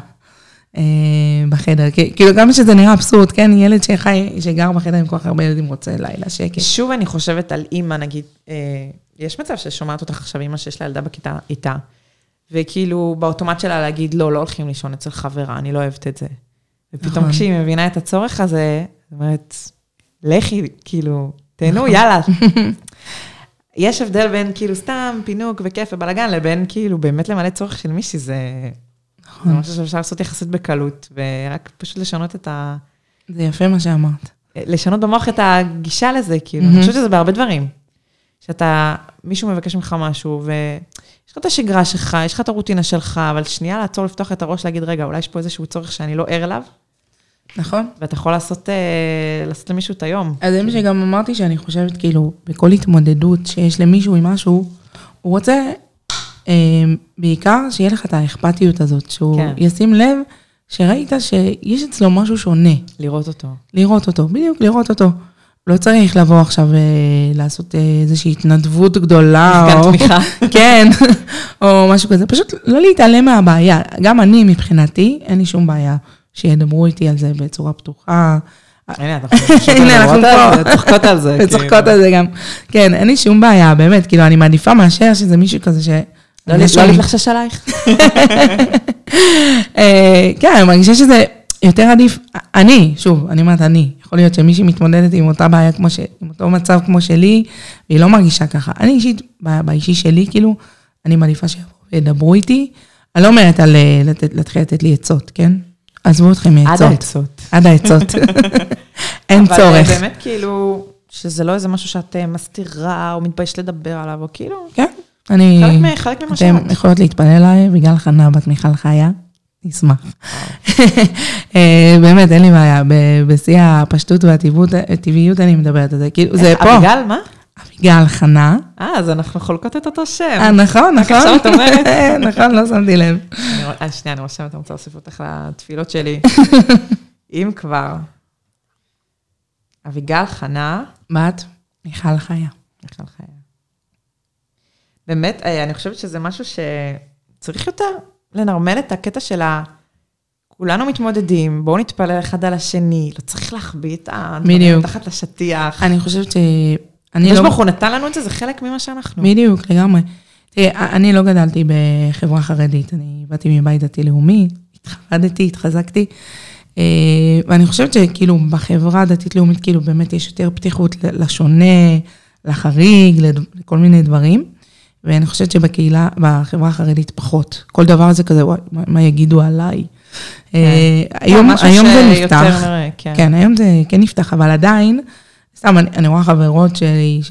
S2: בחדר, כאילו גם שזה נראה אבסורד, כן, ילד שחי, שגר בחדר עם כל כך הרבה ילדים רוצה לילה שקט.
S1: שוב אני חושבת על אימא, נגיד, יש מצב ששומעת אותך עכשיו אימא שיש לה ילדה בכיתה איתה, וכאילו באוטומט שלה להגיד, לא, לא הולכים לישון אצל חברה, אני לא אוהבת את זה. ופתאום כשהיא מבינה את הצורך הזה, זאת אומרת, לכי, כאילו, תהנו, יאללה. יש הבדל בין כאילו סתם פינוק וכיף ובלגן, לבין כאילו באמת למלא צורך של מישהי, זה... זה משהו שאפשר לעשות יחסית בקלות, ורק פשוט לשנות את ה...
S2: זה יפה מה שאמרת.
S1: לשנות במוח את הגישה לזה, כאילו. אני חושבת שזה בהרבה דברים. שאתה, מישהו מבקש ממך משהו, ויש לך את השגרה שלך, יש לך את הרוטינה שלך, אבל שנייה לעצור, לפתוח את הראש, להגיד, רגע, אולי יש פה איזשהו צורך שאני לא ער אליו.
S2: נכון.
S1: ואתה יכול לעשות, לעשות למישהו את היום.
S2: אז זה מה שגם אמרתי, שאני חושבת, כאילו, בכל התמודדות שיש למישהו עם משהו, הוא רוצה... בעיקר שיהיה לך את האכפתיות הזאת, שהוא כן. ישים לב שראית שיש אצלו משהו שונה.
S1: לראות אותו.
S2: לראות אותו, בדיוק, לראות אותו. לא צריך לבוא עכשיו לעשות איזושהי התנדבות גדולה.
S1: מפגן תמיכה.
S2: כן, או משהו כזה. פשוט לא להתעלם מהבעיה. גם אני מבחינתי, אין לי שום בעיה שידברו איתי על זה בצורה פתוחה.
S1: הנה, אנחנו צוחקות על זה.
S2: צוחקות על זה גם. כן, אין לי שום בעיה, באמת. כאילו, אני מעדיפה מאשר שזה מישהו כזה ש...
S1: לא להתלחשש עלייך?
S2: כן, אני מרגישה שזה יותר עדיף, אני, שוב, אני אומרת אני, יכול להיות שמישהי מתמודדת עם אותה בעיה כמו ש... עם אותו מצב כמו שלי, והיא לא מרגישה ככה. אני אישית, באישי שלי, כאילו, אני מעדיפה שידברו איתי, אני לא אומרת על להתחיל לתת לי עצות, כן? עזבו אתכם מעצות.
S1: עד העצות.
S2: עד העצות. אין צורך.
S1: אבל באמת כאילו, שזה לא איזה משהו שאת מסתירה, או מתבייש לדבר עליו, או כאילו...
S2: כן, אני...
S1: חלק ממה שאת.
S2: אתם יכולות להתפלל עליי, בגלל חנה בת מיכל חיה, נשמח. באמת, אין לי בעיה, בשיא הפשטות והטבעיות אני מדברת על זה, כאילו, זה פה.
S1: אביגל, מה?
S2: אביגל חנה.
S1: אה, אז אנחנו חולקות את אותו שם.
S2: אה, נכון, נכון.
S1: עכשיו את אומרת.
S2: נכון, לא שמתי לב.
S1: שנייה, אני רושמת, אני רוצה להוסיף אותך לתפילות שלי. אם כבר, אביגל חנה.
S2: בת מיכל חיה.
S1: מיכל חיה. באמת, אני חושבת שזה משהו שצריך יותר לנרמל את הקטע שלה. כולנו מתמודדים, בואו נתפלל אחד על השני, לא צריך להחביא את הדברים תחת לשטיח.
S2: אני חושבת ש...
S1: יש ברוך הוא נתן לנו את זה, זה חלק ממה שאנחנו.
S2: בדיוק, לגמרי. תראה, אני לא גדלתי בחברה חרדית, אני באתי מבית דתי לאומי, התחרדתי, התחזקתי, ואני חושבת שכאילו בחברה דתית לאומית, כאילו באמת יש יותר פתיחות לשונה, לחריג, לכל מיני דברים, ואני חושבת שבקהילה, בחברה החרדית פחות. כל דבר זה כזה, וואי, מה יגידו עליי? היום זה נפתח. כן, היום זה כן נפתח, אבל עדיין, סתם, אני, אני רואה חברות שלי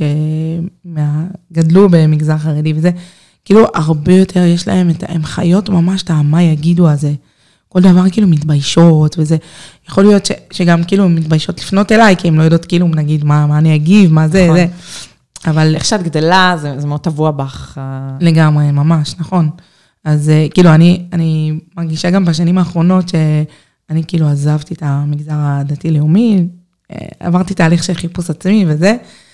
S2: שגדלו במגזר חרדי וזה, כאילו הרבה יותר יש להם, את, הם חיות ממש את מה יגידו הזה. כל דבר כאילו מתביישות וזה, יכול להיות ש, שגם כאילו מתביישות לפנות אליי, כי הם לא יודעות כאילו נגיד מה, מה אני אגיב, מה זה, נכון. זה. אבל...
S1: איך שאת גדלה, זה, זה מאוד טבוע בך.
S2: לגמרי, ממש, נכון. אז כאילו אני, אני מרגישה גם בשנים האחרונות שאני כאילו עזבתי את המגזר הדתי-לאומי, עברתי תהליך של חיפוש עצמי וזה,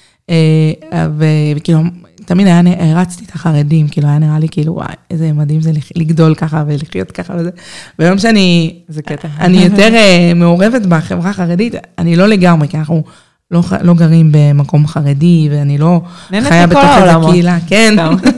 S2: וכאילו, תמיד היה, הרצתי את החרדים, כאילו, היה נראה לי, כאילו, וואי, איזה מדהים זה לגדול ככה ולחיות ככה וזה. ביום שאני,
S1: זה קטע.
S2: אני יותר מעורבת בחברה החרדית, אני לא לגמרי, כי אנחנו לא, לא גרים במקום חרדי, ואני לא חיה בתוך איזה קהילה, כן,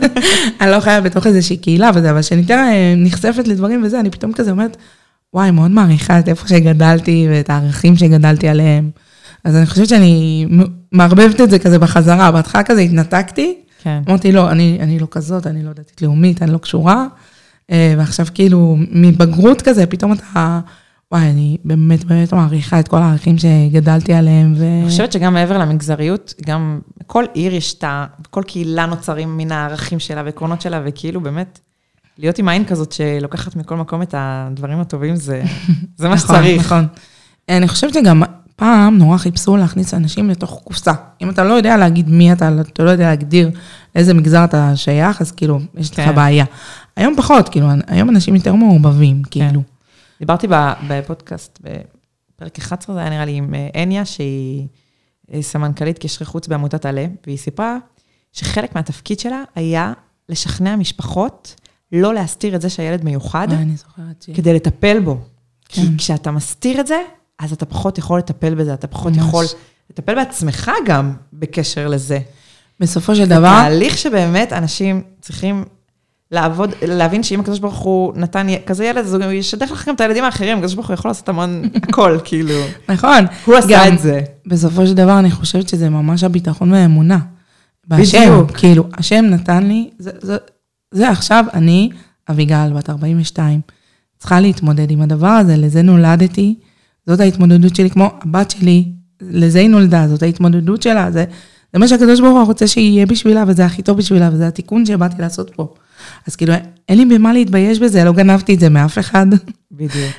S2: אני לא חיה בתוך איזושהי קהילה וזה, אבל שאני יותר נחשפת לדברים וזה, אני פתאום כזה אומרת, וואי, מאוד מעריכה את איפה שגדלתי, ואת הערכים שגדלתי עליהם. אז אני חושבת שאני מערבבת את זה כזה בחזרה, בהתחלה כזה התנתקתי,
S1: כן.
S2: אמרתי, לא, אני, אני לא כזאת, אני לא דתית לאומית, אני לא קשורה, ועכשיו כאילו, מבגרות כזה, פתאום אתה, וואי, אני באמת באמת מעריכה את כל הערכים שגדלתי עליהם. ו...
S1: אני חושבת שגם מעבר למגזריות, גם כל עיר יש את, כל קהילה נוצרים מן הערכים שלה, ועקרונות שלה, וכאילו באמת, להיות עם העין כזאת שלוקחת מכל מקום את הדברים הטובים, זה, זה מה שצריך.
S2: נכון, נכון. אני חושבת שגם פעם נורא חיפשו להכניס אנשים לתוך קופסה. אם אתה לא יודע להגיד מי אתה, אתה לא יודע להגדיר לאיזה מגזר אתה שייך, אז כאילו, יש לך בעיה. היום פחות, כאילו, היום אנשים יותר מעורבבים, כאילו.
S1: דיברתי בפודקאסט, בפרק אחת עשרה, זה היה נראה לי עם אניה, שהיא סמנכ"לית קשרי חוץ בעמותת עלה, והיא סיפרה שחלק מהתפקיד שלה היה לשכנע משפחות, לא להסתיר את זה שהילד מיוחד, כדי לטפל בו. כי כשאתה מסתיר את זה, אז אתה פחות יכול לטפל בזה, אתה פחות יכול לטפל בעצמך גם בקשר לזה.
S2: בסופו של דבר...
S1: זה תהליך שבאמת אנשים צריכים לעבוד, להבין שאם הקדוש ברוך הוא נתן כזה ילד, אז הוא ישדך לך גם את הילדים האחרים, הקדוש ברוך הוא יכול לעשות המון הכל, כאילו.
S2: נכון.
S1: הוא עשה את זה.
S2: בסופו של דבר אני חושבת שזה ממש הביטחון והאמונה. בהשם, כאילו, השם נתן לי, זה, זה, זה עכשיו אני, אביגל, בת ארבעים ושתיים, צריכה להתמודד עם הדבר הזה, לזה נולדתי, זאת ההתמודדות שלי, כמו הבת שלי, לזה היא נולדה, זאת ההתמודדות שלה, זה, זה מה שהקדוש ברוך הוא רוצה שיהיה בשבילה, וזה הכי טוב בשבילה, וזה התיקון שבאתי לעשות פה. אז כאילו, אין לי במה להתבייש בזה, לא גנבתי את זה מאף אחד.
S1: בדיוק.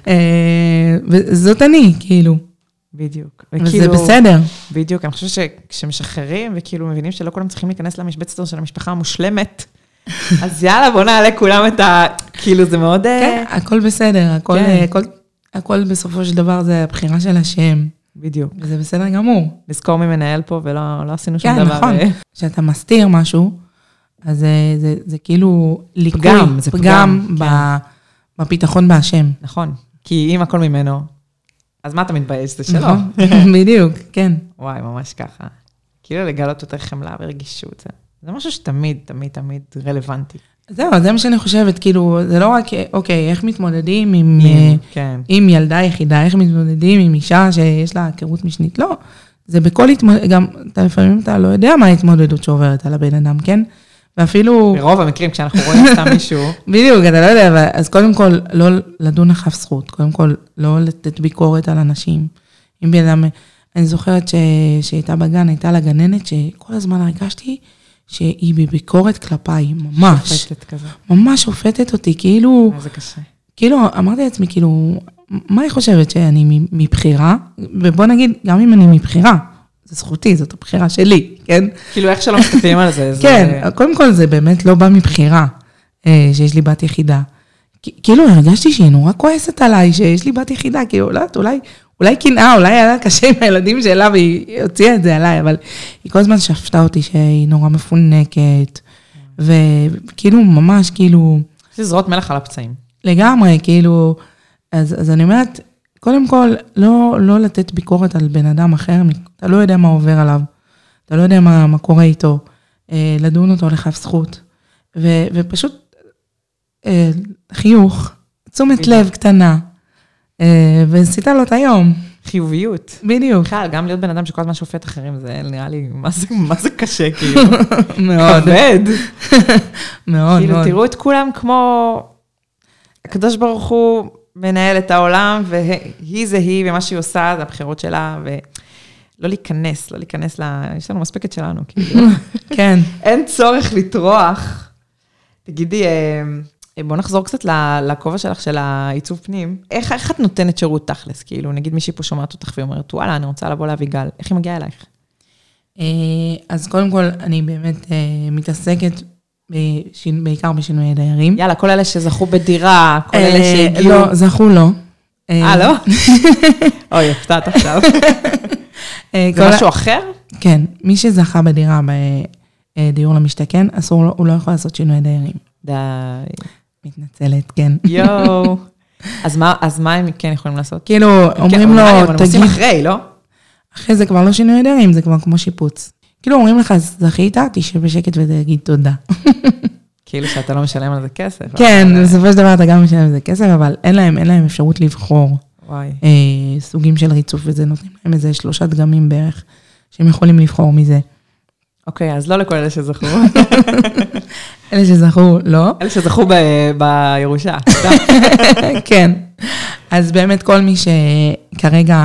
S2: וזאת אני, כאילו.
S1: בדיוק.
S2: וזה בסדר.
S1: בדיוק, אני חושבת שכשמשחררים, וכאילו מבינים שלא כולם צריכים להיכנס למשבצת של המשפחה המושלמת, אז יאללה, בוא נעלה כולם את ה... כאילו, זה מאוד...
S2: כן, הכל בסדר, הכל, כן. הכל, הכל בסופו של דבר זה הבחירה של השם.
S1: בדיוק.
S2: וזה בסדר גמור.
S1: לזכור מי מנהל פה, ולא לא עשינו שום
S2: כן,
S1: דבר.
S2: נכון. כשאתה מסתיר משהו, אז זה, זה, זה כאילו ליקוי,
S1: פגם, זה פגם,
S2: פגם כן. בפיתחון בהשם.
S1: נכון, כי אם הכל ממנו, אז מה אתה מתבייש? זה שלא.
S2: נכון, בדיוק, כן.
S1: וואי, ממש ככה. כאילו לגלות יותר חמלה ורגישות. זה משהו שתמיד, תמיד, תמיד רלוונטי.
S2: זהו, זה מה שאני חושבת, כאילו, זה לא רק, אוקיי, איך מתמודדים עם,
S1: כן.
S2: עם ילדה יחידה, איך מתמודדים עם אישה שיש לה הכרות משנית, לא. זה בכל התמודדות, גם אתה לפעמים אתה לא יודע מה ההתמודדות שעוברת על הבן אדם, כן? ואפילו...
S1: ברוב המקרים, כשאנחנו רואים סתם מישהו...
S2: בדיוק, אתה לא יודע, אז קודם כל, לא לדון לכף זכות, קודם כל, לא לתת ביקורת על אנשים. אם בן אדם, אני זוכרת שהייתה בגן, הייתה לה גננת, שכל הזמן הרגשתי שהיא בביקורת כלפיי, ממש.
S1: שופטת כזה.
S2: ממש שופטת אותי, כאילו...
S1: זה קשה.
S2: כאילו, אמרתי לעצמי, כאילו, מה היא חושבת שאני מבחירה? ובוא נגיד, גם אם אני מבחירה, זה זכותי, זאת הבחירה שלי, כן?
S1: כאילו, איך שלא מסתכלים על זה?
S2: כן, קודם כל זה באמת לא בא מבחירה, שיש לי בת יחידה. כאילו, הרגשתי שהיא נורא כועסת עליי, שיש לי בת יחידה, כאילו, לא, אולי, אולי קנאה, אולי היה לה קשה עם הילדים שלה, והיא הוציאה את זה עליי, אבל היא כל הזמן שפטה אותי שהיא נורא מפונקת, וכאילו, ממש, כאילו...
S1: יש לזרות מלח על הפצעים.
S2: לגמרי, כאילו, אז, אז אני אומרת, קודם כל, לא, לא לתת ביקורת על בן אדם אחר, אתה לא יודע מה עובר עליו, אתה לא יודע מה, מה קורה איתו, אה, לדון אותו לכף זכות, ו, ופשוט אה, חיוך, תשומת לב קטנה, אה, ועשיתה לו את היום.
S1: חיוביות.
S2: בדיוק.
S1: בכלל, גם להיות בן אדם שכל הזמן שופט אחרים, זה נראה לי, מה זה, מה זה קשה, כאילו?
S2: מאוד.
S1: כבד.
S2: מאוד,
S1: כאילו,
S2: מאוד.
S1: תראו את כולם כמו... הקדוש ברוך הוא מנהל את העולם, והיא זה היא, ומה שהיא עושה, זה הבחירות שלה, ולא להיכנס, לא להיכנס ל... יש לנו מספקת שלנו, כאילו.
S2: כן.
S1: אין צורך לטרוח. תגידי, בוא נחזור קצת לכובע שלך, של העיצוב פנים. איך, איך את נותנת שירות תכלס? כאילו, נגיד מישהי פה שומעת אותך ואומרת, וואלה, אני רוצה לבוא לאביגל. איך היא מגיעה אלייך?
S2: אז קודם כל, אני באמת מתעסקת בעיקר בשינויי דיירים.
S1: יאללה, כל אלה שזכו בדירה, כל אלה שהגיעו...
S2: לא, זכו לא.
S1: אה, לא? אוי, הפתעת עכשיו. זה משהו אחר?
S2: כן, מי שזכה בדירה בדיור למשתכן, אסור לו, הוא לא יכול לעשות שינויי דיירים.
S1: די.
S2: מתנצלת, כן.
S1: יואו. אז מה הם כן יכולים לעשות?
S2: כאילו, אומרים לו,
S1: תגיד... הם עושים אחרי, לא?
S2: אחרי זה כבר לא שינויי דיירים, זה כבר כמו שיפוץ. כאילו אומרים לך, זכית, תשב בשקט ותגיד תודה.
S1: כאילו שאתה לא משלם על זה כסף.
S2: כן, בסופו של דבר אתה גם משלם על זה כסף, אבל אין להם, אין להם אפשרות לבחור סוגים של ריצוף, וזה נותנים להם איזה שלושה דגמים בערך, שהם יכולים לבחור מזה.
S1: אוקיי, אז לא לכל אלה שזכו.
S2: אלה שזכו, לא.
S1: אלה שזכו בירושה.
S2: כן. אז באמת כל מי שכרגע,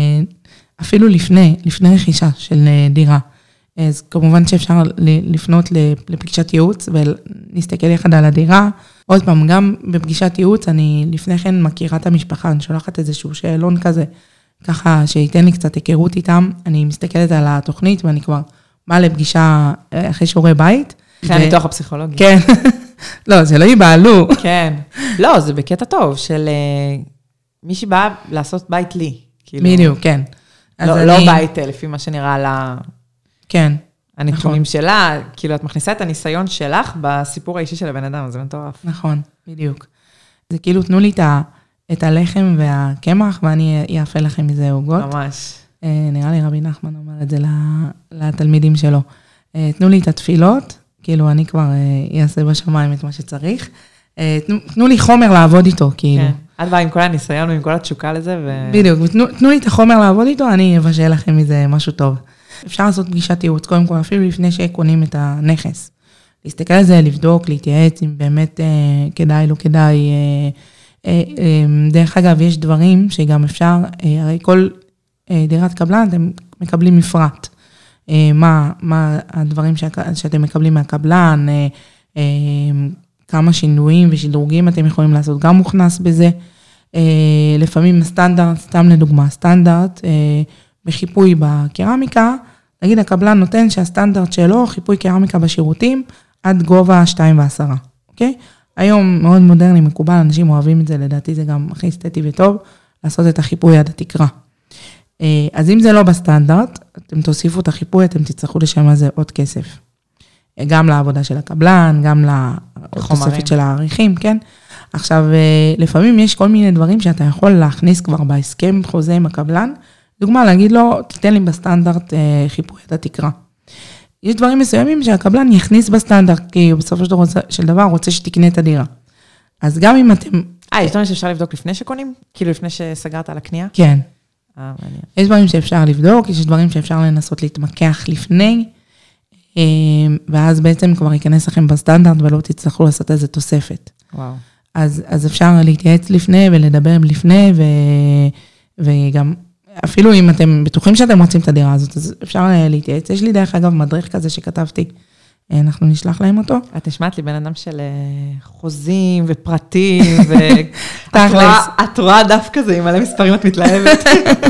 S2: אפילו לפני, לפני רכישה של דירה, אז כמובן שאפשר לפנות לפגישת ייעוץ ולהסתכל יחד על הדירה. עוד פעם, גם בפגישת ייעוץ, אני לפני כן מכירה את המשפחה, אני שולחת איזשהו שאלון כזה, ככה שייתן לי קצת היכרות איתם, אני מסתכלת על התוכנית ואני כבר באה לפגישה אחרי שיעורי בית.
S1: אחרי הניתוח הפסיכולוגי.
S2: כן. לא, זה לא ייבעלו.
S1: כן. לא, זה בקטע טוב של מישהי באה לעשות בית לי.
S2: בדיוק, כן.
S1: לא בית לפי מה שנראה לה...
S2: כן.
S1: הנתונים שלה, כאילו את מכניסה את הניסיון שלך בסיפור האישי של הבן אדם, זה מטורף.
S2: נכון, בדיוק. זה כאילו תנו לי את הלחם והקמח, ואני אעפה לכם מזה עוגות.
S1: ממש.
S2: נראה לי רבי נחמן אומר את זה לתלמידים שלו. תנו לי את התפילות, כאילו אני כבר אעשה בשמיים את מה שצריך. תנו לי חומר לעבוד איתו, כאילו.
S1: את באה עם כל הניסיון ועם כל התשוקה לזה.
S2: בדיוק, תנו לי את החומר לעבוד איתו, אני אבשל לכם מזה משהו טוב. אפשר לעשות פגישת ייעוץ, קודם כל, אפילו לפני שקונים את הנכס. להסתכל על זה, לבדוק, להתייעץ, אם באמת אה, כדאי, לא כדאי. אה, אה, אה, דרך אגב, יש דברים שגם אפשר, אה, הרי כל אה, דירת קבלן, אתם מקבלים מפרט. אה, מה, מה הדברים ש, שאתם מקבלים מהקבלן, אה, אה, כמה שינויים ושדרוגים אתם יכולים לעשות, גם מוכנס בזה. אה, לפעמים הסטנדרט, סתם לדוגמה, סטנדרט, אה, בחיפוי בקרמיקה, נגיד הקבלן נותן שהסטנדרט שלו, חיפוי קרמיקה בשירותים, עד גובה שתיים ועשרה, אוקיי? היום מאוד מודרני, מקובל, אנשים אוהבים את זה, לדעתי זה גם הכי אסתטי וטוב, לעשות את החיפוי עד התקרה. אז אם זה לא בסטנדרט, אתם תוסיפו את החיפוי, אתם תצטרכו לשלם על זה עוד כסף. גם לעבודה של הקבלן, גם לתוספת של העריכים, כן? עכשיו, לפעמים יש כל מיני דברים שאתה יכול להכניס כבר בהסכם חוזה עם הקבלן, דוגמה, להגיד לו, תיתן לי בסטנדרט אה, חיפוי את התקרה. יש דברים מסוימים שהקבלן יכניס בסטנדרט, כי בסופו של, של דבר רוצה שתקנה את הדירה. אז גם אם אתם...
S1: אה, יש דברים שאפשר לבדוק לפני שקונים? כאילו לפני שסגרת על הקנייה?
S2: כן.
S1: אה, מעניין.
S2: יש דברים שאפשר לבדוק, יש דברים שאפשר לנסות להתמקח לפני, ואז בעצם כבר ייכנס לכם בסטנדרט, ולא תצטרכו לעשות איזה תוספת.
S1: וואו.
S2: אז, אז אפשר להתייעץ לפני, ולדבר לפני, ו, וגם, אפילו אם אתם בטוחים שאתם רוצים את הדירה הזאת, אז אפשר להתייעץ. יש לי דרך אגב מדריך כזה שכתבתי, אנחנו נשלח להם אותו.
S1: את נשמעת לי בן אדם של חוזים ופרטים, ואת רואה דף כזה, עם מלא מספרים את מתלהבת.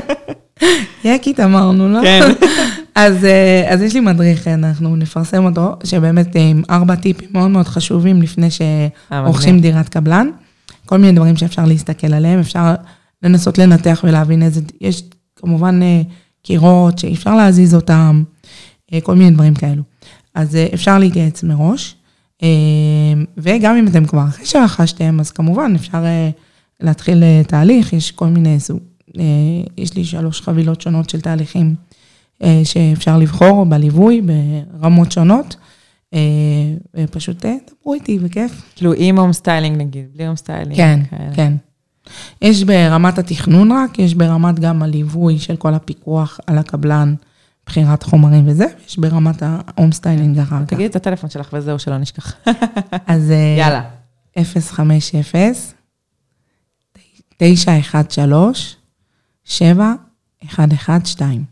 S2: יקית אמרנו, לא?
S1: כן.
S2: אז, אז יש לי מדריך, אנחנו נפרסם אותו, שבאמת עם ארבע טיפים מאוד מאוד חשובים, לפני שרוכשים דירת קבלן. כל מיני דברים שאפשר להסתכל עליהם, אפשר לנסות לנתח ולהבין איזה, יש כמובן קירות שאפשר להזיז אותם, כל מיני דברים כאלו. אז אפשר להתייעץ מראש, וגם אם אתם כבר אחרי שרכשתם, אז כמובן אפשר להתחיל תהליך, יש כל מיני סוג, יש לי שלוש חבילות שונות של תהליכים שאפשר לבחור בליווי, ברמות שונות, ופשוט דברו איתי בכיף.
S1: כאילו עם הום סטיילינג נגיד, בלי הום סטיילינג.
S2: כן, כן. יש ברמת התכנון רק, יש ברמת גם הליווי של כל הפיקוח על הקבלן, בחירת חומרים וזה, יש ברמת ההום סטיילינג אחר כך.
S1: תגידי את הטלפון שלך וזהו, שלא נשכח.
S2: אז
S1: יאללה.
S2: אפס חמש אפס, תשע אחת שלוש, שבע אחת אחת שתיים.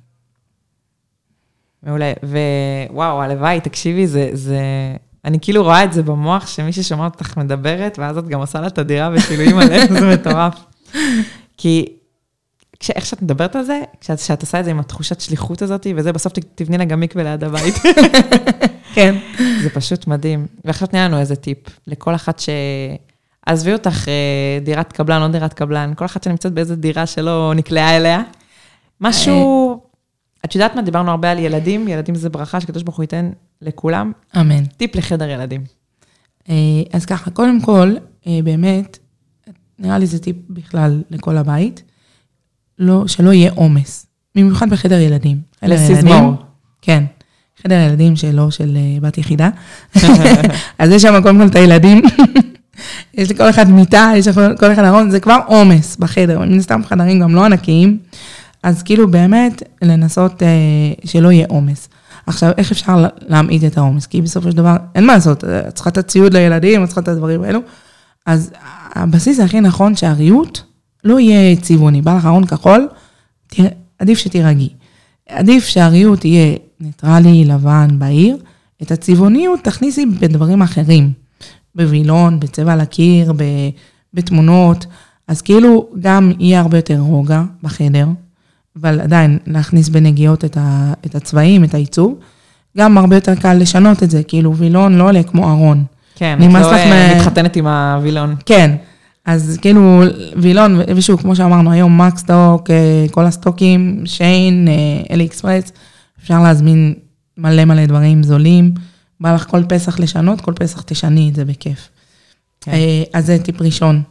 S1: מעולה, ווואו, הלוואי, תקשיבי, זה, זה, אני כאילו רואה את זה במוח, שמי ששומע אותך מדברת, ואז את גם עושה לה את הדירה, וכאילו היא מלא, זה מטורף. כי, איך שאת מדברת על זה, כשאת, כשאת עושה את זה עם התחושת שליחות הזאת, וזה בסוף תבני לה גם מקווה ליד הבית.
S2: כן.
S1: זה פשוט מדהים. ועכשיו תני לנו איזה טיפ, לכל אחת ש... עזבי אותך דירת קבלן, לא דירת קבלן, כל אחת שנמצאת באיזו דירה שלא נקלעה אליה. משהו, את יודעת מה, דיברנו הרבה על ילדים, ילדים זה ברכה שקדוש ברוך הוא ייתן לכולם.
S2: אמן.
S1: טיפ לחדר ילדים.
S2: אז ככה, קודם כל, באמת, נראה לי זה טיפ בכלל לכל הבית, לא, שלא יהיה עומס, במיוחד בחדר ילדים.
S1: לסיזמור.
S2: כן, חדר ילדים שלו, של בת יחידה. אז יש שם קודם כל את הילדים, יש לכל אחד מיטה, יש לכל אחד ארון, זה כבר עומס בחדר, מן הסתם חדרים גם לא ענקיים, אז כאילו באמת לנסות אה, שלא יהיה עומס. עכשיו, איך אפשר להמעיט את העומס? כי בסופו של דבר, אין מה לעשות, צריכה את הציוד לילדים, צריכה את הדברים האלו, אז הבסיס הכי נכון שהריהוט לא יהיה צבעוני, בא לך ארון כחול, תרא, עדיף שתירגעי. עדיף שהריהוט יהיה ניטרלי, לבן, בהיר, את הצבעוניות תכניסי בדברים אחרים. בווילון, בצבע על הקיר, בתמונות, אז כאילו גם יהיה הרבה יותר רוגע בחדר, אבל עדיין להכניס בנגיעות את, ה, את הצבעים, את העיצוב, גם הרבה יותר קל לשנות את זה, כאילו וילון לא עולה כמו ארון.
S1: כן, את לא מ... מתחתנת עם הווילון.
S2: כן, אז כאילו וילון, ושוב, כמו שאמרנו היום, מקסטוק, כל הסטוקים, שיין, אלי אקספרס, אפשר להזמין מלא מלא דברים זולים, בא לך כל פסח לשנות, כל פסח תשני את זה בכיף. כן. אז זה טיפ ראשון.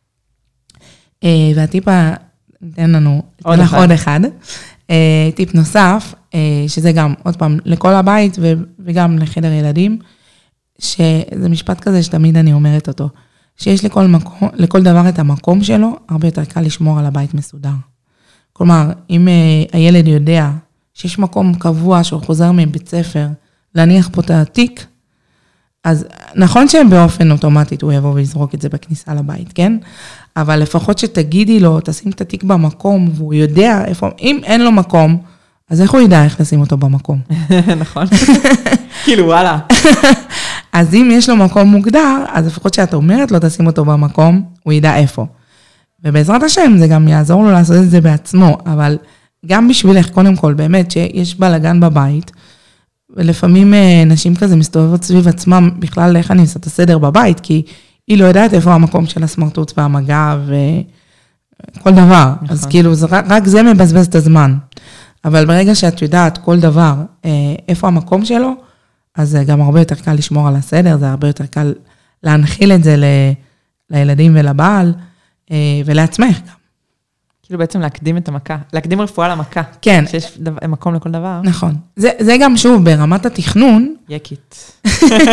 S2: והטיפ, ניתן לנו, עוד אחד. עוד אחד. טיפ נוסף, שזה גם, עוד פעם, לכל הבית וגם לחדר ילדים, שזה משפט כזה שתמיד אני אומרת אותו, שיש לכל, מקום, לכל דבר את המקום שלו, הרבה יותר קל לשמור על הבית מסודר. כלומר, אם הילד יודע שיש מקום קבוע שהוא חוזר מבית ספר, להניח פה את התיק, אז נכון שהם באופן אוטומטית, הוא יבוא ויזרוק את זה בכניסה לבית, כן? אבל לפחות שתגידי לו, תשים את התיק במקום, והוא יודע איפה, אם אין לו מקום, אז איך הוא ידע איך לשים אותו במקום?
S1: נכון. כאילו, וואלה.
S2: אז אם יש לו מקום מוגדר, אז לפחות שאת אומרת לו, תשים אותו במקום, הוא ידע איפה. ובעזרת השם, זה גם יעזור לו לעשות את זה בעצמו, אבל גם בשבילך, קודם כל, באמת, שיש בלגן בבית, ולפעמים נשים כזה מסתובבות סביב עצמם, בכלל איך אני עושה את הסדר בבית, כי היא לא יודעת איפה המקום של הסמרטוט והמגע וכל דבר. נכון. אז כאילו, זה, רק זה מבזבז את הזמן. אבל ברגע שאת יודעת כל דבר, איפה המקום שלו, אז זה גם הרבה יותר קל לשמור על הסדר, זה הרבה יותר קל להנחיל את זה ל, לילדים ולבעל, ולעצמך גם.
S1: כאילו בעצם להקדים את המכה, להקדים רפואה למכה.
S2: כן.
S1: שיש דבר, מקום לכל דבר.
S2: נכון. זה, זה גם שוב, ברמת התכנון.
S1: יקית.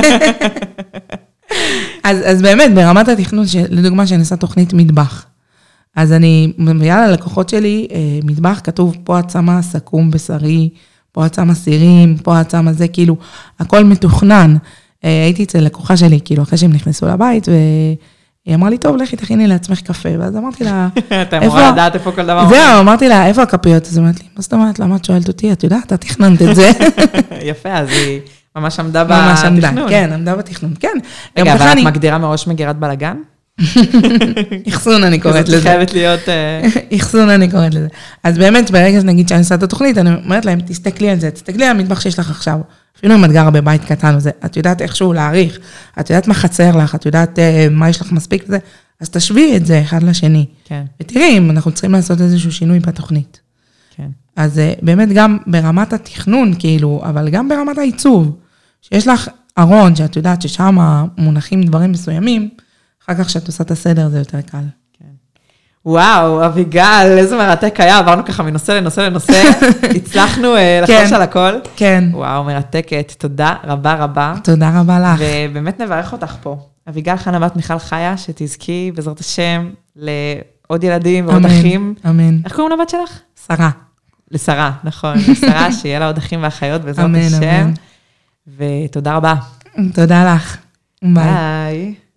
S2: אז, אז באמת, ברמת התכנון, לדוגמה שאני עושה תוכנית מטבח. אז אני מביאה ללקוחות שלי, מטבח כתוב פה עצמה, סכום בשרי, פה את שמה סירים, פה את שמה זה, כאילו, הכל מתוכנן. הייתי אצל לקוחה שלי, כאילו, אחרי שהם נכנסו לבית, והיא אמרה לי, טוב, לכי תכיני לעצמך קפה, ואז אמרתי לה,
S1: אתה אמורה לדעת איפה כל דבר.
S2: זהו, אמרתי לה, איפה הכפיות? אז אמרתי לי, מה זאת אומרת, למה את שואלת אותי? את יודעת, את תכננת את זה.
S1: יפה, אז היא ממש עמדה
S2: ממש עמדה,
S1: בתכנון.
S2: כן, עמדה בתכנון, כן.
S1: רגע, אבל את מגדירה מראש מגירת בלגן?
S2: אחסון אני קוראת לזה.
S1: זאת חייבת להיות...
S2: אחסון אני קוראת לזה. אז באמת, ברגע שנגיד שאני עושה את התוכנית, אני אומרת להם, תסתכלי על זה, תסתכלי על המטבח שיש לך עכשיו. אפילו אם את גרה בבית קטן וזה, את יודעת איכשהו להעריך, את יודעת מה חסר לך, את יודעת מה יש לך מספיק לזה, אז תשווי את זה אחד לשני.
S1: כן.
S2: ותראי אם אנחנו צריכים לעשות איזשהו שינוי בתוכנית.
S1: כן.
S2: אז באמת גם ברמת התכנון, כאילו, אבל גם ברמת העיצוב, שיש לך ארון, שאת יודעת ששם מונחים דברים מסוימים, אחר כך שאת עושה את הסדר, זה יותר קל.
S1: וואו, אביגל, איזה מרתק היה, עברנו ככה מנושא לנושא לנושא, הצלחנו לחוש על הכל.
S2: כן.
S1: וואו, מרתקת, תודה רבה רבה.
S2: תודה רבה לך.
S1: ובאמת נברך אותך פה. אביגל חנה בת מיכל חיה, שתזכי בעזרת השם לעוד ילדים ועוד אחים.
S2: אמן.
S1: איך קוראים לבת שלך?
S2: שרה.
S1: לשרה, נכון, לשרה, שיהיה לה עוד אחים ואחיות בעזרת השם. ותודה רבה.
S2: תודה לך.
S1: ביי.